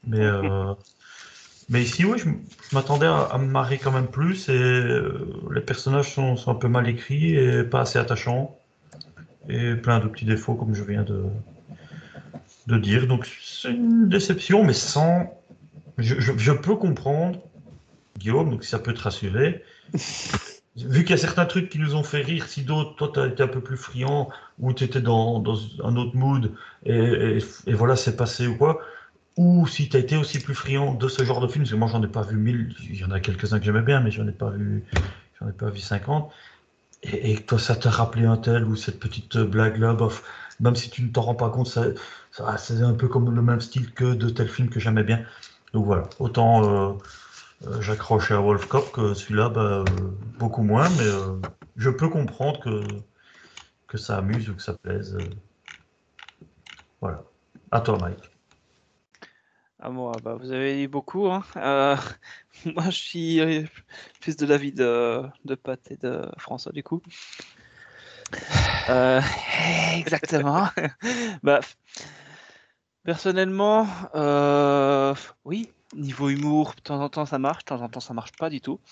Mais ici, oui, je m'attendais à me marrer quand même plus. Et les personnages sont un peu mal écrits et pas assez attachants. Et plein de petits défauts, comme je viens de dire. Donc, c'est une déception, mais sans. Je peux comprendre, Guillaume, donc si ça peut te rassurer. Vu qu'il y a certains trucs qui nous ont fait rire, si d'autres, toi, tu as été un peu plus friand, ou tu étais dans un autre mood, et voilà, c'est passé ou quoi, ou si tu as été aussi plus friand de ce genre de film, parce que moi, j'en ai pas vu 1000, il y en a quelques-uns que j'aimais bien, mais j'en ai pas vu 50, et toi, ça t'a rappelé un tel, ou cette petite blague-là, bof, même si tu ne t'en rends pas compte, c'est un peu comme le même style que de tel film que j'aimais bien. Donc voilà, autant j'accrochais à Wolf Cop que celui-là, beaucoup moins, mais je peux comprendre que ça amuse ou que ça plaise. Voilà. À toi, Mike. À moi, vous avez dit beaucoup. Hein. Moi, je suis plus de l'avis de Pat et de François, du coup. Exactement. Personnellement, oui, niveau humour, de temps en temps ça marche, de temps en temps ça marche pas du tout.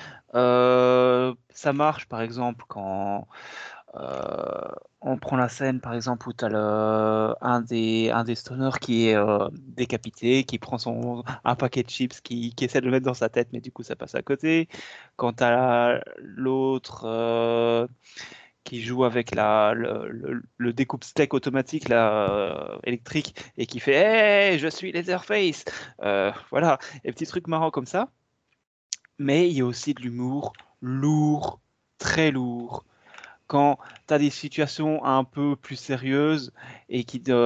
Ça marche, par exemple, quand on prend la scène, par exemple, où tu as un des stoners qui est décapité, qui prend un paquet de chips, qui essaie de le mettre dans sa tête, mais du coup ça passe à côté. Quand tu as l'autre qui joue avec le découpe steak automatique électrique et qui fait hey, je suis Leatherface, voilà, et petits trucs marrants comme ça. Mais il y a aussi de l'humour lourd, très lourd. Quand tu as des situations un peu plus sérieuses et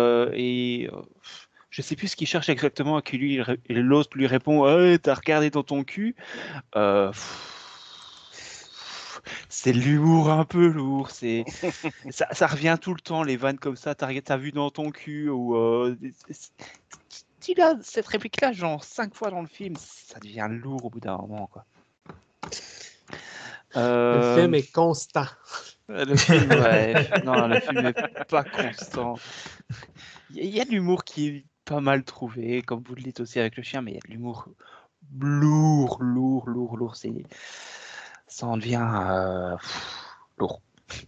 je sais plus ce qu'il cherche exactement, et l'autre lui répond hey, t'as regardé dans ton cul. C'est l'humour un peu lourd, ça revient tout le temps, les vannes comme ça, t'as vu dans ton cul, ou tu as cette réplique-là genre 5 fois dans le film, ça devient lourd au bout d'un moment, quoi. Le film est constant. Le film, ouais. Non, le film n'est pas constant. Il y a de l'humour qui est pas mal trouvé, comme vous le dites aussi avec le chien, mais il y a de l'humour lourd. Ça en devient lourd.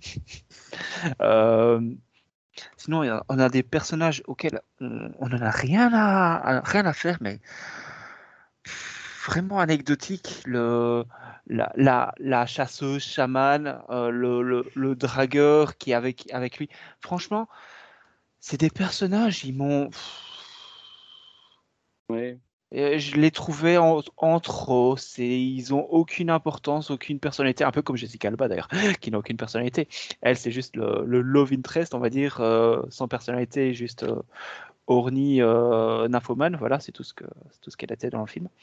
Sinon, on a des personnages auxquels on n'en a rien à faire, mais vraiment anecdotique. La chasseuse chamane, le dragueur qui est avec lui. Franchement, c'est des personnages, ils m'ont. Ouais. Et je les trouvais en trop. Ils ont aucune importance, aucune personnalité, un peu comme Jessica Alba d'ailleurs, qui n'a aucune personnalité. Elle, c'est juste le love interest, on va dire, sans personnalité, juste horny, nymphomane. Voilà, c'est tout ce qu'elle était dans le film.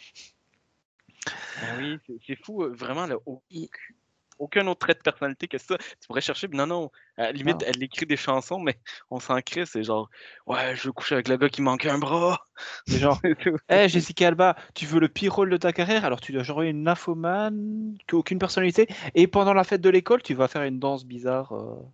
Oui, c'est fou, vraiment, là, aucun autre trait de personnalité que ça. Tu pourrais chercher, mais non, limite, elle écrit des chansons, mais on s'en crée, c'est genre, ouais, je veux coucher avec le gars qui manque un bras. C'est genre, hey, Jessica Alba, tu veux le pire rôle de ta carrière, alors tu dois jouer une nymphomane qui n'a aucune personnalité, et pendant la fête de l'école, tu vas faire une danse bizarre.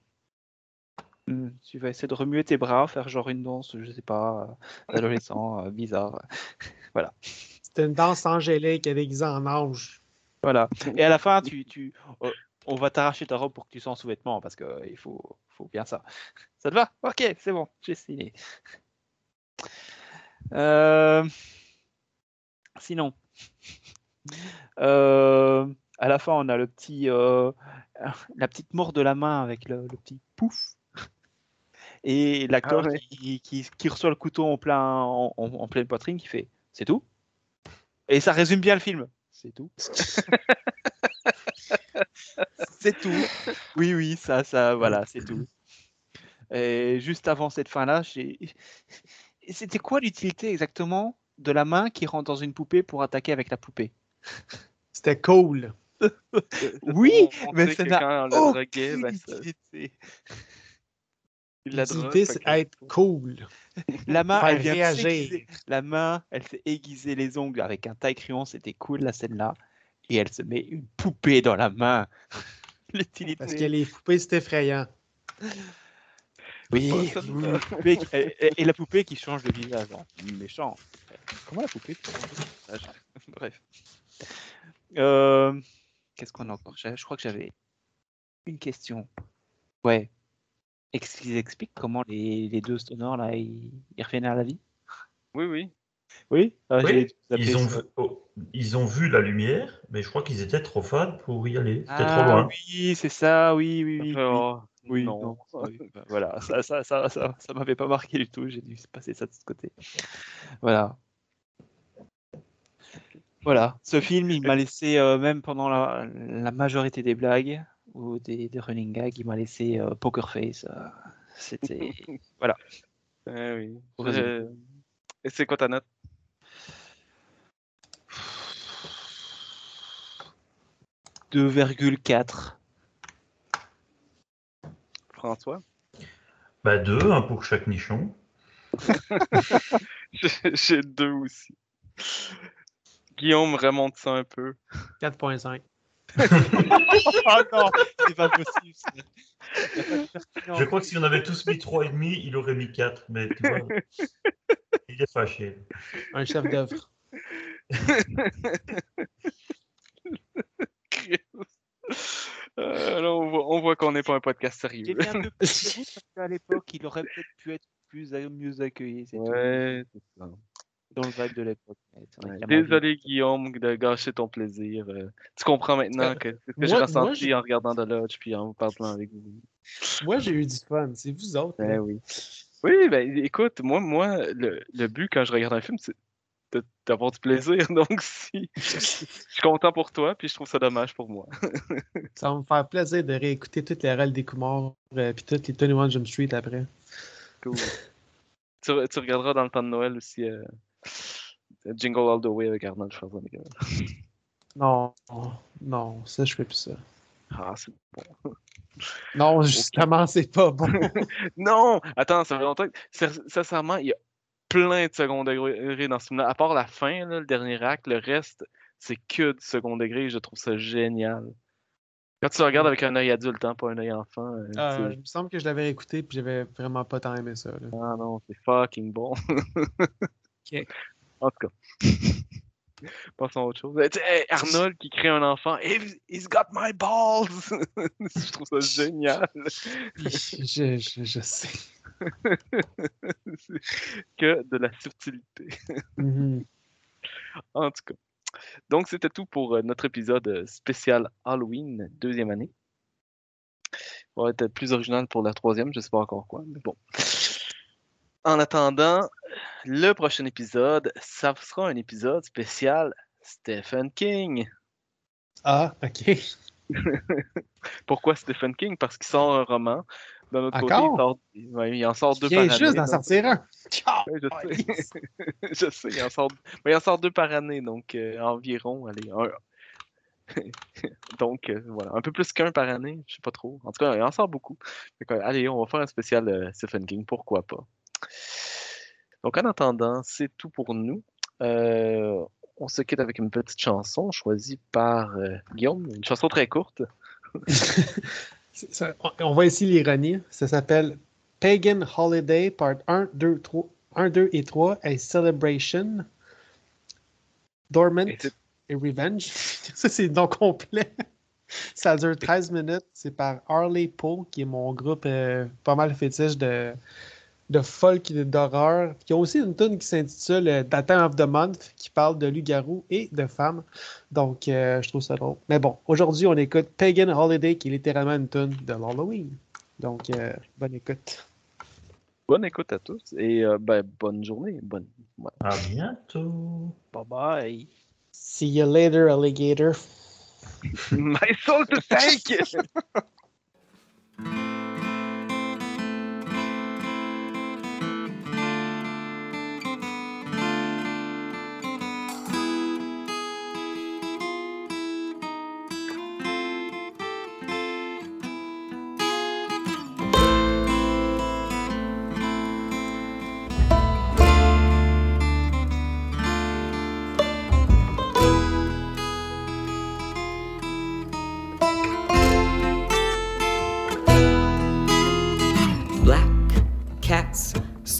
Tu vas essayer de remuer tes bras, faire genre une danse, je sais pas, adolescent, bizarre. Voilà. C'était une danse angélique déguisée en ange. Voilà. Et à la fin, on va t'arracher ta robe pour que tu sois en sous-vêtements, parce qu'il faut bien ça. Ça te va? Ok, c'est bon, j'ai signé. Sinon, à la fin, on a la petite mort de la main avec le petit pouf. Et l'acteur qui reçoit le couteau en pleine poitrine, qui fait « c'est tout ?» Et ça résume bien le film. C'est tout. C'est tout. Oui, ça, voilà, c'est tout. Et juste avant cette fin-là, c'était quoi l'utilité exactement de la main qui rentre dans une poupée pour attaquer avec la poupée? C'était cool. Oui, On mais sait ça que n'a quand on la droguait, ben, aucune ça, utilité. il la drogue. L'utilité, fait c'est que- être cool. La main, Faire elle vient de réagir. s'aiguiser. La main, elle s'est aiguisée les ongles avec un taille-crayon. C'était cool la scène-là. Et elle se met une poupée dans la main. L'utilité. Parce que les poupées, c'est effrayant. Oui, Pas oui, celle-là. poupée et la poupée qui change de visage. Hein. Méchant. Comment la poupée peut changer de visage? Bref. Qu'est-ce qu'on a encore? Je crois que j'avais une question. Ouais. Ils expliquent comment les deux stoners là, ils reviennent à la vie? Oui, oui. Oui, Oui, j'ai ils ont, ça. ils ont vu la lumière, mais je crois qu'ils étaient trop fans pour y aller. C'était trop Ah loin. oui, c'est ça, oui, oui, oui. Oh, Oui, non. non, oui, bah, voilà, ça m'avait pas marqué du tout, j'ai dû passer ça de ce côté. Voilà. Voilà, ce film, il m'a laissé, même pendant la majorité des blagues ou des running gags, il m'a laissé poker face. C'était. Voilà. Oui. Pour résumer. Et c'est quoi ta note? « 2,4 ». François? Bah 2, un pour chaque nichon. J'ai 2 aussi. Guillaume, remonte ça un peu. 4.5. Oh non, c'est pas possible. Ça. Je crois que si on avait tous mis 3,5, il aurait mis 4, mais tu vois, il est fâché. Un chef d'œuvre. Là, on voit qu'on n'est pas un podcast J'ai sérieux. mis un peu plus de route parce qu'à l'époque, il aurait peut-être pu être mieux accueilli. C'est Ouais, tout. c'est ça. Dans le vibe de l'époque. Ouais, désolé, Guillaume, de gâcher ton plaisir. Tu comprends maintenant que c'est ce que j'ai ressenti en regardant The Lodge puis en parlant avec vous. Moi, j'ai eu du fun. C'est vous autres. Ben oui. Oui, ben écoute, moi le but quand je regarde un film, c'est d'avoir du plaisir. Donc, si je suis content pour toi, puis je trouve ça dommage pour moi. Ça va me faire plaisir de réécouter toutes les rôles des Kumar puis toutes les 21 Jump Street après. Cool. tu regarderas dans le temps de Noël aussi Jingle All the Way avec Arnold Schwarzenegger. Non, ça, je fais plus ça. Ah, c'est bon. Non, justement, c'est pas bon. Non! Attends, ça fait longtemps que... Sincèrement, il y a plein de second degré dans ce film-là. À part la fin, là, le dernier acte, le reste, c'est que du second degré. Je trouve ça génial. Quand tu le regardes avec un œil adulte, hein, pas un œil enfant. Il me semble que je l'avais écouté puis j'avais vraiment pas tant aimé ça. Là. Ah non, c'est fucking bon. Okay. En tout cas. Passons à autre chose. Hey, Arnold qui crée un enfant. He's got my balls! Je trouve ça génial. Je sais. Que de la subtilité. En tout cas. Donc, c'était tout pour notre épisode spécial Halloween, 2e année. On va être plus original pour la 3e, je sais pas encore quoi, mais bon. En attendant, le prochain épisode, ça sera un épisode spécial Stephen King. Ah, ok. Pourquoi Stephen King? Parce qu'il sort un roman. D'un autre Encore? côté, il en sort 2 Il par vient année. juste d'en sortir un. Oui, je sais. Je sais, il en sort 2 par année, donc environ, allez, donc, voilà, un peu plus qu'un par année, je sais pas trop. En tout cas, il en sort beaucoup. Allez, on va faire un spécial Stephen King, pourquoi pas. Donc, en attendant, c'est tout pour nous. On se quitte avec une petite chanson choisie par Guillaume, une chanson très courte. On voit ici l'ironie. Ça s'appelle Pagan Holiday, part 1, 2 et 3, A Celebration, Dormant et Revenge. Ça, c'est le nom complet. Ça dure 13 minutes. C'est par Harley Poe, qui est mon groupe pas mal fétiche de folk et d'horreur. Qui ont aussi une tune qui s'intitule The Time of the Month, qui parle de loups-garous et de femmes. Donc, je trouve ça drôle. Mais bon, aujourd'hui, on écoute Pagan Holiday, qui est littéralement une tune de l'Halloween. Donc, bonne écoute. Bonne écoute à tous et bonne journée. Ouais. À bientôt. Bye bye. See you later, alligator. My soul to thank you.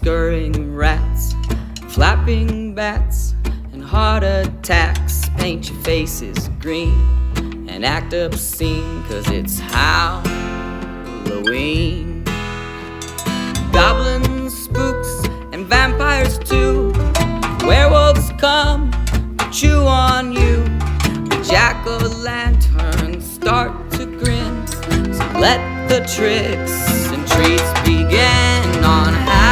scurrying rats, flapping bats, and heart attacks. Paint your faces green and act obscene, 'cause it's Halloween. Goblins, spooks, and vampires too. Werewolves come to chew on you. The jack-o'-lanterns start to grin. So let the tricks and treats begin on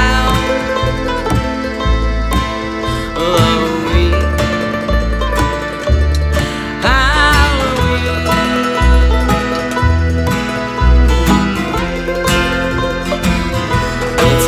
Halloween. It's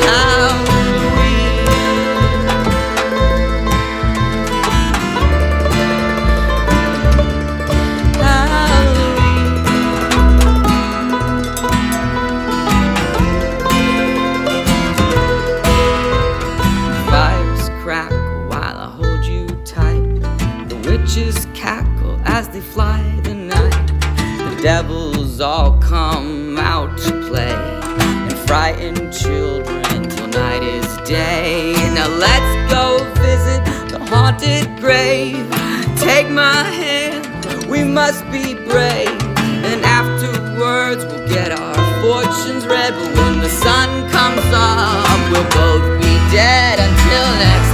cackle as they fly the night. The devils all come out to play and frighten children till night is day. Now let's go visit the haunted grave. Take my hand, we must be brave. And afterwards we'll get our fortunes read. But when the sun comes up, we'll both be dead. Until next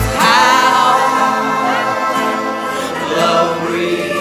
Halloween.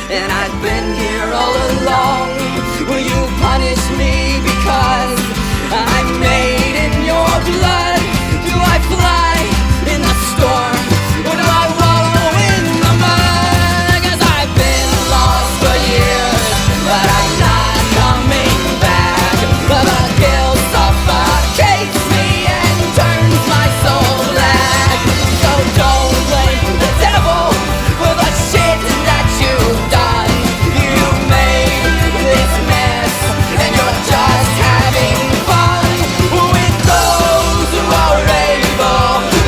and I've been here all along. Will you punish me because I'm made in your blood? Do I fly in the storm, or do I wallow in the mud? 'Cause I've been lost for years, but I'm not coming back. The guilt suffocates me and turns my soul black. So don't blame the devil for the shit that you've done. You made this mess, and you're just having fun with those who are able to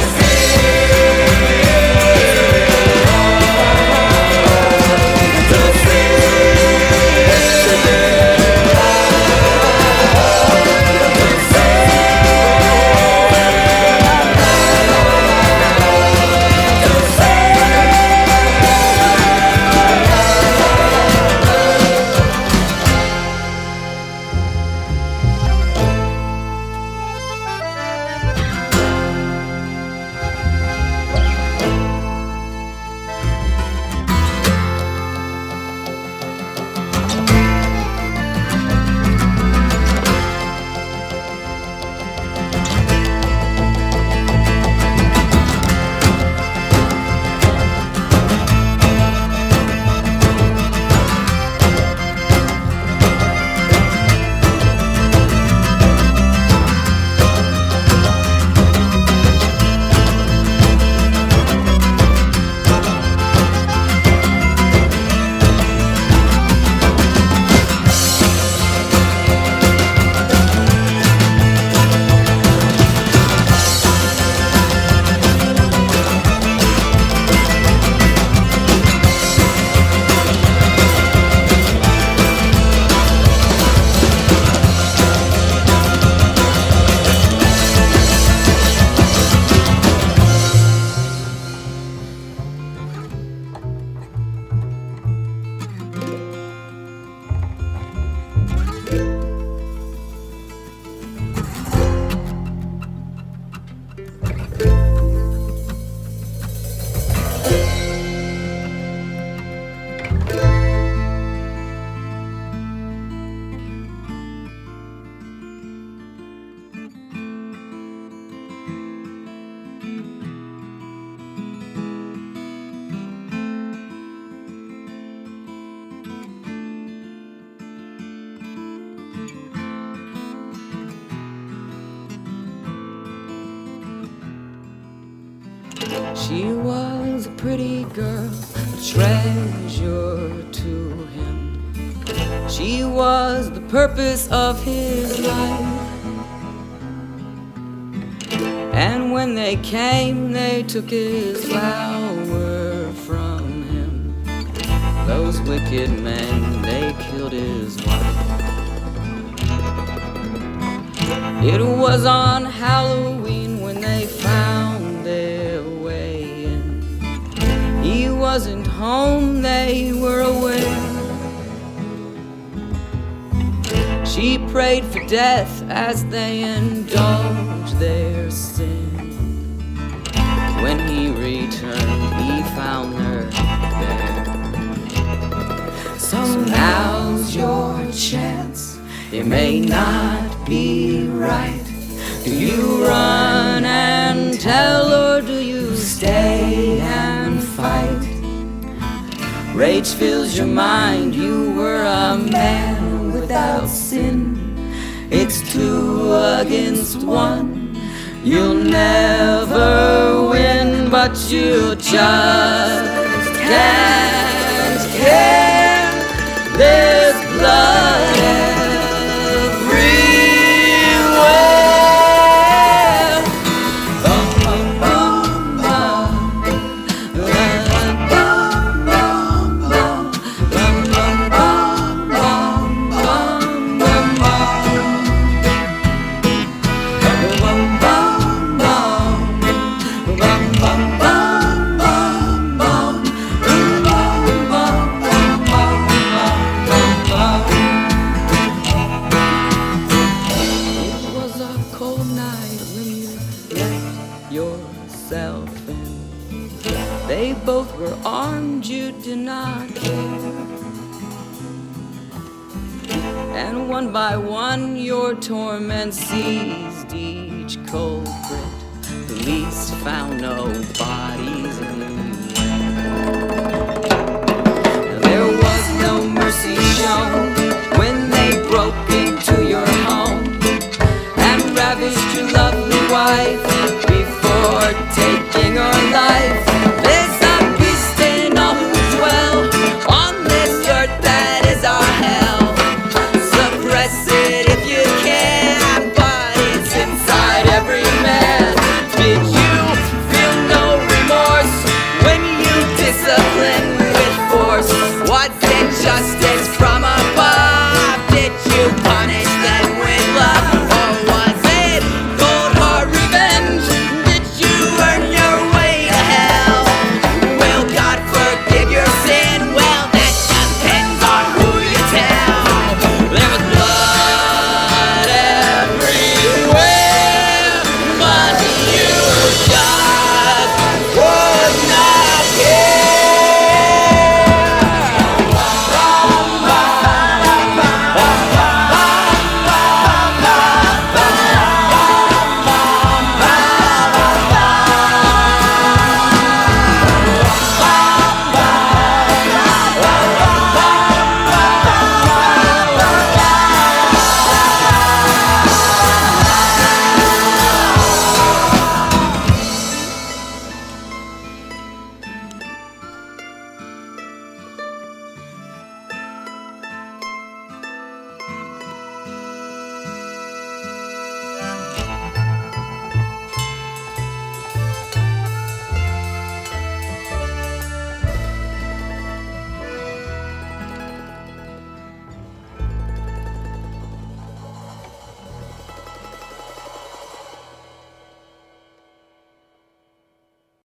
She was a pretty girl, a treasure to him. She was the purpose of his life. And when they came, they took his flower from him. Those wicked men, they killed his wife. It was on Halloween when they found their way in. He wasn't home, they were aware. She prayed for death as they indulged their sin. When he returned, he found her there. So now's your chance. It may not be right. Do you run and tell, or do you stay and fight? Rage fills your mind. You were a man without sin. It's 2 against 1. You'll never win, but you just can't care. There's blood everywhere. Bum, bum, bum, bum. Bum, bum, bum, bum. Bum, bum, bum, bum, bum, bum, bum. Bum, bum, bum. Bum, bum, bum, bum, bum. It was a cold night when you let yourself in. They both were armed, you did not care. And one by one your torment seized each culprit. Police found no bodies anywhere. There was no mercy shown.